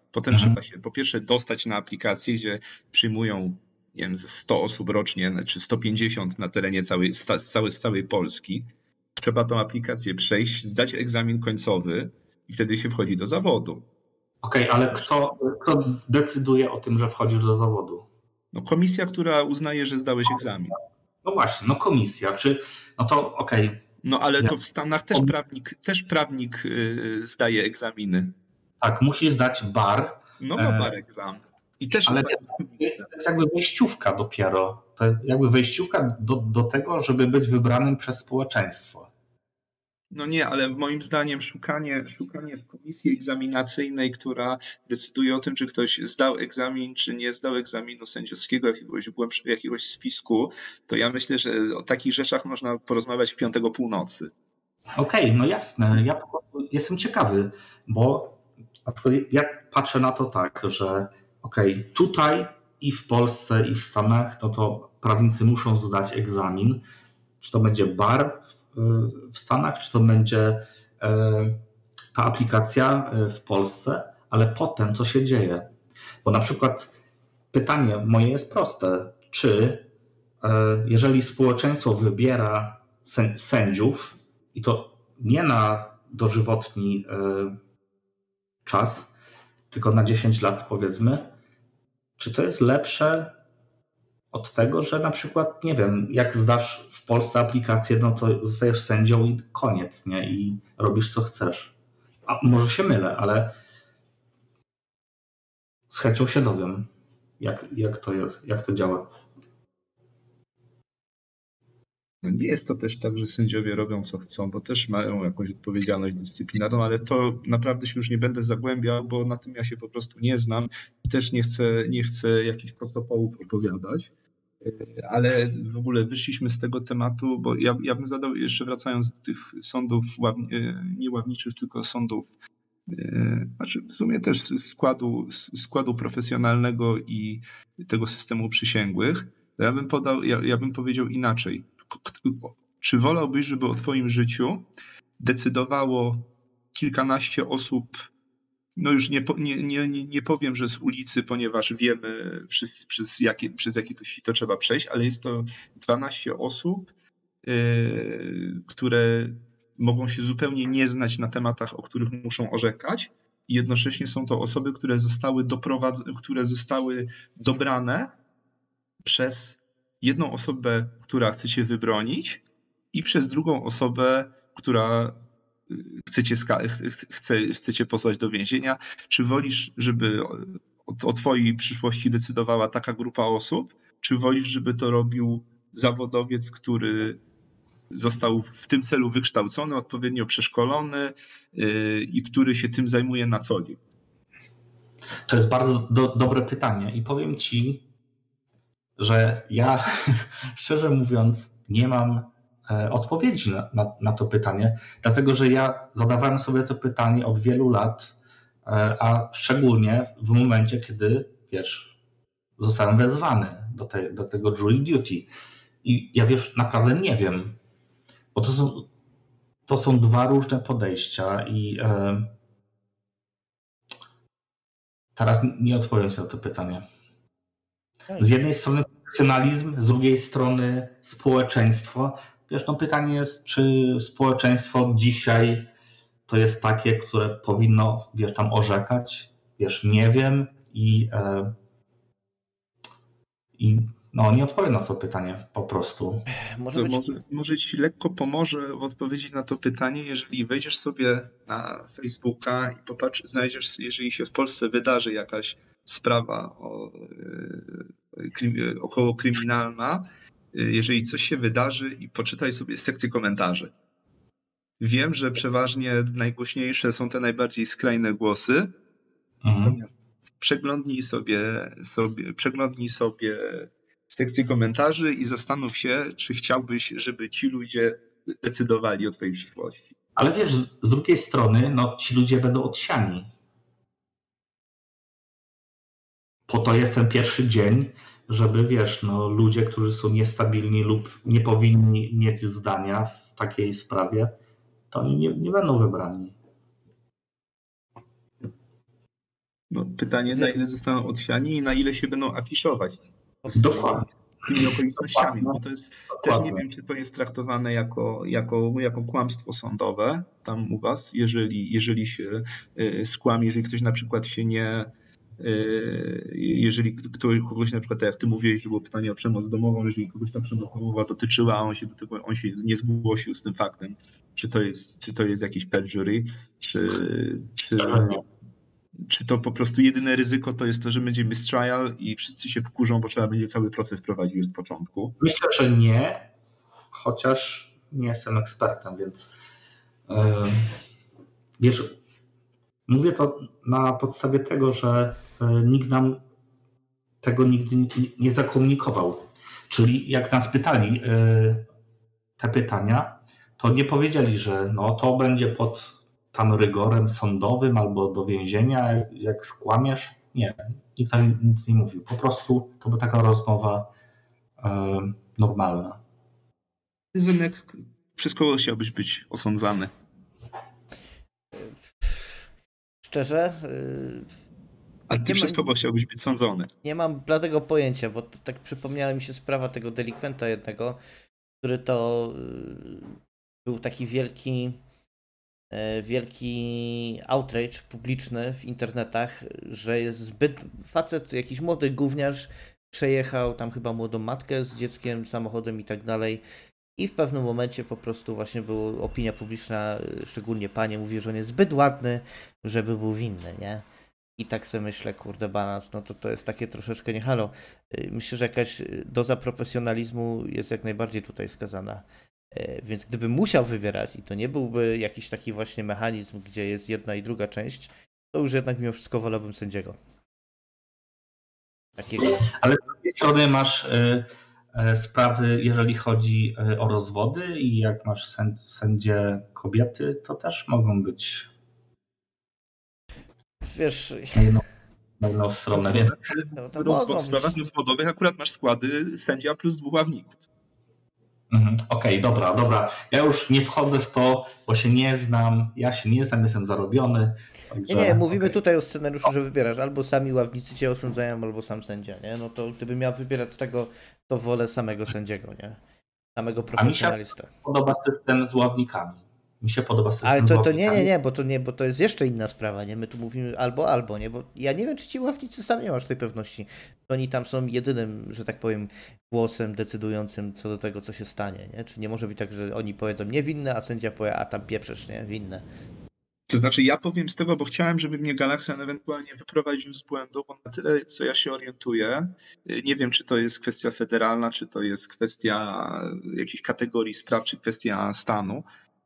Potem Mhm. trzeba się po pierwsze dostać na aplikację, gdzie przyjmują, nie wiem, ze sto osób rocznie, czy sto pięćdziesiąt na terenie całej, sta, całej, całej Polski. Trzeba tą aplikację przejść, zdać egzamin końcowy i wtedy się wchodzi do zawodu. Okej, okay, ale kto, kto decyduje o tym, że wchodzisz do zawodu? No komisja, która uznaje, że zdałeś egzamin. No właśnie, no komisja, czy no to okej. Okay. No ale to w Stanach też prawnik, też prawnik yy, zdaje egzaminy. Tak, musi zdać bar. No ma bar egzamin. I też ale to jest jakby wejściówka dopiero. To jest jakby wejściówka do, do tego, żeby być wybranym przez społeczeństwo. No nie, ale moim zdaniem szukanie, szukanie w komisji egzaminacyjnej, która decyduje o tym, czy ktoś zdał egzamin, czy nie zdał egzaminu sędziowskiego, jakiegoś, jakiegoś spisku, to ja myślę, że o takich rzeczach można porozmawiać w piątego północy. Okej, okay, no jasne. Ja po prostu jestem ciekawy, bo ja patrzę na to tak, że okej, okay, tutaj i w Polsce, i w Stanach, no to prawnicy muszą zdać egzamin. Czy to będzie bar w Stanach, czy to będzie ta aplikacja w Polsce, ale potem co się dzieje? Bo na przykład pytanie moje jest proste. Czy jeżeli społeczeństwo wybiera sędziów i to nie na dożywotni czas, tylko na dziesięć lat powiedzmy, czy to jest lepsze od tego, że na przykład, nie wiem, jak zdasz w Polsce aplikację, no to zostajesz sędzią i koniec, nie? I robisz co chcesz. A może się mylę, ale z chęcią się dowiem, jak, jak to jest, jak to działa. No nie jest to też tak, że sędziowie robią co chcą, bo też mają jakąś odpowiedzialność dyscyplinarną, ale to naprawdę się już nie będę zagłębiał, bo na tym ja się po prostu nie znam i też nie chcę, nie chcę jakichś protokołów opowiadać. Ale w ogóle wyszliśmy z tego tematu, bo ja, ja bym zadał, jeszcze wracając do tych sądów nie ławniczych, tylko sądów, znaczy w sumie też składu, składu profesjonalnego i tego systemu przysięgłych, to ja bym podał, ja, ja bym powiedział inaczej. Czy wolałbyś, żeby o twoim życiu decydowało kilkanaście osób? No już nie, nie, nie, nie powiem, że z ulicy, ponieważ wiemy przez, przez, jakie, przez jakie to sito trzeba przejść, ale jest to dwanaście osób, yy, które mogą się zupełnie nie znać na tematach, o których muszą orzekać i jednocześnie są to osoby, które zostały, doprowadz- które zostały dobrane przez jedną osobę, która chce cię wybronić i przez drugą osobę, która chcecie, chce, chcecie posłać do więzienia. Czy wolisz, żeby o, o twojej przyszłości decydowała taka grupa osób, czy wolisz, żeby to robił zawodowiec, który został w tym celu wykształcony, odpowiednio przeszkolony yy, i który się tym zajmuje na co dzień? To jest bardzo do, dobre pytanie i powiem ci, że ja szczerze mówiąc nie mam odpowiedzi na, na, na to pytanie, dlatego że ja zadawałem sobie to pytanie od wielu lat, a szczególnie w momencie, kiedy, wiesz, zostałem wezwany do, te, do tego jury duty. I ja, wiesz, naprawdę nie wiem, bo to są, to są dwa różne podejścia i e, teraz nie odpowiem sobie na to pytanie. Z jednej strony profesjonalizm, z drugiej strony społeczeństwo. Wiesz, no pytanie jest, czy społeczeństwo dzisiaj to jest takie, które powinno, wiesz, tam orzekać? Wiesz, nie wiem i, e, i no nie odpowiem na to pytanie po prostu. Może, być... może, może ci lekko pomoże w odpowiedzi na to pytanie, jeżeli wejdziesz sobie na Facebooka i popatrz, znajdziesz, jeżeli się w Polsce wydarzy jakaś sprawa o, e, około kryminalna, jeżeli coś się wydarzy i poczytaj sobie sekcję komentarzy. Wiem, że przeważnie najgłośniejsze są te najbardziej skrajne głosy. Mhm. Przeglądnij sobie, sobie, przeglądnij sobie sekcję komentarzy i zastanów się, czy chciałbyś, żeby ci ludzie decydowali o twojej przyszłości. Ale wiesz, z drugiej strony, no ci ludzie będą odsiani. Po to jest ten pierwszy dzień, żeby, wiesz, no ludzie, którzy są niestabilni lub nie powinni mieć zdania w takiej sprawie, to oni nie, nie będą wybrani. No, pytanie, na ile zostaną odsiani i na ile się będą afiszować Dokładnie. tymi okolicznościami, bo to jest Dokładnie. też nie wiem, czy to jest traktowane jako, jako, jako kłamstwo sądowe tam u was, jeżeli, jeżeli się skłamie, jeżeli ktoś na przykład się nie, jeżeli ktoś, kogoś na przykład, jak ty mówiłeś, że było pytanie o przemoc domową, jeżeli kogoś ta przemoc domowa dotyczyła, a on się do tego, on się nie zgłosił z tym faktem, czy to jest, czy to jest jakiś perjury, czy, czy, czy to po prostu jedyne ryzyko to jest to, że będzie mistrial i wszyscy się wkurzą, bo trzeba będzie cały proces prowadzić już od początku? Myślę, że nie, chociaż nie jestem ekspertem, więc yy, wiesz, mówię to na podstawie tego, że yy, nikt nam tego nigdy nie, nie zakomunikował. Czyli jak nas pytali yy, te pytania, to nie powiedzieli, że no to będzie pod tam rygorem sądowym albo do więzienia, jak, jak skłamiesz. Nie, nikt tam nic nie mówił. Po prostu to była taka rozmowa yy, normalna. Zynek, przez kogo chciałbyś być osądzany? Szczerze? A ty przez kogo chciałbyś być sądzony? Nie mam bladego pojęcia, bo tak przypomniała mi się sprawa tego delikwenta jednego, który to był taki wielki wielki outrage publiczny w internetach, że jest zbyt facet, jakiś młody gówniarz przejechał tam chyba młodą matkę z dzieckiem, samochodem i tak dalej. I w pewnym momencie po prostu właśnie była opinia publiczna, szczególnie panie, mówi, że on jest zbyt ładny, żeby był winny, nie? I tak sobie myślę, kurde balans, no to to jest takie troszeczkę nie halo. Myślę, że jakaś doza profesjonalizmu jest jak najbardziej tutaj skazana. Więc gdybym musiał wybierać i to nie byłby jakiś taki właśnie mechanizm, gdzie jest jedna i druga część, to już jednak mimo wszystko wolałbym sędziego. Takiego. Ale z drugiej strony masz y, y, sprawy, jeżeli chodzi o rozwody i jak masz sędzie kobiety, to też mogą być wiesz, na jedną, na jedną stronę. Więc... No, to Rozwo- w sprawach rozwodowych akurat masz składy sędzia plus dwóch ławników. Mhm. Okej, okay, dobra, dobra. Ja już nie wchodzę w to, bo się nie znam. Ja się nie znam, jestem zarobiony. Także... Nie, nie, mówimy okay. tutaj o scenariuszu, że wybierasz albo sami ławnicy cię osądzają, albo sam sędzia, nie? No to gdybym miał wybierać z tego, to wolę samego sędziego, nie? Samego profesjonalistę. A mi się podoba system z ławnikami. Mi się podoba system Ale to, z to ławnikami. nie, nie, nie, bo to nie, bo to jest jeszcze inna sprawa, nie? My tu mówimy albo, albo, nie? Bo ja nie wiem, czy ci ławnicy sam nie masz tej pewności. Oni tam są jedynym, że tak powiem, głosem decydującym co do tego, co się stanie, nie? Czy nie może być tak, że oni powiedzą niewinne, a sędzia powie, a tam pieprzesz, nie? Winne. To znaczy ja powiem z tego, bo chciałem, żeby mnie Galaxian ewentualnie wyprowadził z błędu, bo na tyle, co ja się orientuję, nie wiem, czy to jest kwestia federalna, czy to jest kwestia jakiejś kategorii spraw, czy kwestia stanu,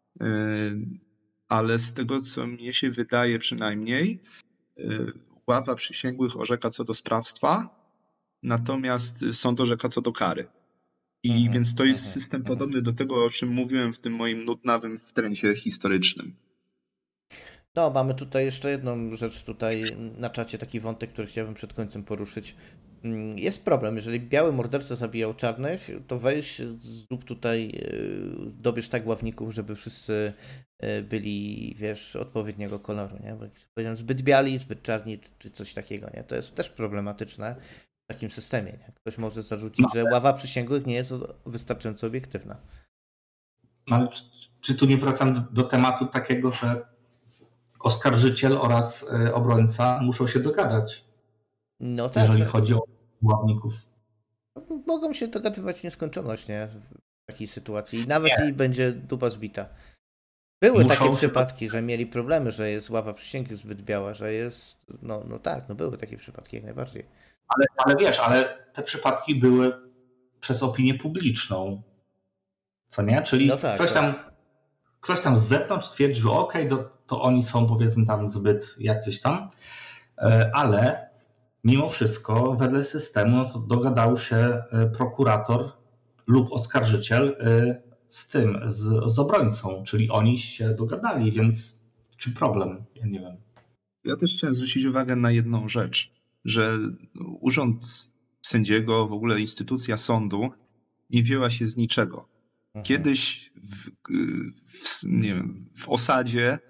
ale z tego, co mnie się wydaje przynajmniej, ława przysięgłych orzeka co do sprawstwa, natomiast sąd orzeka co do kary. I mhm, więc to jest mhm, system mhm. podobny do tego, o czym mówiłem w tym moim nudnawym wtręcie historycznym. No, mamy tutaj jeszcze jedną rzecz tutaj na czacie, taki wątek, który chciałbym przed końcem poruszyć. Jest problem, jeżeli biały morderca zabijał czarnych, to weź, zrób tutaj, dobierz tak ławników, żeby wszyscy byli, wiesz, odpowiedniego koloru, nie? Bo powiedziałem, zbyt biali, zbyt czarni, czy coś takiego, nie? To jest też problematyczne w takim systemie, nie? Ktoś może zarzucić, no, że ława przysięgłych nie jest wystarczająco obiektywna. No, ale czy, czy tu nie wracam do, do tematu takiego, że oskarżyciel oraz obrońca muszą się dogadać, no tak, jeżeli tak. chodzi o ławników. Mogą się dogadywać w nieskończoność, nie? W takiej sytuacji. I nawet jej będzie dupa zbita. Były Muszą takie przypadki, to... że mieli problemy, że jest ława przysięgi zbyt biała, że jest... No, no tak, no były takie przypadki jak najbardziej. Ale, ale wiesz, ale te przypadki były przez opinię publiczną. Co nie? Czyli no tak, ktoś tam... Tak. Ktoś tam z zewnątrz twierdził, że okej, okay, to, to oni są powiedzmy tam zbyt jak coś tam, ale mimo wszystko wedle systemu to dogadał się prokurator lub oskarżyciel z tym, z, z obrońcą, czyli oni się dogadali, więc czy problem? Ja nie wiem. Ja też chciałem zwrócić uwagę na jedną rzecz, że urząd sędziego, w ogóle instytucja sądu nie wzięła się z niczego. Kiedyś w, w, nie wiem, w osadzie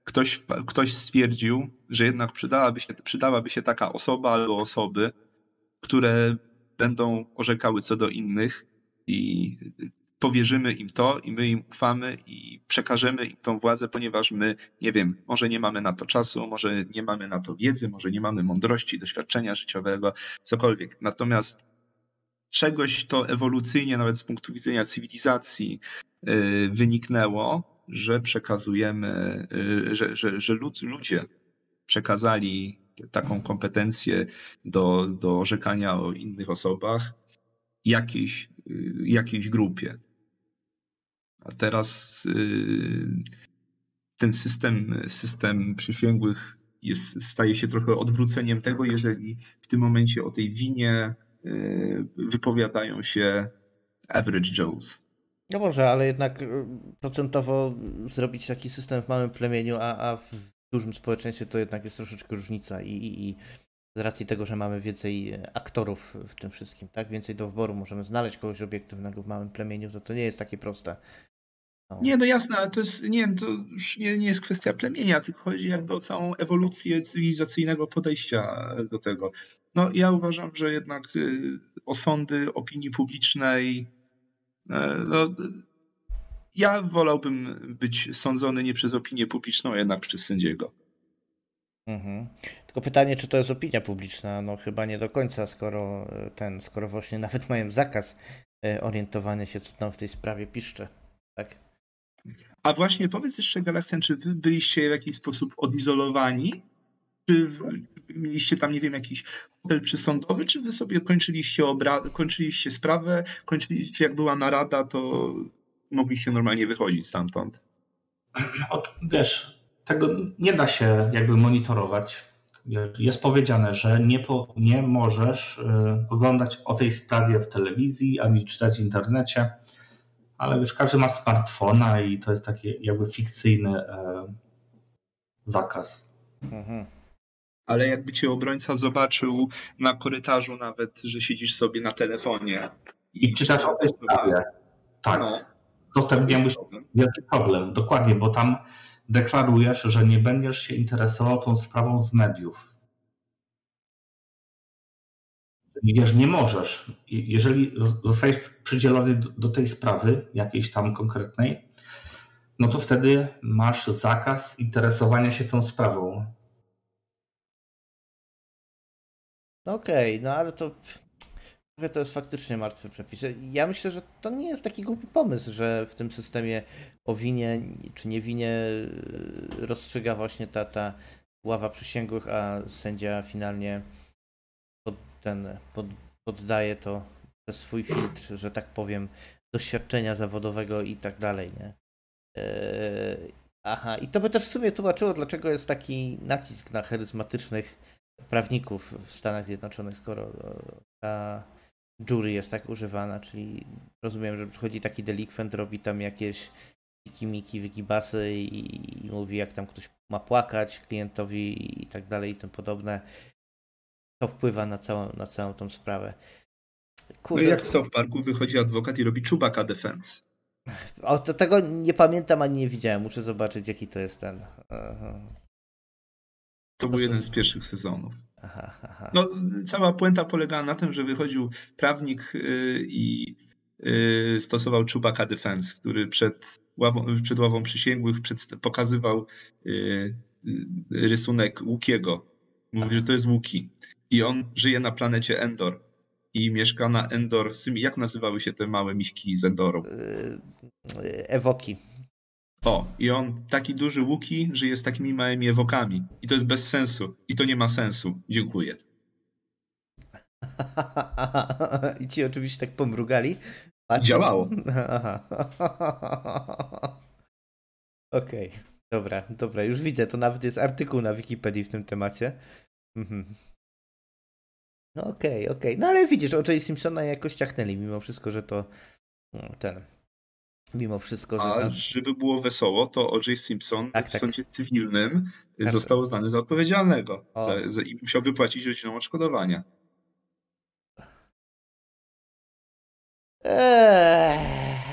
ktoś, ktoś stwierdził, że jednak przydałaby się, przydałaby się taka osoba albo osoby, które będą orzekały co do innych i powierzymy im to i my im ufamy i przekażemy im tą władzę, ponieważ my, nie wiem, może nie mamy na to czasu, może nie mamy na to wiedzy, może nie mamy mądrości, doświadczenia życiowego, cokolwiek. Natomiast czegoś to ewolucyjnie, nawet z punktu widzenia cywilizacji, yy, wyniknęło, że przekazujemy, yy, że, że, że lud, ludzie przekazali taką kompetencję do, do orzekania o innych osobach jakiejś, yy, jakiejś grupie. A teraz yy, ten system, system przysięgłych jest, staje się trochę odwróceniem tego, jeżeli w tym momencie o tej winie wypowiadają się average Joes. No może, ale jednak procentowo zrobić taki system w małym plemieniu, a, a w dużym społeczeństwie to jednak jest troszeczkę różnica i, i, i z racji tego, że mamy więcej aktorów w tym wszystkim, tak? Więcej do wyboru, możemy znaleźć kogoś obiektywnego w małym plemieniu, to to nie jest takie proste. No. Nie, no jasne, ale to jest, nie, to już nie, nie jest kwestia plemienia, tylko chodzi jakby o całą ewolucję cywilizacyjnego podejścia do tego. No ja uważam, że jednak osądy opinii publicznej, no, ja wolałbym być sądzony nie przez opinię publiczną, a jednak przez sędziego. Mhm. Tylko pytanie, czy to jest opinia publiczna? No chyba nie do końca, skoro ten, skoro właśnie nawet mają zakaz orientowania się, co tam w tej sprawie piszcze, tak? A właśnie powiedz jeszcze, Galaksjan, czy wy byliście w jakiś sposób odizolowani? Czy mieliście tam, nie wiem, jakiś hotel przysądowy, czy wy sobie kończyliście obra- kończyliście sprawę, kończyliście, jak była narada, to mogliście normalnie wychodzić stamtąd? Od, wiesz, tego nie da się jakby monitorować. Jest powiedziane, że nie, po, nie możesz y, oglądać o tej sprawie w telewizji, ani czytać w internecie. Ale wiesz, każdy ma smartfona i to jest taki jakby fikcyjny e, zakaz. Mhm. Ale jakby cię obrońca zobaczył na korytarzu nawet, że siedzisz sobie na telefonie. I, I czytasz o tej sprawie. Tak. No. Dostęp miałbyś wielki problem. Dokładnie, bo tam deklarujesz, że nie będziesz się interesował tą sprawą z mediów. I wiesz, nie możesz. Jeżeli zostajesz przydzielony do tej sprawy, jakiejś tam konkretnej, no to wtedy masz zakaz interesowania się tą sprawą. Okej, okay, no ale to to jest faktycznie martwy przepis. Ja myślę, że to nie jest taki głupi pomysł, że w tym systemie o winie czy niewinie rozstrzyga właśnie ta, ta ława przysięgłych, a sędzia finalnie pod ten, pod, poddaje to przez swój filtr, że tak powiem, doświadczenia zawodowego i tak dalej, nie? Yy, aha, i to by też w sumie tłumaczyło, dlaczego jest taki nacisk na charyzmatycznych prawników w Stanach Zjednoczonych, skoro ta jury jest tak używana, czyli rozumiem, że przychodzi taki delikwent, robi tam jakieś miki, wygibasy i, i mówi, jak tam ktoś ma płakać klientowi i tak dalej i tym podobne. To wpływa na całą, na całą tą sprawę. Kurde. No jak w South Parku wychodzi adwokat i robi Chewbacca defense. O, to, tego nie pamiętam ani nie widziałem. Muszę zobaczyć, jaki to jest ten. Aha. To, to był są... jeden z pierwszych sezonów. Aha, aha. No, cała puenta polegała na tym, że wychodził prawnik i stosował Chewbacca defense, który przed ławą, przed ławą przysięgłych pokazywał rysunek Wookieego. Mówi, że to jest Wookie. I on żyje na planecie Endor. I mieszka na Endor. Jak nazywały się te małe miśki z Endoru? Ewoki. O, i on, taki duży Wookie, żyje z takimi małymi ewokami. I to jest bez sensu. I to nie ma sensu. Dziękuję. I ci oczywiście tak pomrugali. Patrz. Działało. Okej, okay. Dobra, dobra, już widzę. To nawet jest artykuł na Wikipedii w tym temacie. Mhm. No okej, okay, okej. Okay. No ale widzisz, o J. Simpsona jakoś ciachnęli, mimo wszystko, że to no, ten... Mimo wszystko, że... A tam... żeby było wesoło, to O J. Simpson tak, w tak. sądzie cywilnym tak. został uznany za odpowiedzialnego za, za, i musiał wypłacić rodzinom odszkodowania. Eee, mnie już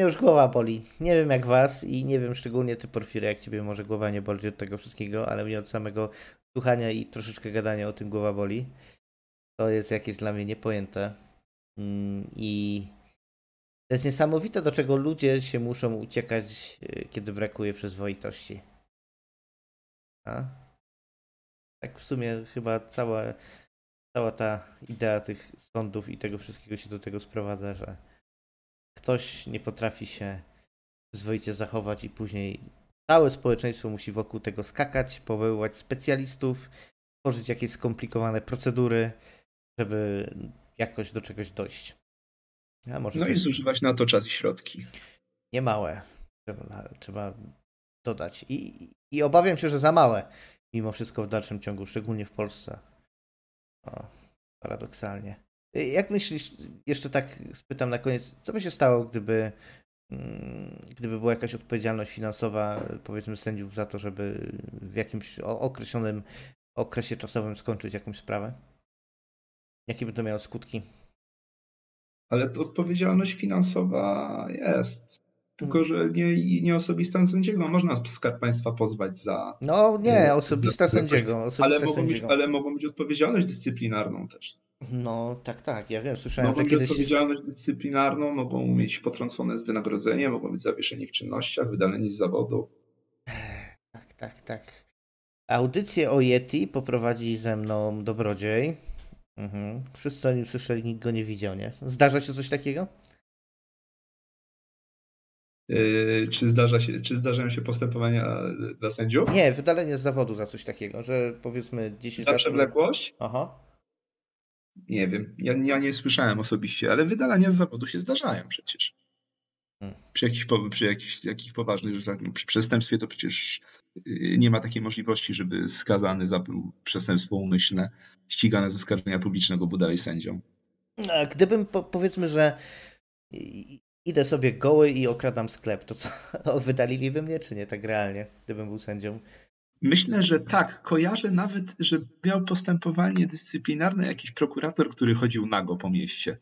już głowa boli. Nie wiem jak was i nie wiem szczególnie ty, Porfiry, jak ciebie może głowa nie boli od tego wszystkiego, ale mnie od samego słuchania i troszeczkę gadania o tym głowa boli. To jest jakieś dla mnie niepojęte. I to jest niesamowite, do czego ludzie się muszą uciekać, kiedy brakuje przyzwoitości. A? Tak w sumie chyba cała, cała ta idea tych sądów i tego wszystkiego się do tego sprowadza, że ktoś nie potrafi się przyzwoicie zachować i później całe społeczeństwo musi wokół tego skakać, powoływać specjalistów, tworzyć jakieś skomplikowane procedury, żeby jakoś do czegoś dojść. A może no i zużywać na to czas i środki. Niemałe. Trzeba, trzeba dodać. I, I obawiam się, że za małe. Mimo wszystko w dalszym ciągu, szczególnie w Polsce. O, paradoksalnie. Jak myślisz, jeszcze tak spytam na koniec, co by się stało, gdyby gdyby była jakaś odpowiedzialność finansowa, powiedzmy, sędziów za to, żeby w jakimś określonym okresie czasowym skończyć jakąś sprawę? Jakie by to miało skutki? Ale to odpowiedzialność finansowa jest. Tylko, że nie, nie osobista sędziego. Można Skarb Państwa pozwać za... No nie, osobista za, sędziego. Osobista ale, mogą sędziego. Mieć, ale mogą mieć odpowiedzialność dyscyplinarną też. No tak, tak, ja wiem, słyszałem, mogą że mieć kiedyś... odpowiedzialność dyscyplinarną, mogą mieć potrącone z wynagrodzenie, mogą być zawieszeni w czynnościach, wydaleni z zawodu. Tak, tak, tak. Audycję o Yeti poprowadzi ze mną Dobrodziej. Mhm. Wszyscy o nim słyszeli, nikt go nie widział, nie? Zdarza się coś takiego? Yy, czy, zdarza się, czy zdarzają się postępowania dla sędziów? Nie, wydalenie z zawodu za coś takiego, że powiedzmy dziesięć Za lat... przewlekłość? Aha. Nie wiem, ja, ja nie słyszałem osobiście, ale wydalenia z zawodu się zdarzają przecież. Hmm. Przy, jakichś, przy jakichś, jakichś poważnych rzeczach, przy przestępstwie to przecież nie ma takiej możliwości, żeby skazany za przestępstwo umyślne, ścigane z oskarżenia publicznego był dalej sędzią. A gdybym, po, powiedzmy, że idę sobie goły i okradam sklep, to co, wydaliliby mnie, czy nie, tak realnie, gdybym był sędzią? Myślę, że tak. Kojarzę nawet, że miał postępowanie dyscyplinarne jakiś prokurator, który chodził nago po mieście.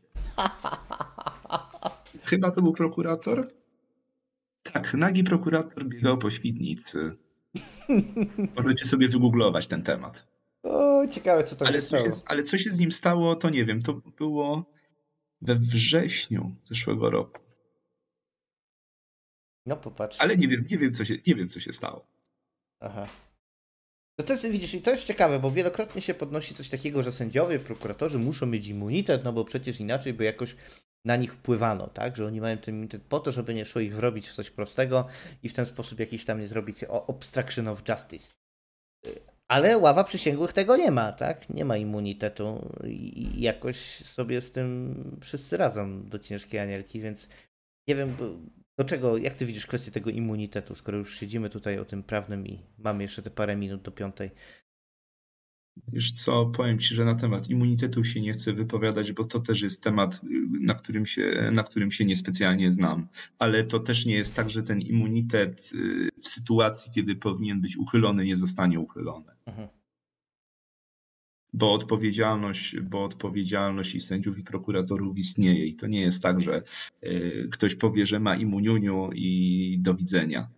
Chyba to był prokurator? Tak, nagi prokurator biegał po Świdnicy. Możecie sobie wygooglować ten temat. O, ciekawe, co tam ale się stało. Się, ale co się z nim stało, to nie wiem. To było we wrześniu zeszłego roku. No popatrz. Ale nie wiem, nie wiem, co się, nie wiem, co się stało. Aha. No to jest, widzisz, i to jest ciekawe, bo wielokrotnie się podnosi coś takiego, że sędziowie, prokuratorzy muszą mieć immunitet, no bo przecież inaczej by jakoś na nich wpływano, tak? Że oni mają ten immunitet po to, żeby nie szło ich wrobić w coś prostego i w ten sposób jakiś tam nie zrobić obstruction of justice. Ale ława przysięgłych tego nie ma, tak? Nie ma immunitetu i jakoś sobie z tym wszyscy radzą do ciężkiej anielki, więc nie wiem, do czego, jak ty widzisz kwestię tego immunitetu, skoro już siedzimy tutaj o tym prawnym i mamy jeszcze te parę minut do piątej. Wiesz co, powiem ci, że na temat immunitetu się nie chcę wypowiadać, bo to też jest temat, na którym się, na którym się niespecjalnie znam. Ale to też nie jest tak, że ten immunitet w sytuacji, kiedy powinien być uchylony, nie zostanie uchylony. Mhm. Bo odpowiedzialność, bo odpowiedzialność i sędziów, i prokuratorów istnieje. I to nie jest tak, że ktoś powie, że ma immuniuniu i do widzenia.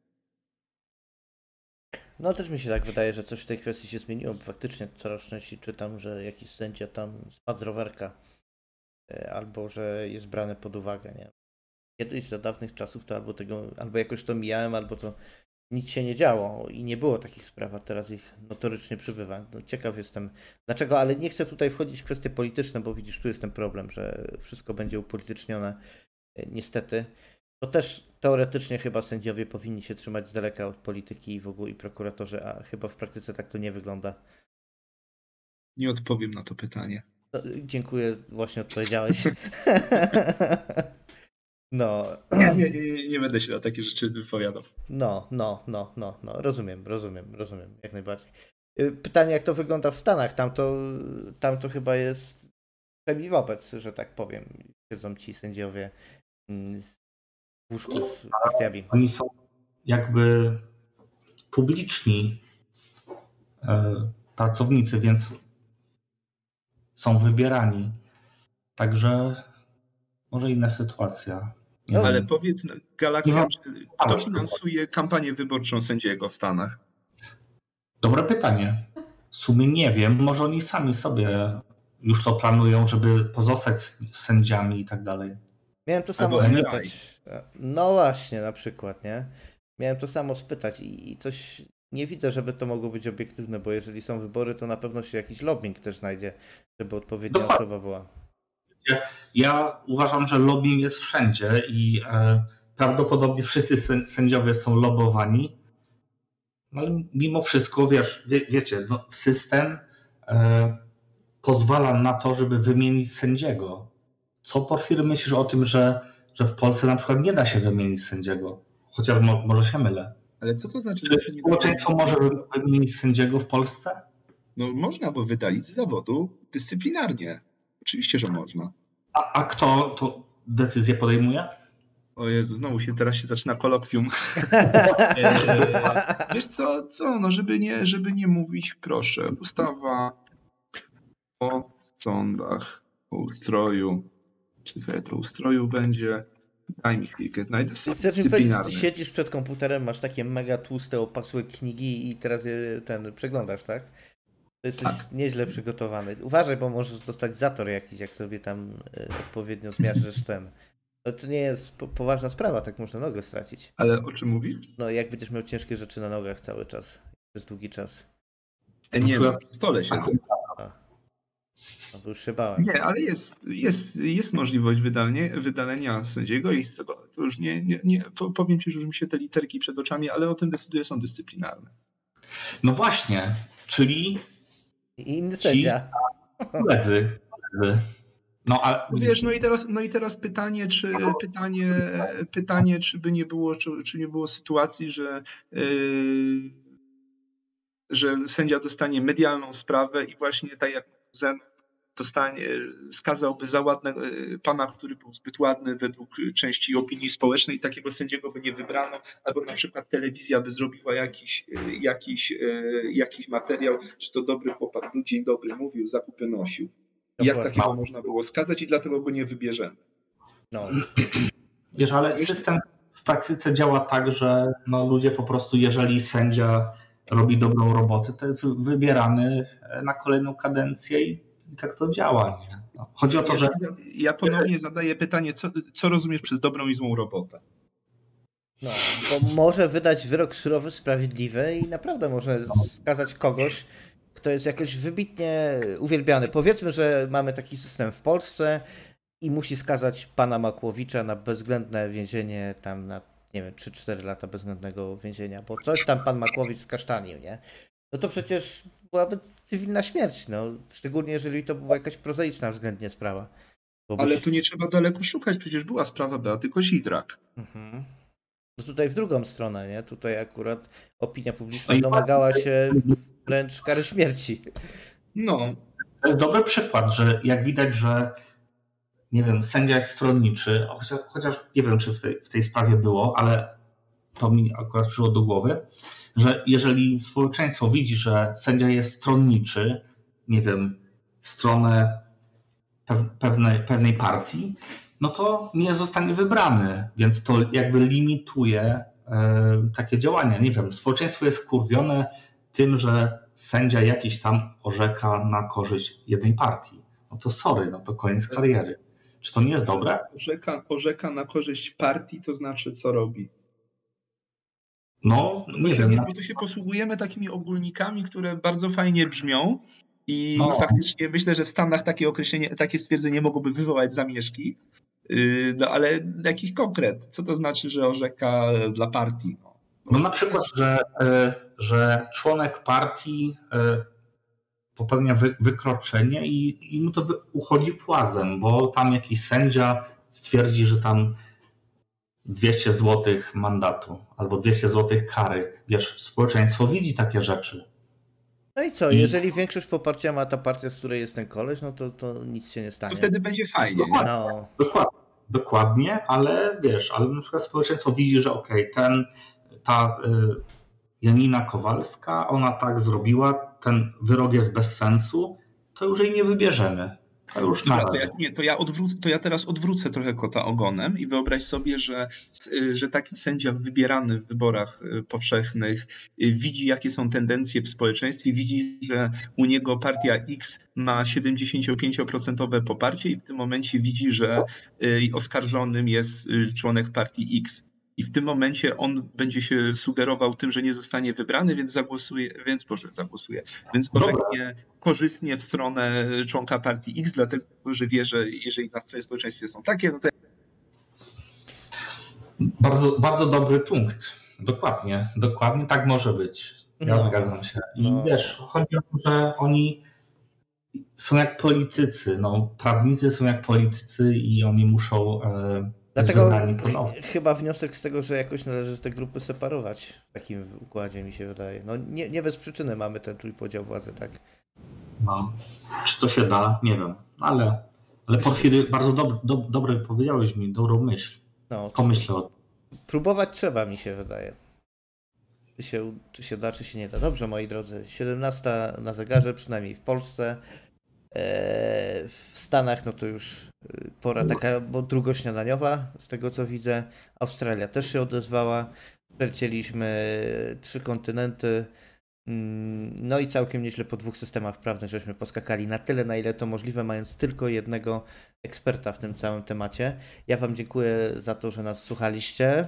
No też mi się tak wydaje, że coś w tej kwestii się zmieniło, bo faktycznie coraz częściej czytam, że jakiś sędzia tam spadł z rowerka albo że jest brany pod uwagę, nie? Kiedyś za dawnych czasów to albo tego, albo jakoś to mijałem, albo to nic się nie działo i nie było takich spraw, a teraz ich notorycznie przybywa. No, ciekaw jestem dlaczego, ale nie chcę tutaj wchodzić w kwestie polityczne, bo widzisz, tu jest ten problem, że wszystko będzie upolitycznione niestety. To też teoretycznie chyba sędziowie powinni się trzymać z daleka od polityki i w ogóle i prokuratorzy, a chyba w praktyce tak to nie wygląda. Nie odpowiem na to pytanie. No, dziękuję, właśnie odpowiedziałeś. No. Nie, nie, nie, nie będę się na takie rzeczy wypowiadał. No, no, no, no, no. Rozumiem, rozumiem, rozumiem, jak najbardziej. Pytanie, jak to wygląda w Stanach? Tam to, tam to chyba jest wszemi wobec, że tak powiem. Siedzą ci sędziowie z łóżku z akcjami. Oni są jakby publiczni e, pracownicy, więc są wybierani. Także może inna sytuacja. No. Ale powiedz, Galaxia, No. kto finansuje kampanię wyborczą sędziego w Stanach? Dobre pytanie. W sumie nie wiem, może oni sami sobie już to planują, żeby pozostać sędziami i tak dalej. Miałem to samo Albo spytać. No właśnie, na przykład, nie? Miałem to samo spytać i, i coś nie widzę, żeby to mogło być obiektywne, bo jeżeli są wybory, to na pewno się jakiś lobbying też znajdzie, żeby odpowiednia Dokładnie. osoba była. Ja, ja uważam, że lobbying jest wszędzie i e, prawdopodobnie wszyscy sę- sędziowie są lobbowani, no, ale mimo wszystko, wiesz, wie, wiecie, no, system e, pozwala na to, żeby wymienić sędziego. Co, Porfiry, myślisz o tym, że, że w Polsce na przykład nie da się wymienić sędziego? Chociaż mo, może się mylę. Ale co to znaczy, Czy że się nie da? społeczeństwo może wymienić sędziego w Polsce? No można, bo wydalić z zawodu dyscyplinarnie. Oczywiście, że można. A, a kto to decyzję podejmuje? O Jezu, znowu się teraz się zaczyna kolokwium. Eee, wiesz co, co, no żeby nie, żeby nie mówić, proszę, ustawa o sądach, o ustroju. Czekaj, to ustroju będzie. Daj mi chwilkę, znajdę sąd Chcesz mi powiedzieć, dyscyplinarny. ty siedzisz przed komputerem, masz takie mega tłuste, opasłe knigi i teraz je ten przeglądasz, tak? To jesteś Tak. nieźle przygotowany. Uważaj, bo możesz dostać zator jakiś, jak sobie tam y, odpowiednio zmierzysz ten. No to nie jest po, poważna sprawa, tak można nogę stracić. Ale o czym mówisz? No jak będziesz miał ciężkie rzeczy na nogach cały czas, przez długi czas. E, nie, no, przy stole siedzę. No to już się bałem. Nie, ale jest, jest, jest możliwość wydalenie, wydalenia sędziego i z tego, to już nie, nie, nie powiem ci, że już mi się te literki przed oczami, ale o tym decyduje sąd dyscyplinarny. No właśnie, czyli I inny ci sędzia. koledzy. koledzy. No, a Wiesz, no i teraz, no i teraz pytanie, czy pytanie, pytanie, czy by nie było, czy, czy nie było sytuacji, że, yy, że sędzia dostanie medialną sprawę i właśnie tak jak Zen dostanie, skazałby za ładne pana, który był zbyt ładny według części opinii społecznej i takiego sędziego by nie wybrano, albo na przykład telewizja by zrobiła jakiś, jakiś, jakiś materiał, że to dobry chłopak, był dzień dobry, mówił, zakupy nosił. I jak Dokładnie. takiego można było skazać i dlatego go nie wybierzemy. No. wiesz, ale system w praktyce działa tak, że no, ludzie po prostu, jeżeli sędzia robi dobrą robotę, to jest wybierany na kolejną kadencję i, i tak to działa. Nie? No, chodzi o to, Ja, że ja ponownie zadaję pytanie, co, co rozumiesz przez dobrą i złą robotę? No, bo może wydać wyrok surowy, sprawiedliwy i naprawdę może skazać kogoś, kto jest jakoś wybitnie uwielbiany. Powiedzmy, że mamy taki system w Polsce i musi skazać pana Makłowicza na bezwzględne więzienie, tam na, nie wiem, trzy cztery lata bezwzględnego więzienia, bo coś tam pan Makłowicz skasztanił, nie? No to przecież byłaby cywilna śmierć, no. Szczególnie jeżeli to była jakaś prozaiczna względnie sprawa. Bo Ale byś- tu nie trzeba daleko szukać, przecież była sprawa Beaty Kozidrak. Mhm. No tutaj w drugą stronę, nie? Tutaj akurat opinia publiczna No i domagała się wręcz kary śmierci. No, to jest dobry przykład, że jak widać, że nie wiem, sędzia jest stronniczy, chociaż, chociaż nie wiem, czy w tej, w tej sprawie było, ale to mi akurat przyszło do głowy, że jeżeli społeczeństwo widzi, że sędzia jest stronniczy, nie wiem, w stronę pewnej, pewnej partii, no to nie zostanie wybrany, więc to jakby limituje e, takie działania. Nie wiem, społeczeństwo jest wkurwione tym, że sędzia jakiś tam orzeka na korzyść jednej partii. No to sorry, no to koniec kariery. Czy to nie jest dobre? orzeka, orzeka na korzyść partii, to znaczy co robi? No, Bo nie się, wiem. nie, bo tu się posługujemy takimi ogólnikami, które bardzo fajnie brzmią i No. faktycznie myślę, że w Stanach takie określenie, takie stwierdzenie mogłoby wywołać zamieszki, yy, no ale jakiś konkret, co to znaczy, że orzeka dla partii? No, No na przykład, że, e, że członek partii e, popełnia wy, wykroczenie i, i mu to wy, uchodzi płazem, bo tam jakiś sędzia stwierdzi, że tam dwieście złotych mandatu albo dwieście złotych kary. Wiesz, społeczeństwo widzi takie rzeczy. No i co, I- jeżeli większość poparcia ma ta partia, z której jest ten koleś, no to, to nic się nie to stanie. wtedy będzie fajnie. Nie? No, Dokładnie, dokładnie, ale wiesz, ale na przykład społeczeństwo widzi, że okej, ten, ta y, Janina Kowalska, ona tak zrobiła, ten wyrok jest bez sensu, to już jej nie wybierzemy. A już Dobra, na to ja, razie. nie, to ja, odwró- to ja teraz odwrócę trochę kota ogonem i wyobraź sobie, że, y, że taki sędzia wybierany w wyborach y, powszechnych y, widzi, jakie są tendencje w społeczeństwie, widzi, że u niego partia X ma siedemdziesiąt pięć procent poparcie i w tym momencie widzi, że y, oskarżonym jest y, członek partii X. I w tym momencie on będzie się sugerował tym, że nie zostanie wybrany, więc zagłosuje, więc Boże, zagłosuje, więc orzeknie korzystnie w stronę członka partii X, dlatego że wie, że jeżeli nastroje w społeczeństwie są takie, no to Bardzo, bardzo dobry punkt. Dokładnie, dokładnie tak może być. Ja No, zgadzam się. I no. wiesz, chodzi o to, że oni są jak politycy. No, prawnicy są jak politycy i oni muszą e, Dlatego na nie panować. ch- chyba wniosek z tego, że jakoś należy te grupy separować w takim układzie, mi się wydaje. No nie, nie bez przyczyny mamy ten trójpodział władzy, tak? No, czy to się da? Nie wiem. Ale, ale Porfiry, bardzo dob, dob, dobre powiedziałeś mi, dobrą myśl. No, Pomyślę o tym. próbować trzeba, mi się wydaje. Czy się, czy się da, czy się nie da. Dobrze, moi drodzy. siedemnasta na zegarze, przynajmniej w Polsce. Eee, w Stanach no to już pora taka, bo drugośniadaniowa, z tego co widzę. Australia też się odezwała. Przecięliśmy trzy kontynenty. No i całkiem nieźle po dwóch systemach prawnych żeśmy poskakali na tyle, na ile to możliwe, mając tylko jednego eksperta w tym całym temacie. Ja Wam dziękuję za to, że nas słuchaliście,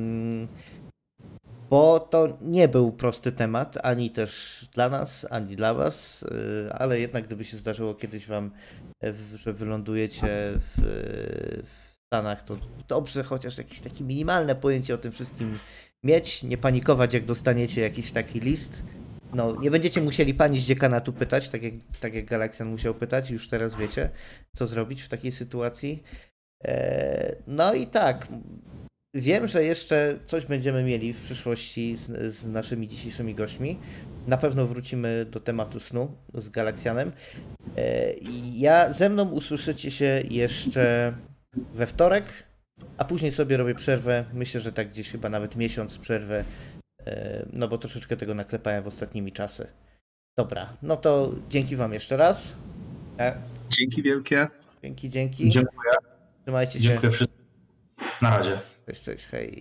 bo to nie był prosty temat, ani też dla nas, ani dla Was, ale jednak gdyby się zdarzyło kiedyś Wam, że wylądujecie w, w Stanach, to dobrze chociaż jakieś takie minimalne pojęcie o tym wszystkim mieć, nie panikować jak dostaniecie jakiś taki list. No, nie będziecie musieli pani z dziekanatu pytać, tak jak, tak jak Galaksjan musiał pytać, już teraz wiecie, co zrobić w takiej sytuacji. Eee, no i tak, wiem, że jeszcze coś będziemy mieli w przyszłości z, z naszymi dzisiejszymi gośćmi. Na pewno wrócimy do tematu snu z Galaksjanem. Eee, ja ze mną usłyszycie się jeszcze we wtorek, a później sobie robię przerwę. Myślę, że tak gdzieś chyba nawet miesiąc przerwę. No bo troszeczkę tego naklepałem w ostatnimi czasy. Dobra, no to dzięki Wam jeszcze raz. dzięki wielkie. Dzięki, dzięki. Dziękuję. Trzymajcie się. Dziękuję wszystkim. Na razie. Cześć, cześć, hej.